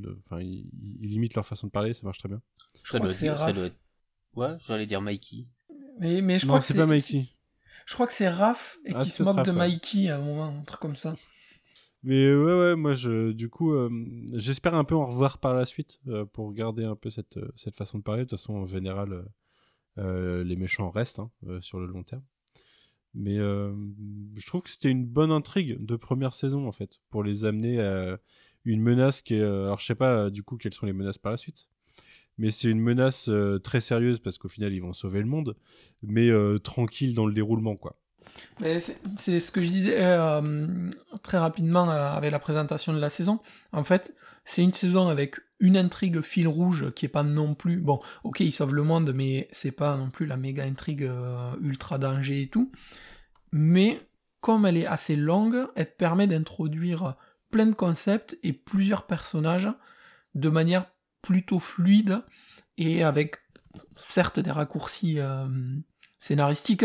Speaker 6: il imite leur façon de parler, ça marche très bien.
Speaker 7: Je crois que c'est Raph.
Speaker 8: Ouais, j'allais dire Mikey.
Speaker 7: Mais je crois que
Speaker 6: c'est pas Mikey.
Speaker 7: Je crois que c'est Raph et qui se moque de Mikey à un moment, un truc comme ça.
Speaker 6: Mais ouais, moi du coup, j'espère un peu en revoir par la suite pour garder un peu cette façon de parler. De toute façon, en général, les méchants restent sur le long terme. Mais je trouve que c'était une bonne intrigue de première saison, en fait, pour les amener à une menace qui est... alors, je sais pas, du coup, quelles sont les menaces par la suite. Mais c'est une menace très sérieuse parce qu'au final, ils vont sauver le monde, mais tranquille dans le déroulement, quoi.
Speaker 7: Mais c'est ce que je disais très rapidement avec la présentation de la saison. En fait, c'est une saison avec une intrigue fil rouge qui est pas non plus... Bon, ok, ils sauvent le monde, mais c'est pas non plus la méga intrigue ultra danger et tout. Mais comme elle est assez longue, elle te permet d'introduire plein de concepts et plusieurs personnages de manière plutôt fluide et avec certes des raccourcis scénaristiques,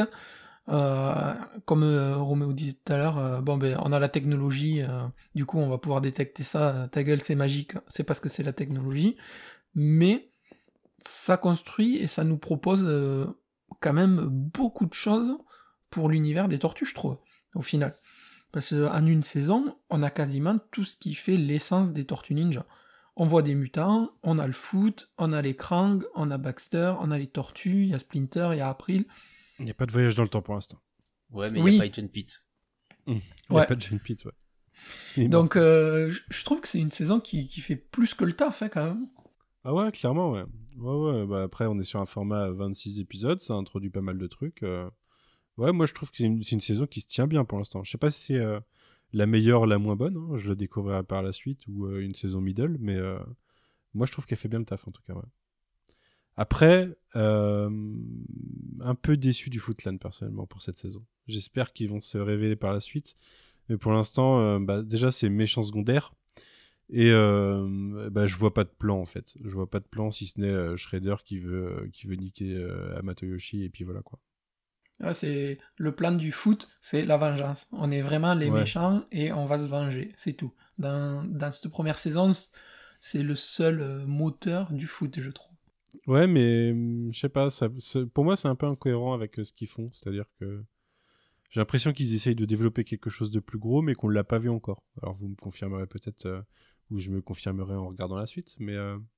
Speaker 7: comme Roméo disait tout à l'heure, on a la technologie, du coup on va pouvoir détecter ça, ta gueule c'est magique, c'est parce que c'est la technologie, mais ça construit et ça nous propose quand même beaucoup de choses pour l'univers des tortues, je trouve, au final. Parce qu'en une saison, on a quasiment tout ce qui fait l'essence des Tortues Ninja. On voit des mutants, on a le foot, on a les Krang, on a Baxter, on a les tortues, il y a Splinter, il y a April.
Speaker 6: Il n'y a pas de voyage dans le temps pour l'instant.
Speaker 8: Ouais, mais il n'y a pas John Pitt.
Speaker 6: Il n'y a pas de John Pitt, ouais.
Speaker 7: Donc, je trouve que c'est une saison qui fait plus que le taf, quand même.
Speaker 6: Ah ouais, clairement, ouais. Ouais, après, on est sur un format 26 épisodes, ça introduit pas mal de trucs. Ouais, moi, je trouve que c'est une saison qui se tient bien pour l'instant. Je sais pas si c'est la meilleure, la moins bonne, hein. Je le découvrirai par la suite, ou une saison middle, mais moi je trouve qu'elle fait bien le taf en tout cas, ouais. Après, un peu déçu du Footland personnellement pour cette saison. J'espère qu'ils vont se révéler par la suite, mais pour l'instant, déjà c'est méchant secondaire, et je vois pas de plan en fait. Je vois pas de plan si ce n'est Shredder qui veut niquer Hamato Yoshi, et puis voilà quoi.
Speaker 7: Ah, c'est le plan du foot, c'est la vengeance. On est vraiment les méchants et on va se venger, c'est tout. Dans cette première saison, c'est le seul moteur du foot, je trouve.
Speaker 6: Ouais, mais je sais pas, pour moi c'est un peu incohérent avec ce qu'ils font, c'est-à-dire que j'ai l'impression qu'ils essayent de développer quelque chose de plus gros, mais qu'on l'a pas vu encore. Alors vous me confirmerez peut-être, ou je me confirmerai en regardant la suite, mais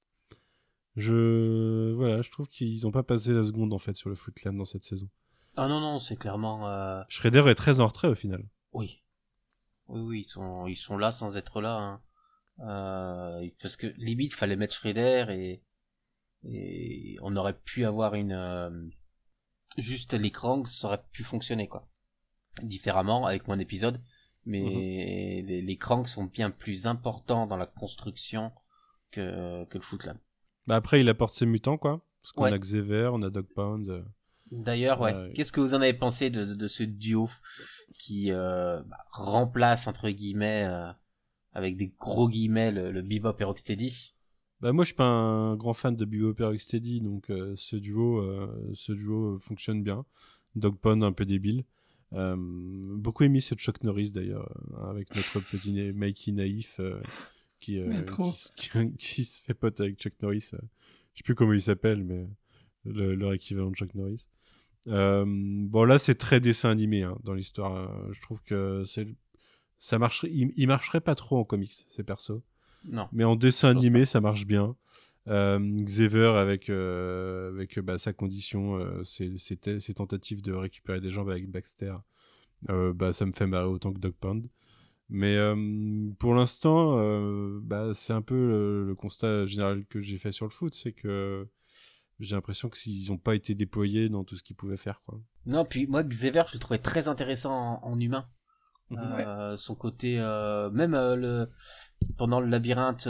Speaker 6: je trouve qu'ils ont pas passé la seconde en fait sur le Footland dans cette saison.
Speaker 8: Ah non, c'est clairement...
Speaker 6: Shredder est très en retrait au final.
Speaker 8: Oui, ils sont là sans être là. Hein. Parce que limite, fallait mettre Shredder et on aurait pu avoir juste l'écran, ça aurait pu fonctionner quoi. Différemment, avec moins d'épisodes, mais les Krang sont bien plus importants dans la construction que le Footland.
Speaker 6: Bah après, il apporte ses mutants, quoi. Parce qu'on a Xavier, on a Dog Pound.
Speaker 8: D'ailleurs, qu'est-ce que vous en avez pensé de ce duo qui remplace, entre guillemets, avec des gros guillemets, le Bebop et Rocksteady?
Speaker 6: Bah moi, je suis pas un grand fan de Bebop et Rocksteady, donc ce duo fonctionne bien. Dog Pound un peu débile. Beaucoup aimé ce Chuck Norris d'ailleurs, avec notre petit Mikey naïf qui se fait pote avec Chuck Norris. Je sais plus comment il s'appelle, mais leur équivalent de Chuck Norris. Bon là c'est très dessin animé dans l'histoire. Je trouve que ça marcherait, il marcherait pas trop en comics ces persos.
Speaker 8: Non.
Speaker 6: Mais en dessin animé ça marche bien. Xavier avec sa condition, ses tentatives de récupérer des jambes avec Baxter, ça me fait marrer autant que Dog Pound. Mais pour l'instant, c'est un peu le constat général que j'ai fait sur le foot, c'est que j'ai l'impression qu'ils n'ont pas été déployés dans tout ce qu'ils pouvaient faire, quoi.
Speaker 8: Non, puis moi Xavier, je le trouvais très intéressant en humain. Son côté même pendant le labyrinthe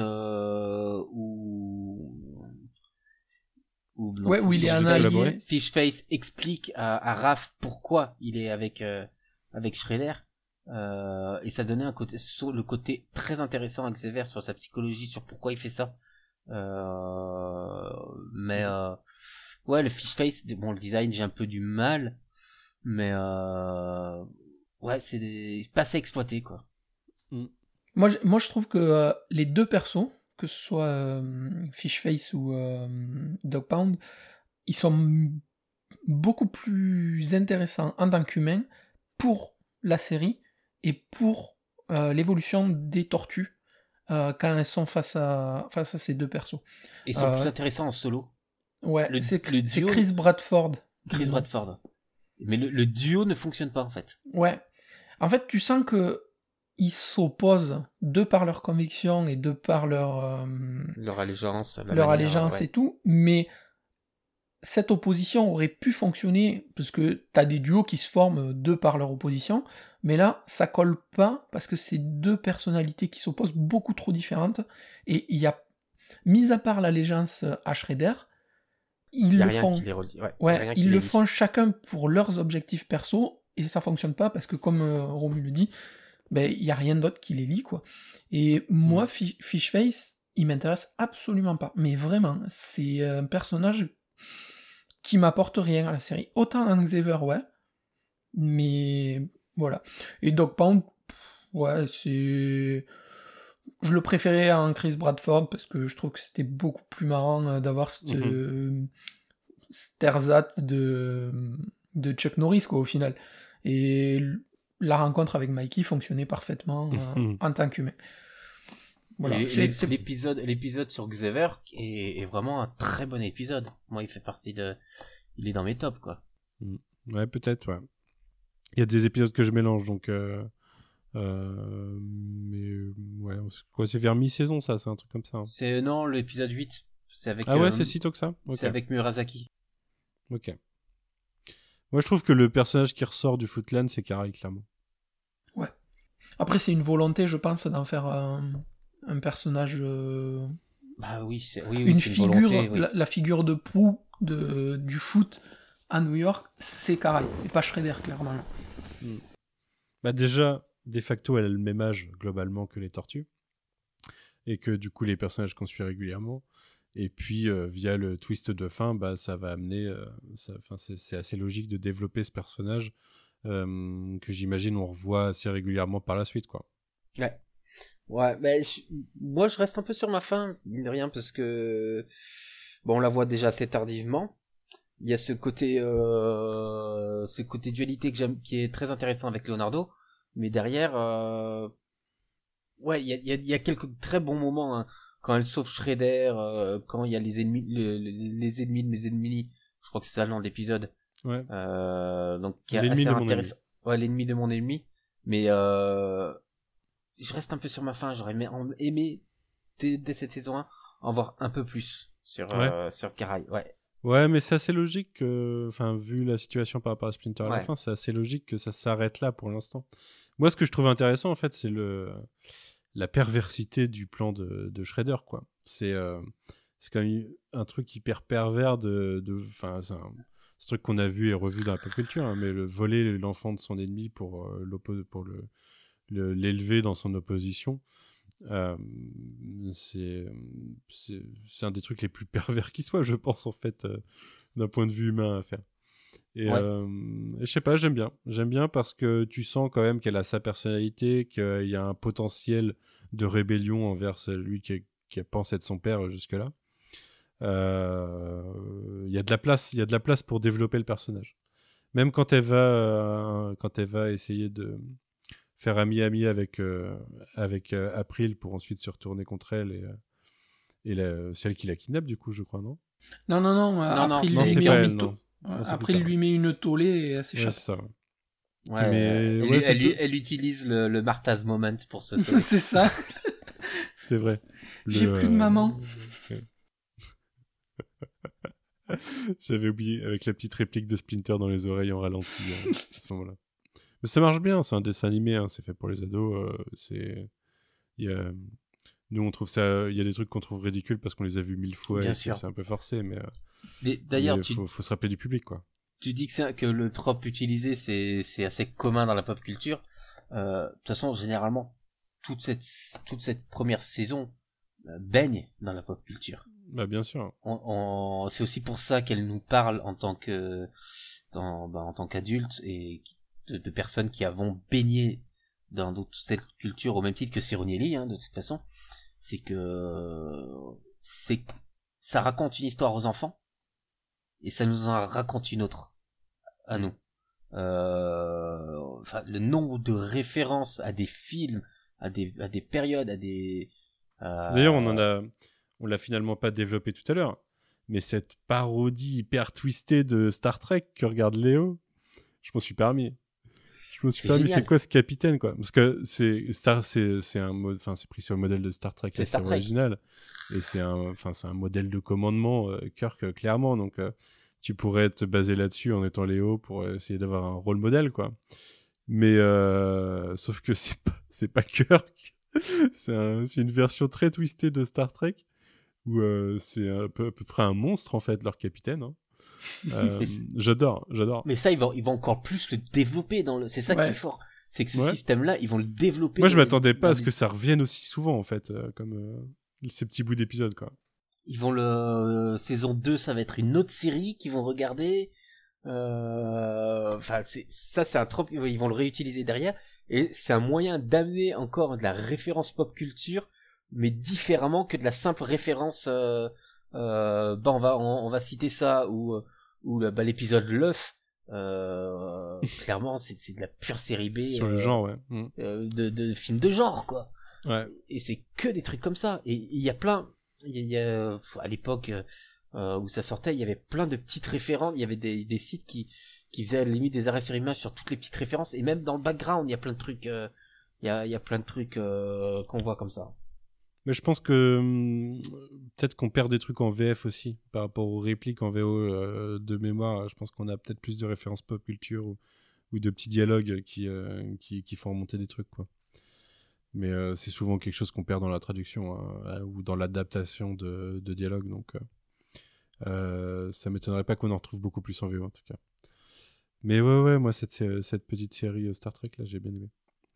Speaker 8: où
Speaker 7: il est analysé.
Speaker 8: Fishface explique à Raph pourquoi il est avec Shredder, et ça donnait le côté très intéressant à Xavier sur sa psychologie, sur pourquoi il fait ça. Le Fishface, bon, le design j'ai un peu du mal, mais c'est pas assez exploité, quoi.
Speaker 7: Moi, je trouve que les deux persos, que ce soit Fishface ou Dog Pound, ils sont beaucoup plus intéressants en tant qu'humains pour la série et pour l'évolution des tortues quand elles sont face à ces deux persos.
Speaker 8: Ils sont plus intéressants en solo.
Speaker 7: Ouais, c'est Chris Bradford.
Speaker 8: Bradford. Mais le duo ne fonctionne pas, en fait.
Speaker 7: Ouais. En fait, tu sens que ils s'opposent de par leurs convictions et de par leur
Speaker 8: allégeance,
Speaker 7: et tout, mais cette opposition aurait pu fonctionner parce que t'as des duos qui se forment de par leur opposition, mais là, ça colle pas parce que c'est deux personnalités qui s'opposent beaucoup trop différentes, et il y a, mis à part l'allégeance à Shredder, ils le font chacun pour leurs objectifs perso, et ça fonctionne pas parce que comme Romu le dit, il y a rien d'autre qui les lie, quoi. Et moi, Fishface, il m'intéresse absolument pas, mais vraiment, c'est un personnage qui m'apporte rien à la série. Autant dans Xavier, mais voilà. Et Dog Pound, je le préférais en Chris Bradford parce que je trouve que c'était beaucoup plus marrant d'avoir cet ersatz de Chuck Norris, quoi, au final. Et la rencontre avec Mikey fonctionnait parfaitement en tant qu'humain. Voilà.
Speaker 8: L'épisode sur Xavier est vraiment un très bon épisode. Moi, il est dans mes tops, quoi.
Speaker 6: Ouais, peut-être, ouais. Il y a des épisodes que je mélange, donc c'est vers mi-saison, ça, c'est un truc comme ça.
Speaker 8: C'est l'épisode 8. C'est avec
Speaker 6: c'est si tôt que ça. Okay.
Speaker 8: C'est avec Murasaki.
Speaker 6: Ok. Moi, je trouve que le personnage qui ressort du Footland, c'est Karai, clairement.
Speaker 7: Ouais. Après, c'est une volonté, je pense, d'en faire un personnage... une figure, volonté, la figure de proue du foot à New York, c'est Karai, c'est pas Shredder, clairement.
Speaker 6: Déjà, de facto, elle a le même âge, globalement, que les tortues. Et que, du coup, les personnages qu'on suit régulièrement. Et puis, via le twist de fin, ça va amener... c'est assez logique de développer ce personnage que j'imagine on revoit assez régulièrement par la suite, quoi.
Speaker 8: Ouais, mais moi je reste un peu sur ma faim, mine de rien, parce que bon, on la voit déjà assez tardivement. Il y a ce côté dualité que j'aime, qui est très intéressant avec Leonardo. Mais derrière, ouais, il y a quelques très bons moments, hein. Quand elle sauve Shredder, quand il y a les ennemis, les ennemis de mes ennemis. Je crois que c'est ça le nom de l'épisode.
Speaker 6: Ouais.
Speaker 8: Donc, qui est
Speaker 6: L'ennemi
Speaker 8: assez
Speaker 6: de mon
Speaker 8: intéressant. Ouais, l'ennemi de mon ennemi. Mais je reste un peu sur ma faim. J'aurais aimé dès cette saison 1 en voir un peu plus sur Karai. Ouais.
Speaker 6: Ouais, mais c'est assez logique que, enfin, vu la situation par rapport à Splinter à la
Speaker 8: Ouais.
Speaker 6: fin, c'est assez logique que ça s'arrête là pour l'instant. Moi, ce que je trouve intéressant, en fait, c'est la perversité du plan de Shredder, quoi. C'est quand même un truc hyper pervers enfin, c'est un truc qu'on a vu et revu dans la pop culture, hein, mais voler l'enfant de son ennemi pour l'élever dans son opposition. C'est un des trucs les plus pervers qui soit, je pense, en fait, d'un point de vue humain à faire. Et je sais pas, j'aime bien parce que tu sens quand même qu'elle a sa personnalité, qu'il y a un potentiel de rébellion envers celui qui pense être son père jusque-là. Il y a de la place pour développer le personnage, même quand elle va essayer de faire ami avec April pour ensuite se retourner contre elle et celle qui la kidnappe, du coup, je crois, non?
Speaker 7: Non, après il lui
Speaker 6: c'est
Speaker 7: met
Speaker 6: pas
Speaker 7: un
Speaker 6: elle,
Speaker 7: mytho-
Speaker 6: non. Non, c'est
Speaker 7: Après
Speaker 6: plus
Speaker 7: il lui met une tollée et elle
Speaker 6: Ouais,
Speaker 7: s'échappe.
Speaker 6: c'est ça. Ouais.
Speaker 8: Ouais,
Speaker 6: Mais ouais,
Speaker 8: elle utilise le Martha's Moment pour se sauver.
Speaker 7: C'est ça.
Speaker 6: C'est vrai.
Speaker 7: J'ai plus de maman.
Speaker 6: J'avais oublié, avec la petite réplique de Splinter dans les oreilles en ralenti à ce moment-là. Mais ça marche bien, c'est un dessin animé, hein, c'est fait pour les ados. Nous, on trouve ça. Il y a des trucs qu'on trouve ridicules parce qu'on les a vus 1000 fois
Speaker 8: Bien
Speaker 6: et que
Speaker 8: sûr.
Speaker 6: c'est un peu forcé, mais
Speaker 8: D'ailleurs,
Speaker 6: faut se rappeler du public, quoi.
Speaker 8: tu dis que le trope utilisé, c'est assez commun dans la pop culture. De toute façon, généralement, toute cette première saison baigne dans la pop culture.
Speaker 6: Bah, bien sûr.
Speaker 8: C'est aussi pour ça qu'elle nous parle en tant qu'adulte et de personnes qui avons baigné dans toute cette culture au même titre que Cyronielli, hein, de toute façon. C'est que ça raconte une histoire aux enfants et ça nous en raconte une autre à nous. Enfin, le nombre de références à des films, à des périodes, à des
Speaker 6: D'ailleurs, on l'a finalement pas développé tout à l'heure, mais cette parodie hyper twistée de Star Trek que regarde Léo, je m'en suis permis.
Speaker 8: génial.
Speaker 6: C'est quoi ce capitaine, quoi? Parce que c'est pris sur le modèle de Star Trek,
Speaker 8: C'est
Speaker 6: assez
Speaker 8: Star Trek.
Speaker 6: original, et c'est un modèle de commandement, Kirk, clairement, donc tu pourrais te baser là-dessus en étant Léo pour essayer d'avoir un rôle modèle, quoi. Mais sauf que c'est pas Kirk. C'est une version très twistée de Star Trek où c'est à peu près un monstre, en fait, leur capitaine, hein. J'adore.
Speaker 8: Mais ça, ils vont encore plus le développer c'est ça qui est fort. C'est que ce système-là, ils vont le développer.
Speaker 6: Moi, je m'attendais pas à ce que ça revienne aussi souvent, en fait, comme ces petits bouts d'épisodes, quoi.
Speaker 8: Ils vont saison 2, ça va être une autre série qu'ils vont regarder. Enfin, c'est un trope, ils vont le réutiliser derrière. Et c'est un moyen d'amener encore de la référence pop culture, mais différemment que de la simple référence, on va citer ça, ou l'épisode L'œuf, clairement, c'est de la pure série B.
Speaker 6: Sur le genre, ouais.
Speaker 8: De films de genre, quoi.
Speaker 6: Ouais.
Speaker 8: Et c'est que des trucs comme ça. Et il y a plein, à l'époque, où ça sortait, il y avait plein de petites références, il y avait des sites qui faisaient à la limite des arrêts sur image sur toutes les petites références, et même dans le background, il y a plein de trucs, il y a plein de trucs qu'on voit comme ça.
Speaker 6: Mais je pense que peut-être qu'on perd des trucs en VF aussi, par rapport aux répliques en VO de mémoire. Je pense qu'on a peut-être plus de références pop culture ou de petits dialogues qui font remonter des trucs, quoi. Mais c'est souvent quelque chose qu'on perd dans la traduction, hein, ou dans l'adaptation de dialogue, donc ça m'étonnerait pas qu'on en retrouve beaucoup plus en VO, en tout cas. Mais ouais, moi, cette petite série Star Trek, là, j'ai bien aimé.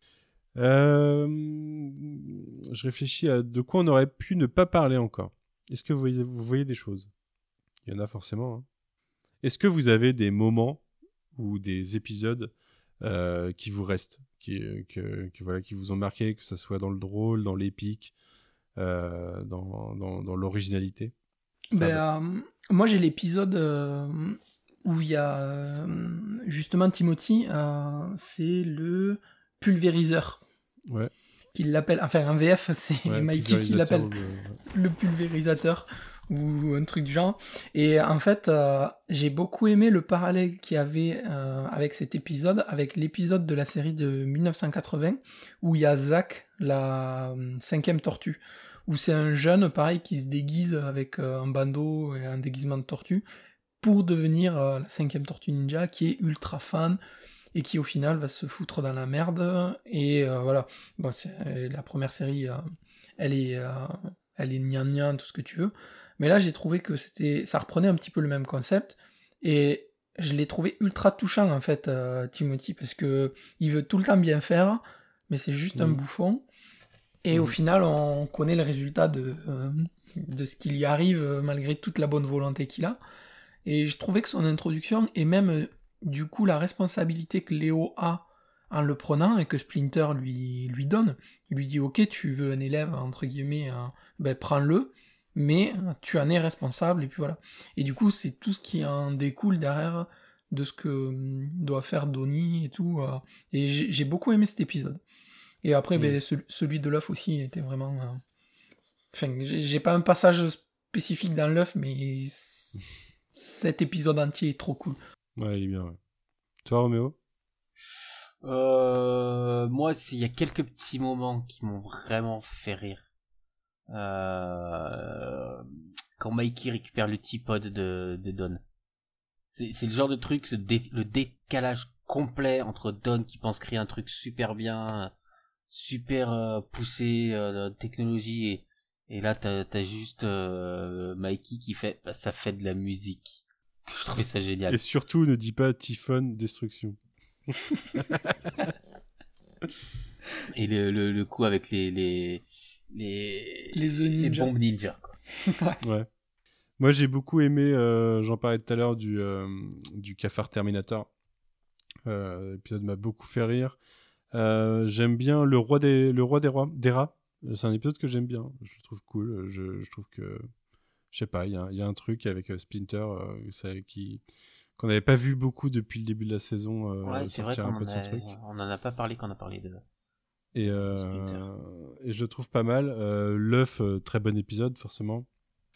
Speaker 6: Je réfléchis à de quoi on aurait pu ne pas parler encore. Est-ce que vous voyez des choses? Il y en a forcément, hein. Est-ce que vous avez des moments ou des épisodes qui vous restent, qui vous ont marqué, que ce soit dans le drôle, dans l'épique, dans l'originalité?
Speaker 7: Moi j'ai l'épisode où il y a justement Timothy, c'est le pulvériseur.
Speaker 6: Ouais.
Speaker 7: Qu'il l'appelle, enfin en VF c'est Mikey qui l'appelle le pulvérisateur ou un truc du genre. Et en fait j'ai beaucoup aimé le parallèle qu'il y avait avec cet épisode, avec l'épisode de la série de 1980 où il y a Zach, la 5e tortue, où c'est un jeune pareil qui se déguise avec un bandeau et un déguisement de tortue pour devenir la 5e tortue ninja, qui est ultra fan et qui au final va se foutre dans la merde. Et voilà, bon, la première série, elle est gnangnan, tout ce que tu veux. Mais là, j'ai trouvé que ça reprenait un petit peu le même concept. Et je l'ai trouvé ultra touchant, en fait, Timothy, parce que il veut tout le temps bien faire, mais c'est juste un bouffon. Et au final, on connaît le résultat de ce qui lui arrive, malgré toute la bonne volonté qu'il a. Et je trouvais que son introduction, et même du coup la responsabilité que Léo a en le prenant, et que Splinter lui donne, il lui dit « Ok, tu veux un élève, entre guillemets, prends-le, mais tu en es responsable, et puis voilà. » Et du coup, c'est tout ce qui en découle derrière de ce que doit faire Donnie et tout. Et j'ai beaucoup aimé cet épisode. Et après, celui de l'œuf aussi était vraiment... Enfin, j'ai pas un passage spécifique dans l'œuf, mais cet épisode entier est trop cool.
Speaker 6: Ouais, il est bien, ouais. Toi, Roméo ?
Speaker 8: Moi, il y a quelques petits moments qui m'ont vraiment fait rire. Quand Mikey récupère le T-Pod de Don. C'est le genre de truc, le décalage complet entre Don qui pense créer un truc super bien, super poussé de technologie, et là t'as juste Mikey qui fait ça fait de la musique. Je trouvais ça génial.
Speaker 6: Et surtout ne dis pas Typhon Destruction.
Speaker 8: Et le coup avec les bombes ninja, quoi.
Speaker 6: Ouais. Moi j'ai beaucoup aimé, j'en parlais tout à l'heure, du cafard Terminator. L'épisode m'a beaucoup fait rire. J'aime bien le roi des rats. C'est un épisode que j'aime bien. Je le trouve cool. Je trouve que, je sais pas, il y a un truc avec Splinter qu'on n'avait pas vu beaucoup depuis le début de la saison.
Speaker 8: Ouais, c'est vrai qu'on en a pas parlé quand on a parlé de Splinter.
Speaker 6: Et je le trouve pas mal. L'œuf, très bon épisode, forcément.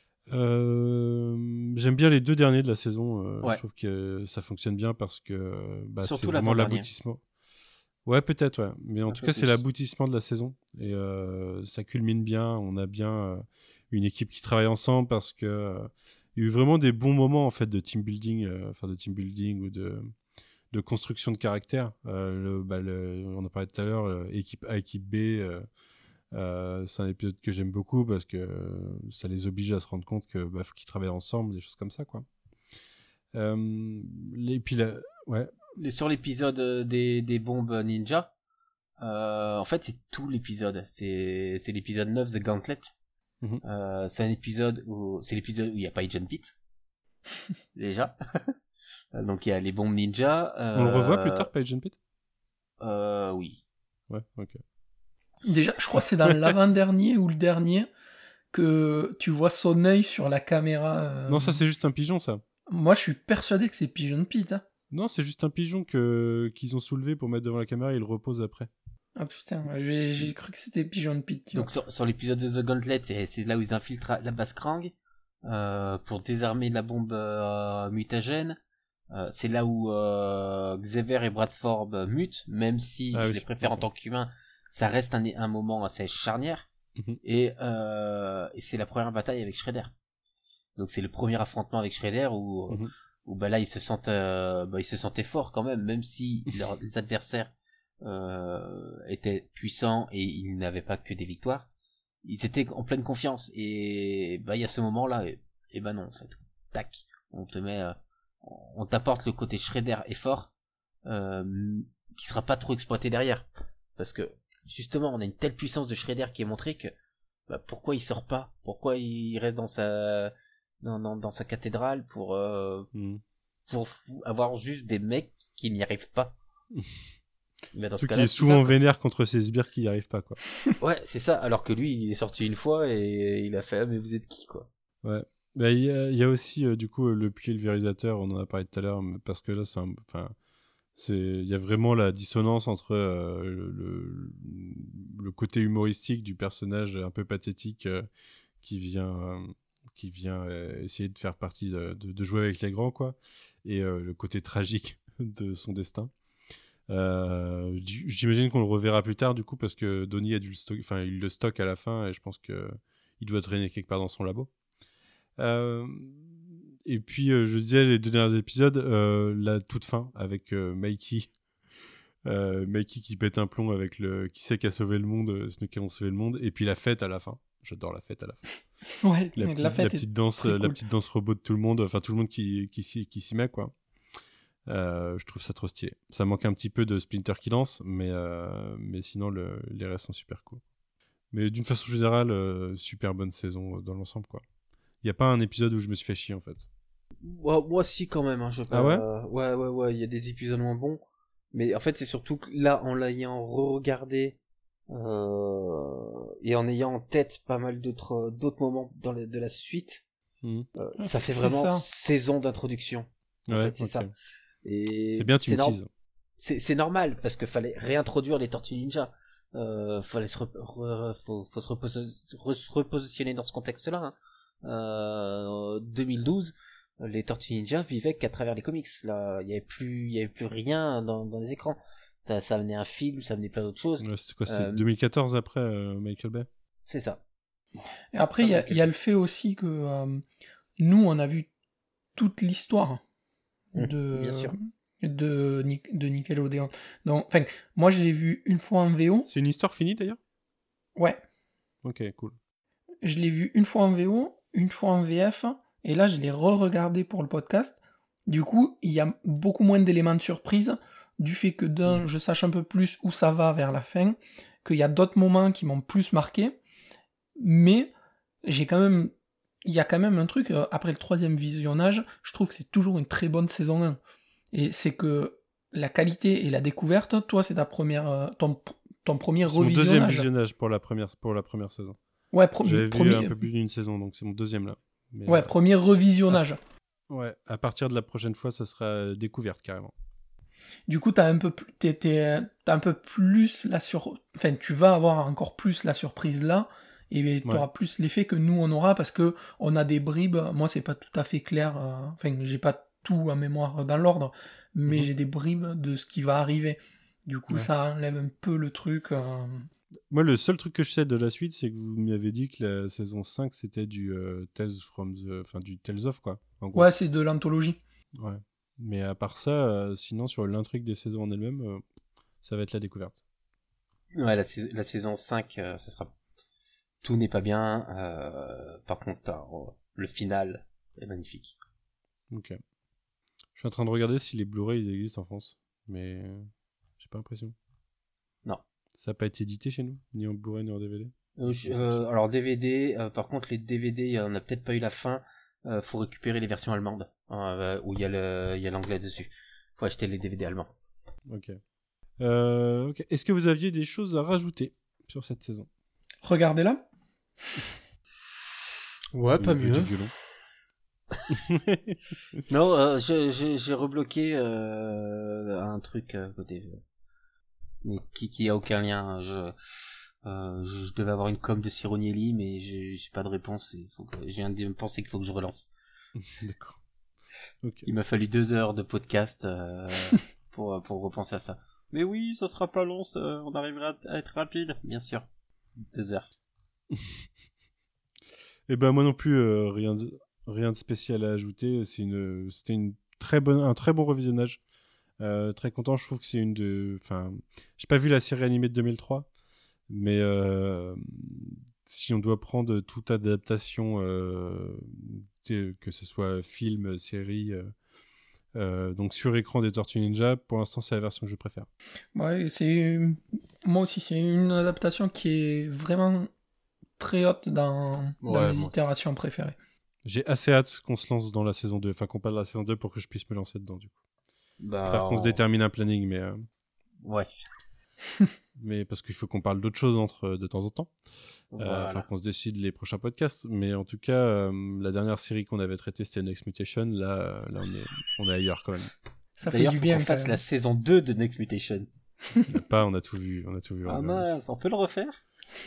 Speaker 6: J'aime bien les 2 derniers de la saison. Je trouve que ça fonctionne bien parce que c'est vraiment l'aboutissement. Ouais, peut-être, ouais. Mais en tout cas, c'est l'aboutissement de la saison. Et ça culmine bien. On a bien une équipe qui travaille ensemble parce que il y a eu vraiment des bons moments en fait de team building, ou de construction de caractère. On en parlait tout à l'heure, équipe A, équipe B. C'est un épisode que j'aime beaucoup parce que ça les oblige à se rendre compte que faut qu'ils travaillent ensemble, des choses comme ça, quoi. Et puis là, ouais.
Speaker 8: Sur l'épisode des bombes ninja, en fait c'est tout l'épisode. C'est l'épisode 9, The Gauntlet. C'est l'épisode où il n'y a pas Agent Pete. Déjà. Donc il y a les bombes ninja.
Speaker 6: On le revoit plus tard, pas Agent Pete ?
Speaker 8: Oui.
Speaker 6: Ouais, ok.
Speaker 7: Déjà, je crois que c'est dans l'avant-dernier ou le dernier que tu vois son œil sur la caméra.
Speaker 6: Non, ça c'est juste un pigeon, ça.
Speaker 7: Moi, je suis persuadé que c'est Pigeon Pete. Hein.
Speaker 6: Non, c'est juste un pigeon qu'ils ont soulevé pour mettre devant la caméra et il le repose après.
Speaker 7: Ah putain, j'ai cru que c'était Pigeon Pete.
Speaker 8: Donc sur l'épisode de The Gauntlet, c'est là où ils infiltrent la base Krang pour désarmer la bombe mutagène. C'est là où Xavier et Bradford mutent, même si je les préfère en tant qu'humains. Ça reste un moment assez charnière. Et c'est la première bataille avec Shredder. Donc c'est le premier affrontement avec Shredder où là ils se sentaient forts quand même si les adversaires étaient puissants et ils n'avaient pas que des victoires. Ils étaient en pleine confiance et il y a ce moment là et non en fait. Tac, on t'apporte le côté Shredder est fort qui sera pas trop exploité derrière parce que justement on a une telle puissance de Shredder qui est montrée que pourquoi il sort pas, pourquoi il reste dans sa cathédrale pour avoir juste des mecs qui n'y arrivent pas. Mais dans ce cas-là,
Speaker 6: qui est souvent vénère contre ces sbires qui n'y arrivent pas, quoi.
Speaker 8: Ouais, c'est ça, alors que lui il est sorti une fois et il a fait mais vous êtes qui, quoi.
Speaker 6: Ouais. Bah, il y a aussi du coup le pulvérisateur, on en a parlé tout à l'heure, parce que là il y a vraiment la dissonance entre le côté humoristique du personnage un peu pathétique qui vient essayer de faire partie de jouer avec les grands, quoi, et le côté tragique de son destin. J'imagine qu'on le reverra plus tard du coup, parce que Donnie a dû il le stocke à la fin, et je pense que il doit traîner quelque part dans son labo. Et puis je disais les 2 derniers épisodes, la toute fin avec Mikey qui pète un plomb avec qui sait qu'a sauvé le monde, Snooki qui a sauvé le monde, et puis la fête à la fin. J'adore la fête à la fin.
Speaker 7: Ouais,
Speaker 6: la petite danse robot de tout le monde, enfin tout le monde qui s'y met, quoi. Je trouve ça trop stylé. Ça manque un petit peu de Splinter qui lance, mais sinon les restes sont super cool. Mais d'une façon générale, super bonne saison dans l'ensemble, quoi. Il n'y a pas un épisode où je me suis fait chier, en fait.
Speaker 8: Moi si, quand même. Hein,
Speaker 6: Ah ouais
Speaker 8: ouais, il y a des épisodes moins bons. Mais en fait, c'est surtout que là, en l'ayant re-regardé et en ayant en tête pas mal d'autres moments de la suite, ça fait vraiment saison d'introduction. En fait, c'est ça. Et
Speaker 6: c'est bien, tu me teases.
Speaker 8: C'est normal, parce qu'il fallait réintroduire les Tortues Ninja. Fallait faut se repositionner dans ce contexte-là. Hein. 2012, les Tortues Ninja vivaient qu'à travers les comics. Là, il y avait plus rien dans les écrans. Ça amenait un film, ça amenait plein d'autres choses.
Speaker 6: Ouais, c'était quoi, c'est 2014 après Michael Bay.
Speaker 8: C'est ça.
Speaker 7: Et après, il y a le fait aussi que nous, on a vu toute l'histoire
Speaker 8: bien sûr.
Speaker 7: de Nickelodeon. Donc, enfin, moi, je l'ai vu une fois en VO.
Speaker 6: C'est une histoire finie, d'ailleurs ?
Speaker 7: Ouais.
Speaker 6: Ok, cool.
Speaker 7: Je l'ai vu une fois en VO, une fois en VF, et là, je l'ai re-regardé pour le podcast. Du coup, il y a beaucoup moins d'éléments de surprise, du fait que je sache un peu plus où ça va vers la fin, qu'il y a d'autres moments qui m'ont plus marqué, mais il y a quand même un truc, après le 3e visionnage, je trouve que c'est toujours une très bonne saison 1. Et c'est que la qualité et la découverte, toi, c'est ta première, ton premier revisionnage.
Speaker 6: C'est mon 2e visionnage pour la première saison.
Speaker 7: Ouais,
Speaker 6: j'avais vu un peu plus d'une saison, donc c'est mon 2e là. Mais,
Speaker 7: ouais, premier revisionnage.
Speaker 6: Ouais, à partir de la prochaine fois, ça sera découverte carrément.
Speaker 7: Du coup, t'as un peu plus enfin, tu vas avoir encore plus la surprise là, et tu auras plus l'effet que nous on aura, parce que on a des bribes. Moi, c'est pas tout à fait clair. Enfin, j'ai pas tout en mémoire dans l'ordre, mais j'ai des bribes de ce qui va arriver. Du coup, ça enlève un peu le truc.
Speaker 6: Moi, le seul truc que je sais de la suite, c'est que vous m'avez dit que la saison 5, c'était du du Tales of, quoi. En gros.
Speaker 7: Ouais, c'est de l'anthologie.
Speaker 6: Ouais. Mais à part ça, sinon, sur l'intrigue des saisons en elles-mêmes, ça va être la découverte.
Speaker 8: Ouais, la saison 5, ça sera... Tout n'est pas bien. Par contre, le final est magnifique.
Speaker 6: Ok. Je suis en train de regarder si les Blu-ray ils existent en France. Mais j'ai pas l'impression.
Speaker 8: Non.
Speaker 6: Ça n'a pas été édité chez nous, ni en Blu-ray ni en DVD.
Speaker 8: Alors DVD, par contre les DVD, on n'a peut-être pas eu la fin. Faut récupérer les versions allemandes où il y a l'anglais dessus. Faut acheter les DVD allemands.
Speaker 6: Ok. Est-ce que vous aviez des choses à rajouter sur cette saison ?
Speaker 7: Regardez-la.
Speaker 8: Ouais, pas mieux.
Speaker 6: Du violon.
Speaker 8: Non, j'ai rebloqué un truc côté, mais qui a aucun lien. Je devais avoir une com de Cironielli, mais j'ai pas de réponse. J'ai un de penser qu'il faut que je relance.
Speaker 6: D'accord. Okay.
Speaker 8: Il m'a fallu 2 heures de podcast pour repenser à ça. Mais oui, ça sera pas long, on arrivera à être rapide, bien sûr. 2 heures.
Speaker 6: Et ben moi non plus, rien de spécial à ajouter. C'était un très bon revisionnage. Très content. Je trouve que c'est j'ai pas vu la série animée de 2003, mais si on doit prendre toute adaptation, que ce soit film, série, donc sur écran des Tortues Ninja, pour l'instant c'est la version que je préfère.
Speaker 7: Ouais, moi aussi c'est une adaptation qui est vraiment très haute dans mes itérations préférées.
Speaker 6: J'ai assez hâte qu'on se lance dans la saison 2, qu'on parle de la saison 2 pour que je puisse me lancer dedans du coup. Faire qu'on se détermine un planning, mais
Speaker 8: ouais.
Speaker 6: mais parce qu'il faut qu'on parle d'autres choses de temps en temps.
Speaker 8: Voilà.
Speaker 6: Enfin, qu'on se décide les prochains podcasts. Mais en tout cas, la dernière série qu'on avait traitée, c'était Next Mutation. Là, on est ailleurs quand même.
Speaker 7: Ça fait
Speaker 8: D'ailleurs,
Speaker 7: du
Speaker 8: faut
Speaker 7: bien.
Speaker 8: qu'on fasse la saison 2 de Next Mutation.
Speaker 6: On a tout vu.
Speaker 8: Ah mince, on peut le refaire?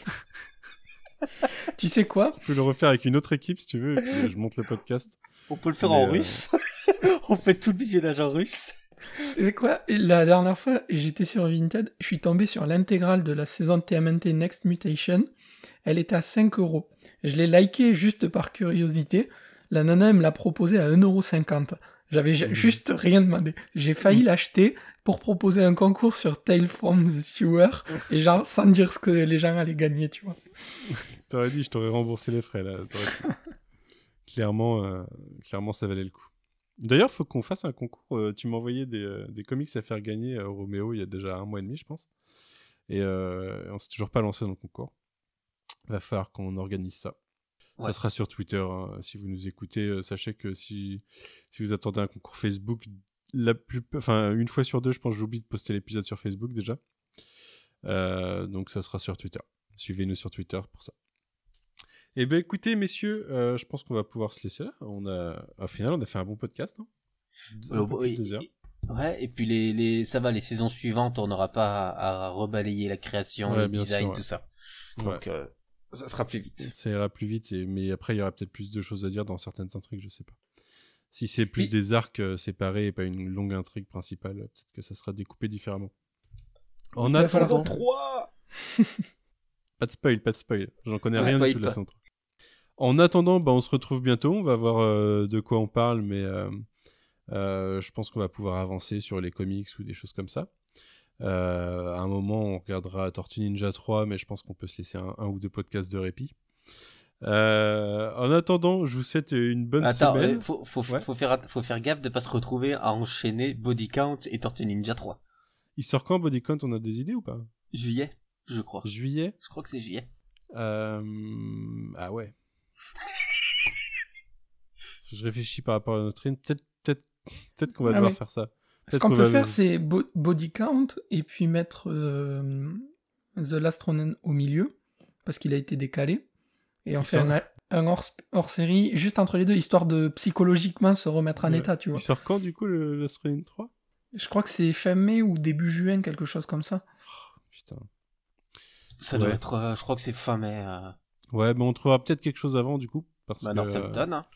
Speaker 7: Tu sais quoi?
Speaker 6: Je peux le refaire avec une autre équipe si tu veux, et puis je monte le podcast.
Speaker 8: On peut le faire en russe. On fait tout le visionnage en russe.
Speaker 7: Tu sais quoi? La dernière fois, j'étais sur Vinted, je suis tombé sur l'intégrale de la saison de TMNT Next Mutation. Elle était à 5 €. Je l'ai liké juste par curiosité. La nana, elle me l'a proposé à 1,50 €. J'avais juste rien demandé. J'ai failli l'acheter pour proposer un concours sur Tales from the Sewer, et genre sans dire ce que les gens allaient gagner, tu vois.
Speaker 6: T'aurais dit, je t'aurais remboursé les frais, là. Clairement, ça valait le coup. D'ailleurs, faut qu'on fasse un concours. Tu m'as envoyé des comics à faire gagner au Roméo il y a déjà 1 mois et demi, je pense. Et on s'est toujours pas lancé dans le concours. Va falloir qu'on organise ça. Ouais. Ça sera sur Twitter. Hein. Si vous nous écoutez, sachez que si vous attendez un concours Facebook, une fois sur 2, je pense que j'oublie de poster l'épisode sur Facebook déjà. Donc ça sera sur Twitter. Suivez-nous sur Twitter pour ça. Eh bien écoutez messieurs, je pense qu'on va pouvoir se laisser là. Au final, on a fait un bon podcast. Hein. Un peu plus de 2 heures.
Speaker 8: Ouais, et puis ça va, les saisons suivantes, on n'aura pas à rebalayer la création, le design, sûr, tout ça. Donc ça sera plus vite.
Speaker 6: Ça ira plus vite, mais après il y aura peut-être plus de choses à dire dans certaines intrigues, je sais pas. Si c'est plus des arcs séparés et pas une longue intrigue principale, peut-être que ça sera découpé différemment. En attendant...
Speaker 8: 3
Speaker 6: Pas de spoil. J'en connais rien du tout de la saison 3. En attendant, on se retrouve bientôt. On va voir de quoi on parle, mais je pense qu'on va pouvoir avancer sur les comics ou des choses comme ça. À un moment, on regardera Tortue Ninja 3, mais je pense qu'on peut se laisser un ou 2 podcasts de répit. En attendant, je vous souhaite une bonne semaine.
Speaker 8: Faut faire gaffe de pas se retrouver à enchaîner Body Count et Tortue Ninja 3.
Speaker 6: Il sort quand Body Count? On a des idées ou pas?
Speaker 8: Juillet, je crois.
Speaker 6: Juillet?
Speaker 8: Je crois que c'est juillet.
Speaker 6: Ah ouais. Je réfléchis par rapport à notre ligne. Peut-être qu'on va devoir faire ça.
Speaker 7: Ce qu'on peut faire, c'est Body Count et puis mettre The Last Ronin au milieu, parce qu'il a été décalé. Et on fait un hors-série juste entre les deux, histoire de psychologiquement se remettre en état, tu vois.
Speaker 6: Il sort quand, du coup, le Last Ronin 3?
Speaker 7: Je crois que c'est fin mai ou début juin, quelque chose comme ça.
Speaker 6: Oh, putain.
Speaker 8: Ça doit être... je crois que c'est fin mai.
Speaker 6: Ouais, mais on trouvera peut-être quelque chose avant, du coup. Parce que
Speaker 8: Northampton, hein.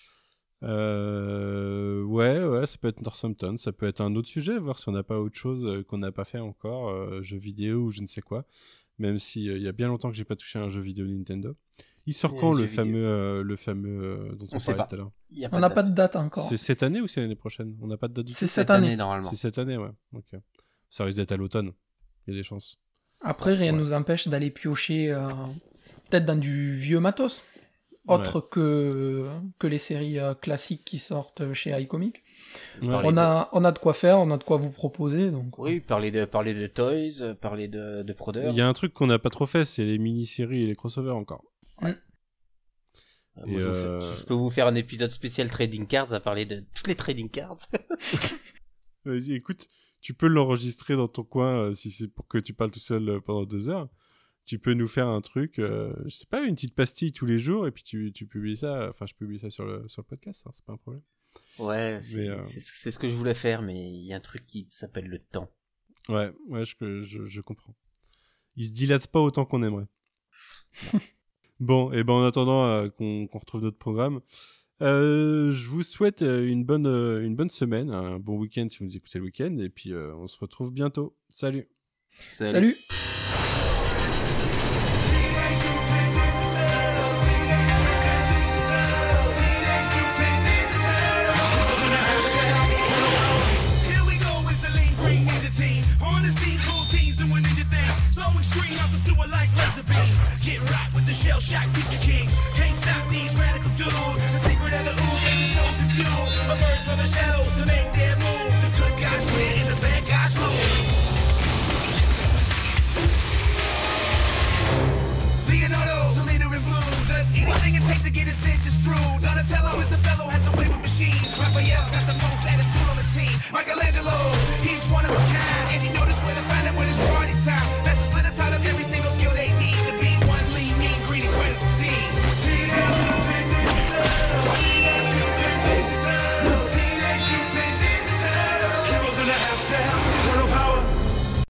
Speaker 6: Ouais, ça peut être Northampton, ça peut être un autre sujet, voir si on n'a pas autre chose qu'on n'a pas fait encore, jeux vidéo ou je ne sais quoi. Même si il y a bien longtemps que j'ai pas touché à un jeu vidéo Nintendo. Il sort quand le fameux dont on parlait tout à l'heure?
Speaker 7: On n'a pas de date encore.
Speaker 6: C'est cette année ou c'est l'année prochaine? On n'a pas de date du tout.
Speaker 7: C'est cette année
Speaker 8: normalement.
Speaker 6: C'est cette année, ouais. Ok. Ça risque d'être à l'automne. Il y a des chances.
Speaker 7: Après, rien ne nous empêche d'aller piocher peut-être dans du vieux matos. Autre que les séries classiques qui sortent chez iComic. Ouais. On a de quoi faire, on a de quoi vous proposer. Donc,
Speaker 8: oui, parler de Toys, parler de Proders.
Speaker 6: Il y a un truc qu'on n'a pas trop fait, c'est les mini-séries et les crossovers encore.
Speaker 8: Ouais. Moi, je peux vous faire un épisode spécial Trading Cards à parler de toutes les Trading Cards.
Speaker 6: Vas-y, écoute, tu peux l'enregistrer dans ton coin si c'est pour que tu parles tout seul pendant 2 heures. Tu peux nous faire un truc, je sais pas, une petite pastille tous les jours, et puis tu publies ça, enfin je publie ça sur le podcast, hein, c'est pas un problème.
Speaker 8: Ouais, c'est ce que je voulais faire, mais il y a un truc qui s'appelle le temps. Ouais,
Speaker 6: je comprends. Il se dilate pas autant qu'on aimerait. Bon, et en attendant qu'on retrouve d'autres programmes, je vous souhaite une bonne semaine, un bon week-end si vous nous écoutez le week-end, et puis on se retrouve bientôt. Salut.
Speaker 7: Salut.
Speaker 1: Get right with the shell shock pizza king. Can't stop these radical dudes. The secret of the ooze and the chosen few emerge from the shadows to make their move. The good guys win and the bad guys lose. Leonardo's a leader in blue. Does anything it takes to get his stitches through. Donatello is a fellow, has a way with machines. Raphael's got the most attitude on the team. Michelangelo